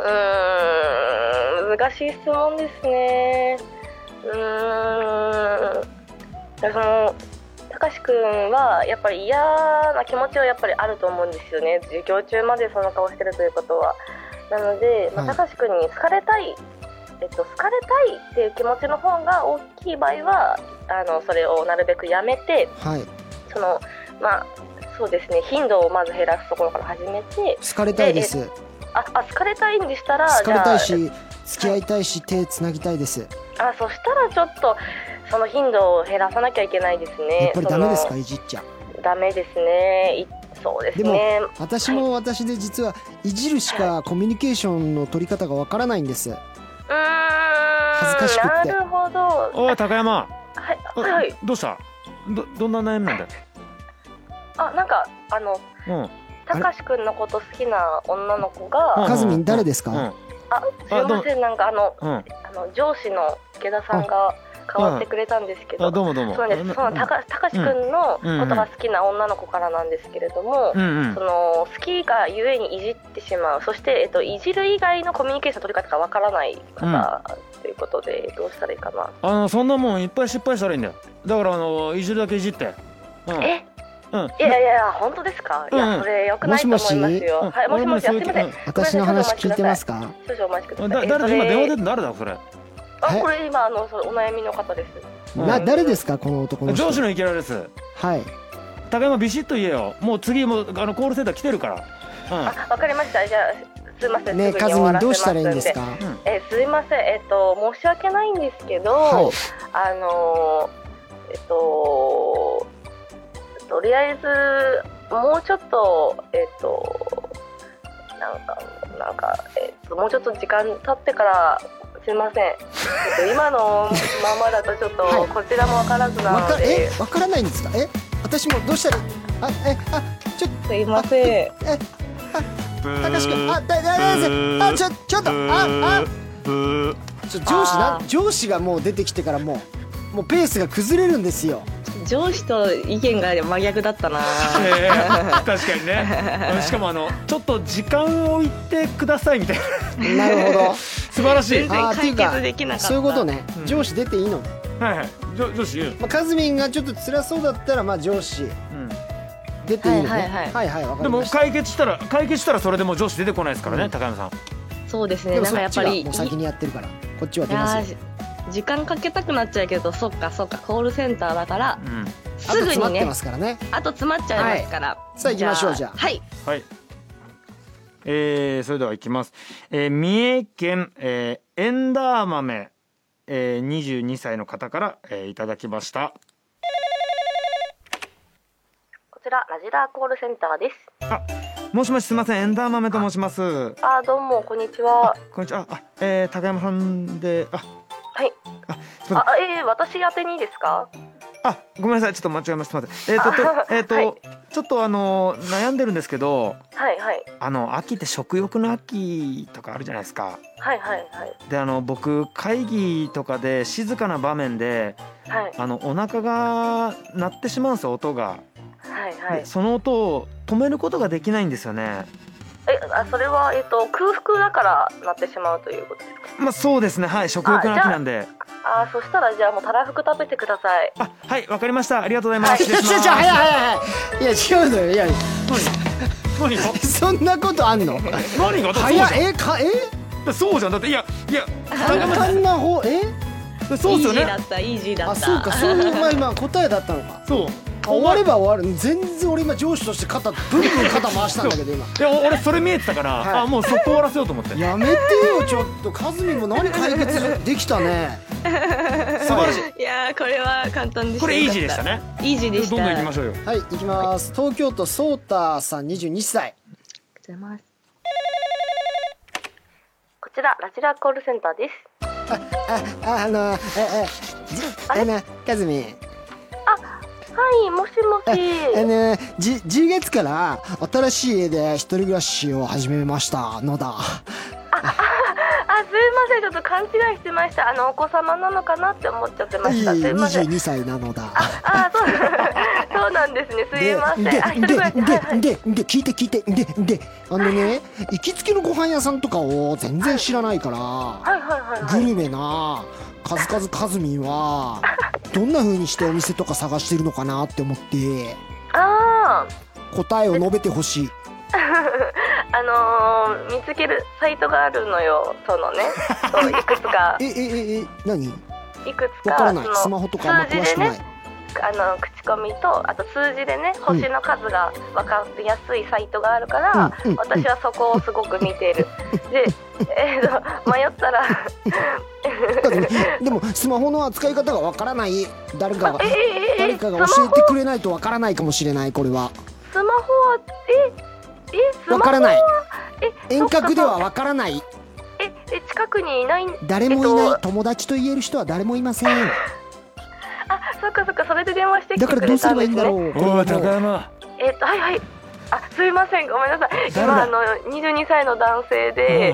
難しい質問ですね。そのたかしくんはやっぱり嫌な気持ちはやっぱりあると思うんですよね。授業中までその顔してるということは。なので、たかしくんに好かれたい、好かれたいっていう気持ちの方が大きい場合はそれをなるべくやめて、 はい、 そうですね、頻度をまず減らすところから始めて。 好かれたいです。 好かれたいんでしたら、 好かれたいし付き合いたいし、手つなぎたいです。 そしたらちょっとその頻度を減らさなきゃいけないですね。 やっぱりダメですか、いじっちゃダメですね。そうですね。 でも私も私で実はいじるしかコミュニケーションの取り方がわからないんです。恥ずかしくって。 なるほど。 おい高山。 はい。 どうした？どんな悩みなんだよ。 なんかたかしくんのこと好きな女の子が。 かずみん誰ですか？ すいません、なんか上司の池田さんが変わってくれたんですけど。 どうも。 そうです。そのたかしくんのことが好きな女の子からなんですけれども、その好きがゆえにいじってしまう。そしていじる以外のコミュニケーション取り方がわからない方ということで、どうしたらいいかな。 そんなもんいっぱい失敗したらいいんだよ。だからいじるだけいじって。 いや本当ですか？いやそれ良くないと思いますよ。はい、もしもし、すみません。 私の話聞いてますか？ 少々お待ちください。 今電話出て誰だそれ？ これ今お悩みの方です。 誰ですかこの男の人？ 上司の池田です。 はい。 高山ビシッと言えよ。もう次もコールセンター来てるから。 わかりました。じゃあすいません。 ね、かずみんどうしたらいいんですか？ すいません。申し訳ないんですけど、とりあえずもうちょっともうちょっと時間経ってからすいません。今のままだとちょっとこちらも分からずなので。 分からないんですか？私もどうしたらちょっとすいません。 たかしくんちょっと上司がもう出てきてからもうペースが崩れるんですよ。 上司と意見が真逆だったな。 確かにね。しかもちょっと時間を置いてくださいみたいな。 なるほど。 素晴らしい。 全然解決できなかった。 そういうことね。上司出ていいの？ はいはい。女子。 まあ、かずみんがちょっと辛そうだったらまあ上司出ていいよね。はいはい、わかでもりました。 解決したらそれでもう女子出てこないですからね、高山さん。 そうですね。 でもなんかやっぱりそっちはもう先にやってるからこっちは出ますよ。 時間かけたくなっちゃうけど、そっかコールセンターだから、 あとすぐにね詰まってますからね。 あと詰まっちゃいますから、 さあ行きましょう。じゃあはいはい。それでは行きます。三重県、エンダー豆、22歳の方から、いただきました。 こちらラジラーコールセンターです。 あ、もしもし、すみません、エンダー豆と申します。 どうもこんにちは。 こんにちは。高山さんで、 はい。私宛てにですか？ ごめんなさい、ちょっと間違えました。すみません。はい、ちょっと悩んでるんですけど、 はいはい。 秋って食欲の秋とかあるじゃないですか。 はいはいはい。 で僕会議とかで静かな場面で、 はい、 お腹が鳴ってしまうんですよ、音が。 はいはい。 その音を止めることができないんですよね。 それは空腹だから鳴ってしまうということですか？ まあそうですね、はい、食欲の秋なんで。 そしたらじゃあもうたらふく食べてください。 はい、わかりました。ありがとうございます。失礼します。 いや違うのよ。いや何がそんなことあんの？ 何が？ 早そうじゃん。だっていや簡単な方そうですよね。 イージーだった。 そうか、そういう今答えだったのか。 そう。 終われば終わる。全然俺今上司としてブンブン肩回したんだけど今。 いや俺それ見えてたから、もうそこ終わらせようと思って。 やめてよちょっと。かずみも何解決できたね。 素晴らしい。 いやこれは簡単でした。 これイージーでしたね。 イージーでした。 どんどん行きましょうよ。 はい行きます。東京都ソータさん22歳。 ございます。こちらラジラコールセンターです。 かずみ。 はい、もしもし。 10月から新しい家で一人暮らしを始めましたのだ。 すいません、ちょっと勘違いしてました。お子様なのかなって思っちゃってました。すいません。 22歳なのだ。 そうなんですね。すいません。 で聞いて行きつけのご飯屋さんとかを全然知らないから、グルメな数々かずみんはどんな風にしてお店とか探してるのかなって思って答えを述べてほしい。 見つけるサイトがあるのよ。いくつか。 何？ いくつか。 わからない。スマホとかあんま詳しくない。 口コミとあと数字でね、星の数が分かりやすいサイトがあるから、私はそこをすごく見てる。で、迷ったらでもスマホの扱い方が分からない。誰かが教えてくれないと分からないかもしれない。これはスマホは分からない。遠隔では分からない。 近くにいない。 誰もいない。友達と言える人は誰もいません。 そっかそれで電話してきてくれたんですね。 だからどうすればいいんだろう。 おい高山。 はいすいません、ごめんなさい。今22歳の男性で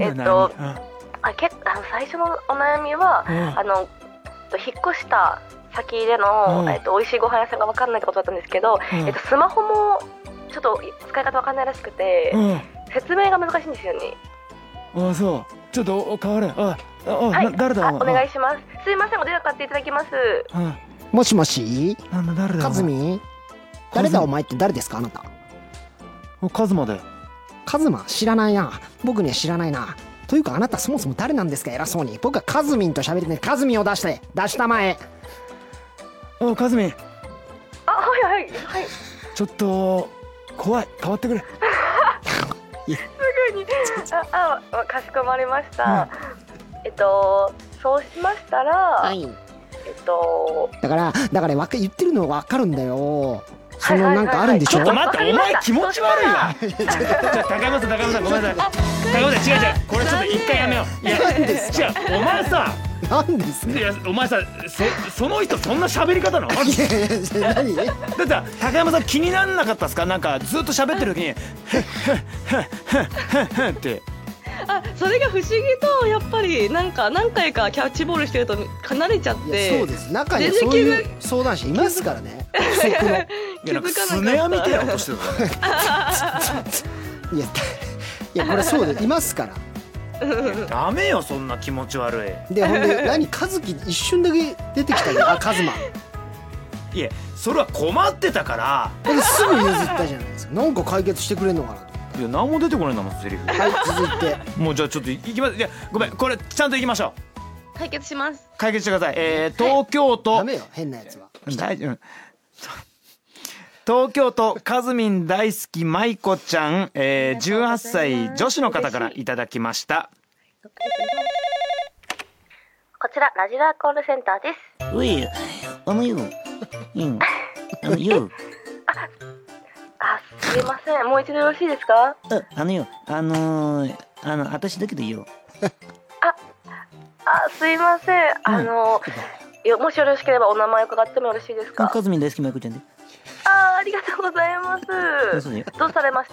最初のお悩みは引っ越した先での美味しいご飯屋さんが分かんないってことだったんですけど、スマホもちょっと使い方分かんないらしくて、説明が難しいんですよね。 そう。ちょっと変われ。誰だ。 お願いします。すいません、お電話買っていただきます。 もしもし。 誰だ。 かずみ。誰だお前って誰ですかあなた。 カズマで。 カズマ知らないな。僕には知らないな。というかあなたそもそも誰なんですか。偉そうに。僕はカズミンと喋ってね。カズミンを出したまえ。 カズミン。 はいちょっと怖い。変わってくれ。 すぐにかしこまりました。そうしましたら、だから言ってるの分かるんだよ。なんかあるんでしょ。 ちょっと待って、お前気持ち悪いわ。高山さんごめんなさい。高山さん違うこれちょっと一回やめよう。いや違う、お前さ。 なんですね。 いやお前さ、その人そんな喋り方なの？ 何？ だって高山さん気にならなかったですか？なんかずっと喋ってる時にって。 それが不思議とやっぱりなんか何回かキャッチボールしてると離れちゃって。 そうです。中にそういう相談者いますからね。 いやなんかスネアみたいな音してるからね。 いやこれそうでいますから。 ダメよそんな気持ち悪い。 でほんで何和樹一瞬だけ出てきたね。あカズマいやそれは困ってたから。 これすぐ譲ったじゃないですか。なんか解決してくれんのかなと。 いや何も出てこないんだもんセリフ。 はい続いてもうじゃあちょっといきます。いやごめんこれちゃんといきましょう。 解決します。 解決してください。東京都ダメよ変なやつは。 大丈夫。東京都かずみん大好きまいこちゃん、18歳女子の方からいただきました。 こちらラジラーコールセンターです。 おい、よ、よ、 すいません、もう一度よろしいですか？ 私だけどよ。 すいません、もしよろしければお名前伺ってもよろしいですか？ かずみん大好きまいこちゃんで。 ありがとうございます。どうされました？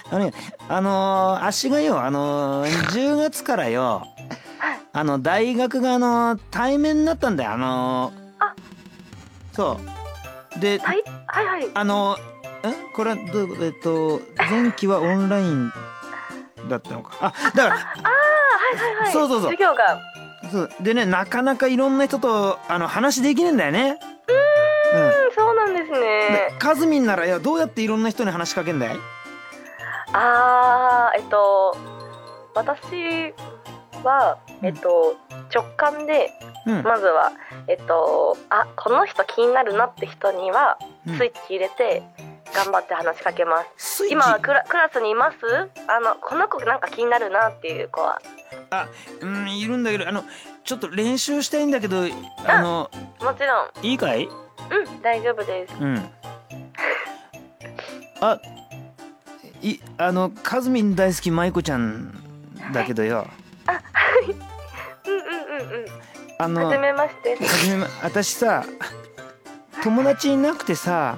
足がよ、10月からよ、大学が対面になったんだよ。そうで、 はいこれは前期はオンラインだったのか。だからそう授業がそうでね、なかなかいろんな人と話できねえんだよね。 そうなんですね。 かずみんならよ、どうやっていろんな人に話しかけんだい？ 私は直感で、まずはこの人気になるなって人にはスイッチ入れて頑張って話しかけます。今クラスにいます？この子なんか気になるなっていう子は。 いるんだけど、ちょっと練習したいんだけど、もちろん。 いいかい？ 大丈夫です。 かずみん大好きまいこちゃんだけどよ。 はじめまして。 私さ、友達いなくてさ。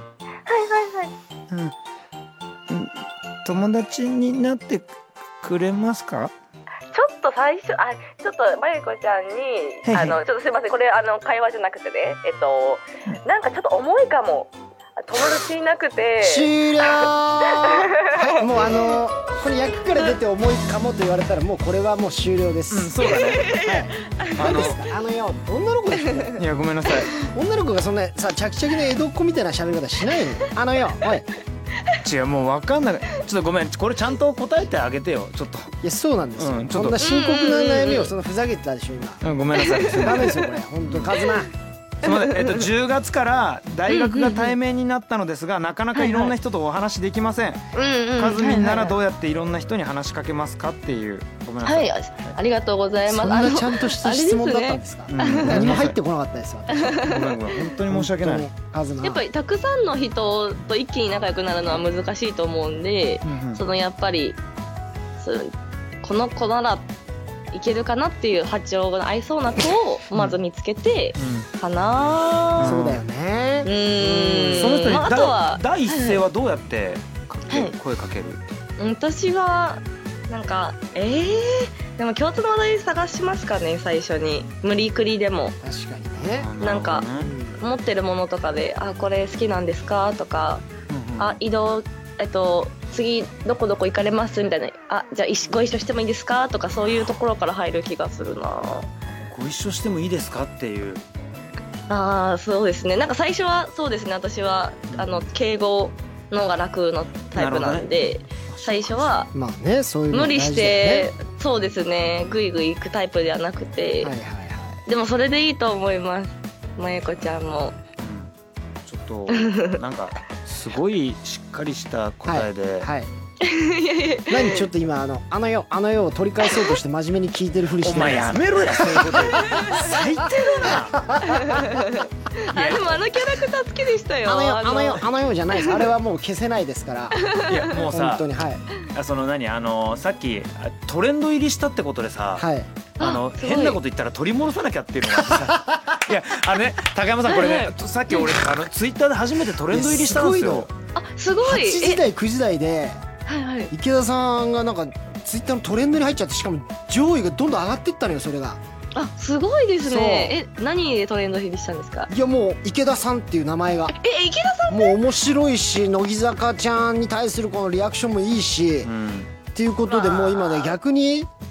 友達になってくれますか？ ちょっと最初ちょっとまゆこちゃんにちょっとすいません、これ会話じゃなくてね、なんかちょっと重いかも。友達いなくて終了はい、もうこれ役から出て重いかもと言われたらもうこれはもう終了です。 そうだね。 はい女の子でしょ。 いやごめんなさい。 女の子がそんなさチャキチャキの江戸っ子みたいな喋り方しないの。おい違う、もう分かんない。ちょっとごめん、これちゃんと答えてあげてよちょっと。 いやそうなんですよ。そんな深刻な悩みをふざけてたでしょ今。 ごめんなさい。 ダメですよこれ本当に。カズマすみません。10月から大学が対面になったのですが、なかなかいろんな人とお話できません。かずみんならどうやっていろんな人に話しかけますかっていう。ごめんなさい。 ありがとうございます。 そんなちゃんとした質問だったんですか？何も入ってこなかったです私。 ごめん本当に申し訳ない。 やっぱりたくさんの人と一気に仲良くなるのは難しいと思うんで、やっぱりこの子ならいけるかなっていう波長が合いそうな子をまず見つけてかな。 そうだよね。 その人にあとは第一声はどうやって声かける？ 私はなんかでも共通の話題探しますかね、最初に。無理くりでも。 確かにね。 なんか持ってるものとかでこれ好きなんですかとか、移動次どこどこ行かれますみたいな、じゃあご一緒してもいいですかとか、そういうところから入る気がするな。 ご一緒してもいいですかっていう。 そうですね。なんか最初はそうですね、私は敬語のが楽のタイプなんで、最初は無理してそうですね、グイグイ行くタイプではなくて、でもそれでいいと思います。まゆこちゃんもちょっとなんかすごいしっかりした答えで、 何ちょっと今あの世を取り返そうとして真面目に聞いてるふりしてる。 お前やめろやそういうこと最低だな。 でもキャラクター好きでしたよ。 あの世じゃないです。あれはもう消せないですから。 いやもうさ、 本当にさっきトレンド入りしたってことでさ、変なこと言ったら取り戻さなきゃっていうのがさいや高山さんこれね、さっき俺ツイッターで初めてトレンド入りしたんですよ。 すごい。 8時台9時台で池田さんがなんかツイッターのトレンドに入っちゃって、しかも上位がどんどん上がってったのよそれが。 すごいですね。何でトレンド入りしたんですか？ いやもう池田さんっていう名前が池田さんもう面白いし、乃木坂ちゃんに対するこのリアクションもいいし、っていうことでもう今ね逆に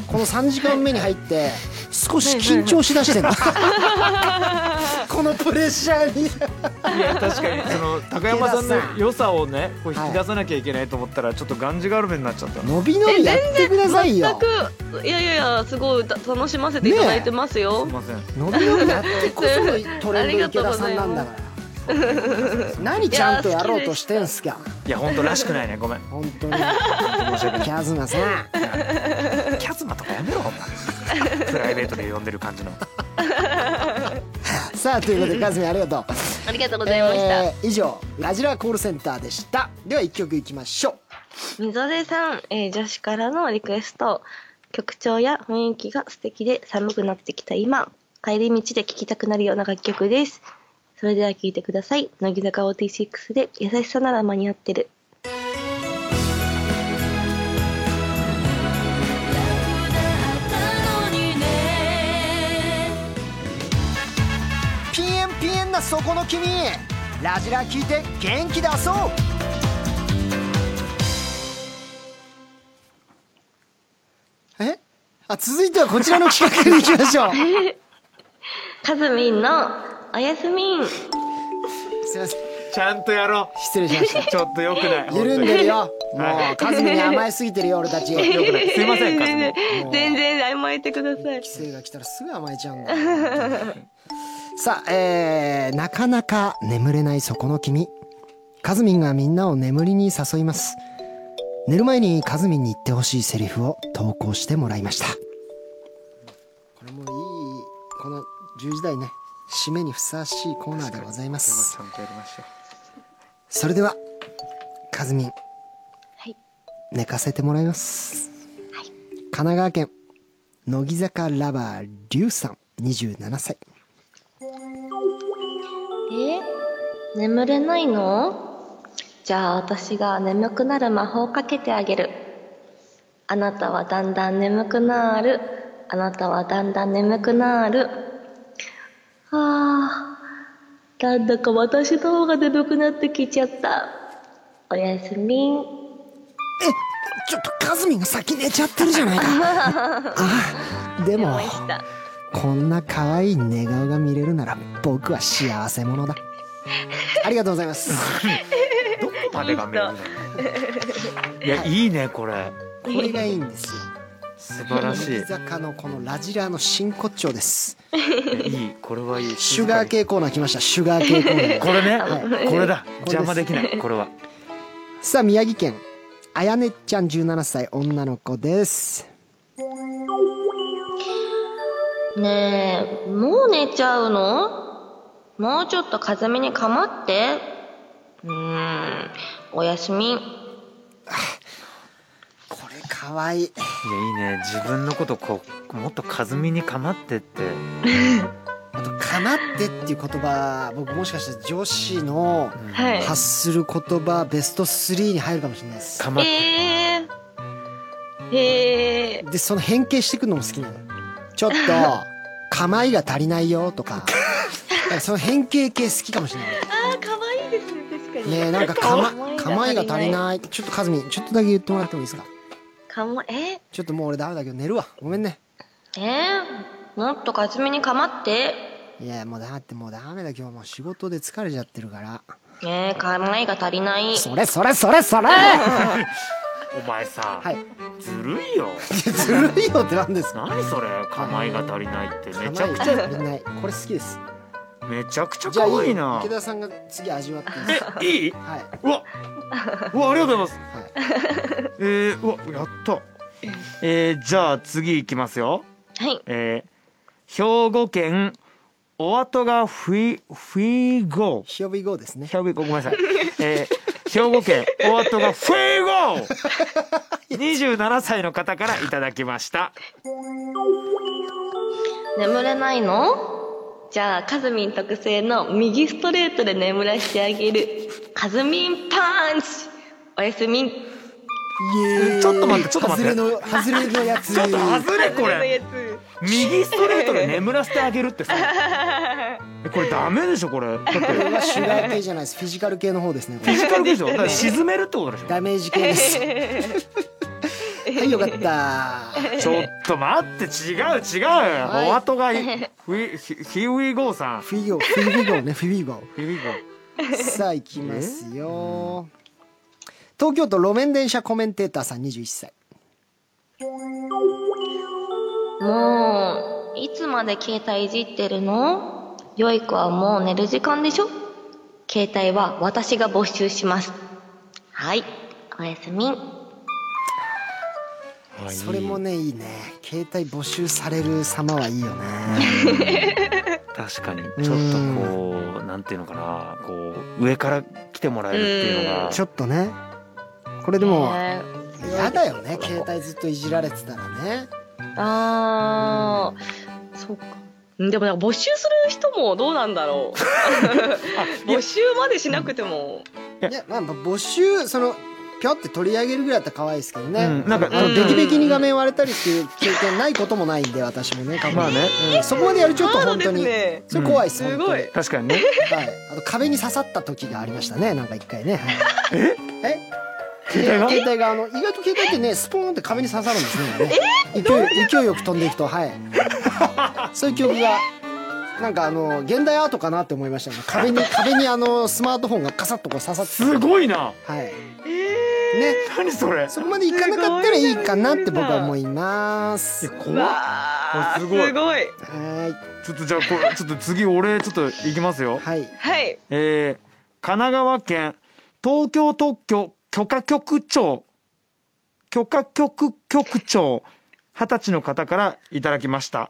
この3時間目に入って少し緊張しだしてるこのプレッシャーにいや確かにその高山さんの良さをねこう引き出さなきゃいけないと思ったらちょっとがんじがらめになっちゃった。 伸び伸びやってくださいよ。 全くいやすごい楽しませていただいてますよ。 すいません。 伸び伸びやってこそトレンド池田さんなんだから。何ちゃんとやろうとしてんすか。 いや本当らしくないね、ごめん。 本当にキャズマさん、 キャズマとかやめろほんまプライベートで呼んでる感じのさあということでかずみありがとう。 ありがとうございました。 以上ラジラコールセンターでした。では1曲いきましょう。みぞれさん、女子からのリクエスト。曲調や雰囲気が素敵で寒くなってきた今、帰り道で聴きたくなるような楽曲です。それでは聴いてください。乃木坂46で優しさなら間に合ってる。 ピエンピエンなそこの君、ラジラ聞いて元気出そう。続いてはこちらの企画でいきましょうかずみんのおやすみん。 すいません、 ちゃんとやろう。 失礼しましたちょっとよくない。 緩んでるよ。もうカズミに甘えすぎてるよ俺たち。よくない。すいませんカズミ。 全然甘えてください。 規制が来たらすぐ甘えちゃうんださあ、なかなか眠れないそこの君、カズミンがみんなを眠りに誘います。寝る前にカズミンに言ってほしいセリフを投稿してもらいました。これもいい、この10時台ね、締めにふさわしいコーナーでございます。それではカズミン、はい、寝かせてもらいます、はい、神奈川県乃木坂ラバーリュウさん27歳。 眠れないの？じゃあ私が眠くなる魔法をかけてあげる。あなたはだんだん眠くなる。あなたはだんだん眠くなる。なんだか私の方が眠くなってきちゃった。おやすみん。 ちょっとカズミンが先寝ちゃってるじゃないかでもこんな可愛い寝顔が見れるなら僕は幸せ者だありがとうございますどこまでが見れるのいやいいねこれ。 これがいいんですよ。 素晴らしい。 乃木坂のこのラジラーの真骨頂です。 いい、これはいい。 シュガー系コーナー来ました。シュガー系コーナー。 これね、はい、これだ。邪魔できない。これは。 さあ宮城県あやねちゃん17歳女の子です。 ねえ、もう寝ちゃうの？もうちょっと風見にかまって。おやすみ。 これかわいい。いやいいね。自分のことこうもっと風見にかまってってあとかまってっていう言葉、僕もしかして女子の発する言葉ベスト3に入るかもしれないです。 かまってでその変形してくるのも好きなの。ちょっと構いが足りないよとかその変形系好きかもしれない。 可愛いですね。確かにねえ、なんか構いが足りない。ちょっとかずみちょっとだけ言ってもらってもいいですか？ちょっともう俺ダメだけど寝るわ。ごめんね。 もっとかずみにかまって。 いやもうだってもうダメだ、今日もう仕事で疲れちゃってるから。 構いが足りない。 それお前さ、 はい、 ずるいよずるいよって何ですか？ 何それ、構いが足りないってめちゃくちゃ足りない。これ好きです。 めちゃくちゃ可愛いな。 池田さんが次味わっていいですか？ いい？ はい。 うわありがとうございます。うわやった。じゃあ次いきますよ。 はい。 兵庫県お後がフィゴヒョビゴですね。 ごめんなさい。兵庫県お後がフィゴ27歳の方からいただきました。 眠れないの？じゃあかずみん特製の右ストレートで眠らしてあげる。かずみんパンチ。おやすみん。 ちょっと待って。 外れのやつ。 ちょっと外れこれ。右ストレートで眠らせてあげるってさ。これダメでしょこれ。 これはシュガー系じゃないです。フィジカル系の方ですね。 フィジカル系でしょ。だから沈めるってことでしょ。 ダメージ系です。はい、よかった。 ちょっと待って、違う、お後がいい。Here we go さん。 フィギゴね、フィギゴ。 Here we go。 さあ行きますよ。東京都路面電車コメンテーターさん21歳。 もういつまで携帯いじってるの？良い子はもう寝る時間でしょ？携帯は私が没収します。はい、おやすみ。 それもね、いいね。携帯没収される様はいいよね。 確かにちょっとこうなんていうのかな、こう上から来てもらえるっていうのがちょっとね。これでも嫌だよね、携帯ずっといじられてたらね。 そうか。でも募集する人もどうなんだろう。募集までしなくても。 いや、まあ募集ぴょって取り上げるぐらいだったら可愛いですけどね。 なんかベキベキに画面割れたりっていう経験ないこともないんで、私もね。 まあね、 そこまでやるちょっと本当にそれ怖いっす。 すごい。 確かにね。 はい。あと壁に刺さった時がありましたね。なんか一回ね。 携帯が意外と携帯ってね、スポーンって壁に刺さるんですね。勢いよく飛んでいくと、はい。そういう記憶が。なんか現代アートかなって思いましたね。壁にスマートフォンがカサッとこう刺さって。 すごいな。 はい。ね。 何それ。 そこまでいかなかったらいいかなって僕は思います。 怖っ。すごい。 すごい。 はい。 ちょっとじゃあこれちょっと次俺ちょっと行きますよ。 はい。 はい。 神奈川県東京特許許可局長20歳の方からいただきました。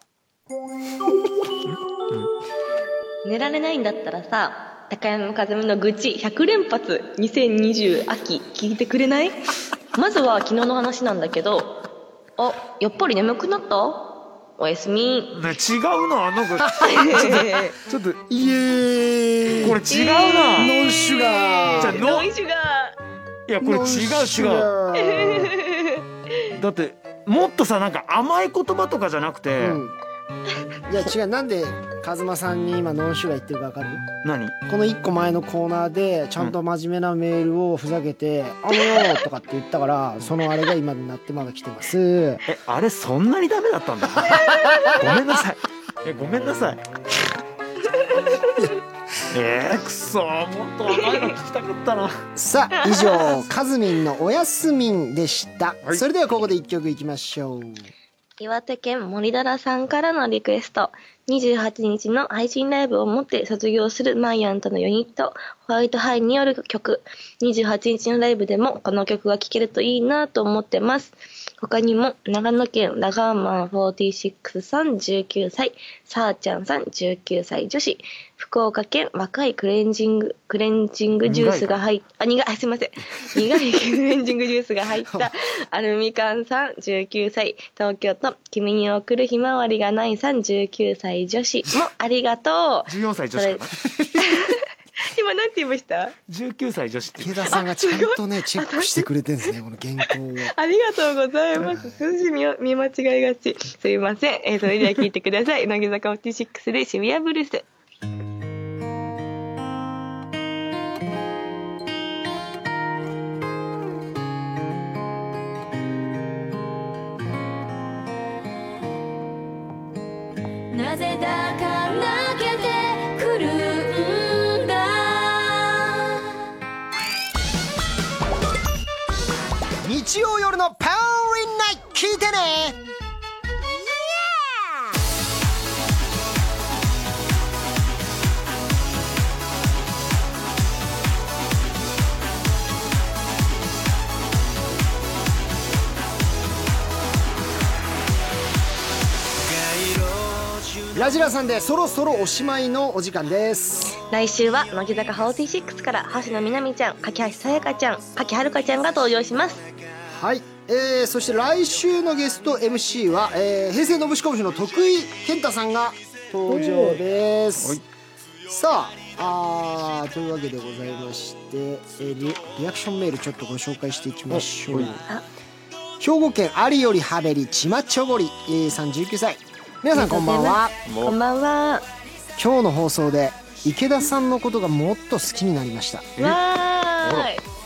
寝られないんだったらさ、高山和美の愚痴100連発2020秋聞いてくれない？まずは昨日の話なんだけど、やっぱり眠くなった？おやすみ。 ね、違うな、なんかちょっとイエーイ。 これ違うな。 ノンシュガー。 ノンシュガいやこれ違う。だってもっとさ、なんか甘い言葉とかじゃなくて、 いや違う。なんでカズマさんに今ノンシュガー言ってるか分かる？ 何？ この1個前のコーナーでちゃんと真面目なメールをふざけて「よ」とかって言ったから、そのあれが今になってまだ来てます。 あれそんなにダメだったんだ。ごめんなさい。ごめんなさい。くそ、もっと甘いの聞きたかったな。さあ以上カズミンのおやすみんでした。それではここで1曲いきましょう。 岩手県森だらさんからのリクエスト。28日の配信ライブをもって卒業するマイアンとのユニットホワイトハイによる曲。28日のライブでもこの曲が聴けるといいなと思ってます。他にも長野県ラガーマン46さん19歳、さーちゃんさん19歳女子、福岡県若いクレンジングジュースが入った苦いクレンジングジュースが入ったアルミカンさん19歳、東京都君に送るひまわりがないさん19歳女子もありがとう。 14歳女子かな。 今なんて言いました？ 19歳女子って。 池田さんがちゃんとねチェックしてくれてるんですね、この原稿を。 ありがとうございます。数字見間違いがち。すいません。それでは聞いてください。乃木坂46で渋谷ブルース。 なぜだか泣けてくるんだ。 日曜夜のパワーリンナイト聞いてね。ラジラさんでそろそろおしまいのお時間です。 来週は乃木坂46から橋野みなみちゃん、柿橋さやかちゃん、柿はるかちゃんが登場します。 はい、そして来週のゲスト MC は、平成のぶしこぶしの徳井健太さんが登場です。さあというわけでございまして、リアクションメールちょっとご紹介していきましょう。兵庫県ありよりはべりちまちょぼりさん19歳。皆さんこんばんは。 こんばんは。 今日の放送で池田さんのことがもっと好きになりました。 わーい。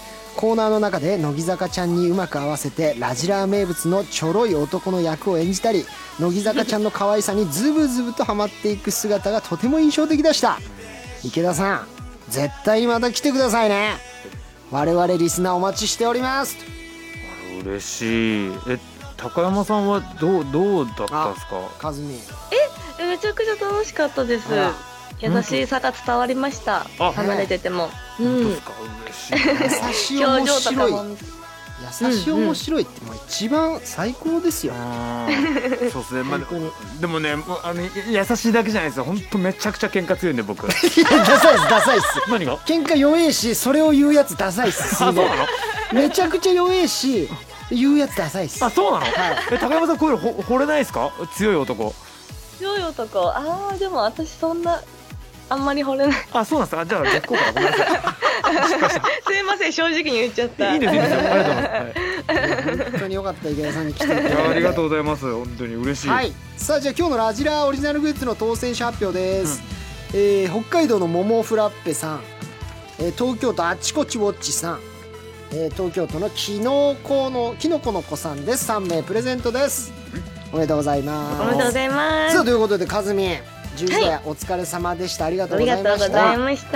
コーナーの中で乃木坂ちゃんにうまく合わせてラジラー名物のちょろい男の役を演じたり、乃木坂ちゃんの可愛さにズブズブとハマっていく姿がとても印象的でした。池田さん絶対また来てくださいね。我々リスナーお待ちしております。 嬉しい。高山さんはどうだったんですか？ かずみ。 めちゃくちゃ楽しかったです。優しさが伝わりました。離れてても。 本当ですか？ 優しい面白い。優しい面白いってもう一番最高ですよ。 そうですね。でもね、優しいだけじゃないですよ。本当めちゃくちゃ喧嘩強いんで僕。 ダサいですダサいっす。 何が？ 喧嘩弱えし、それを言うやつダサいっす。 そうなの？ めちゃくちゃ弱えし、言うやつダサいっす。 あ、そうなの？高山さんこういうの惚れないですか？強い男。 強い男。でも私そんなあんまり惚れない。 あ、そうなんですか。じゃあ逆効果だ。ごめんなさい。 すいません、正直に言っちゃった。 いいですよ。ありがとうございます。 本当に良かった、池田さんに来ていただいて。 ありがとうございます。本当に嬉しい。 はい。さあじゃあ今日のラジラーオリジナルグッズの当選者発表です。北海道のモモフラッペさん、東京都あちこちウォッチさん、東京都のきのこの子さんです。3名プレゼントです。おめでとうございます。 おめでとうございます。 さあということでかずみん10時台お疲れ様でした。ありがとうございました。 ありがとうございました。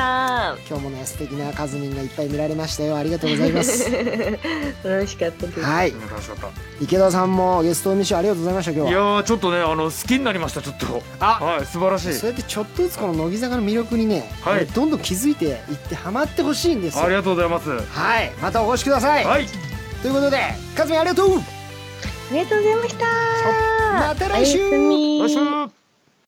今日もね素敵なかずみんがいっぱい見られましたよ。ありがとうございます。 楽しかったです。 はい。 楽しかった。 池田さんもゲスト MC ありがとうございました。今日は。 いやちょっとね好きになりました。ちょっとはい素晴らしい。 そうやってちょっとずつこの乃木坂の魅力にね、どんどん気づいていってハマってほしいんですよ。 ありがとうございます。 はい、またお越しください。 はい。 ということでかずみんありがとう。 ありがとうございました。 また来週。 来週。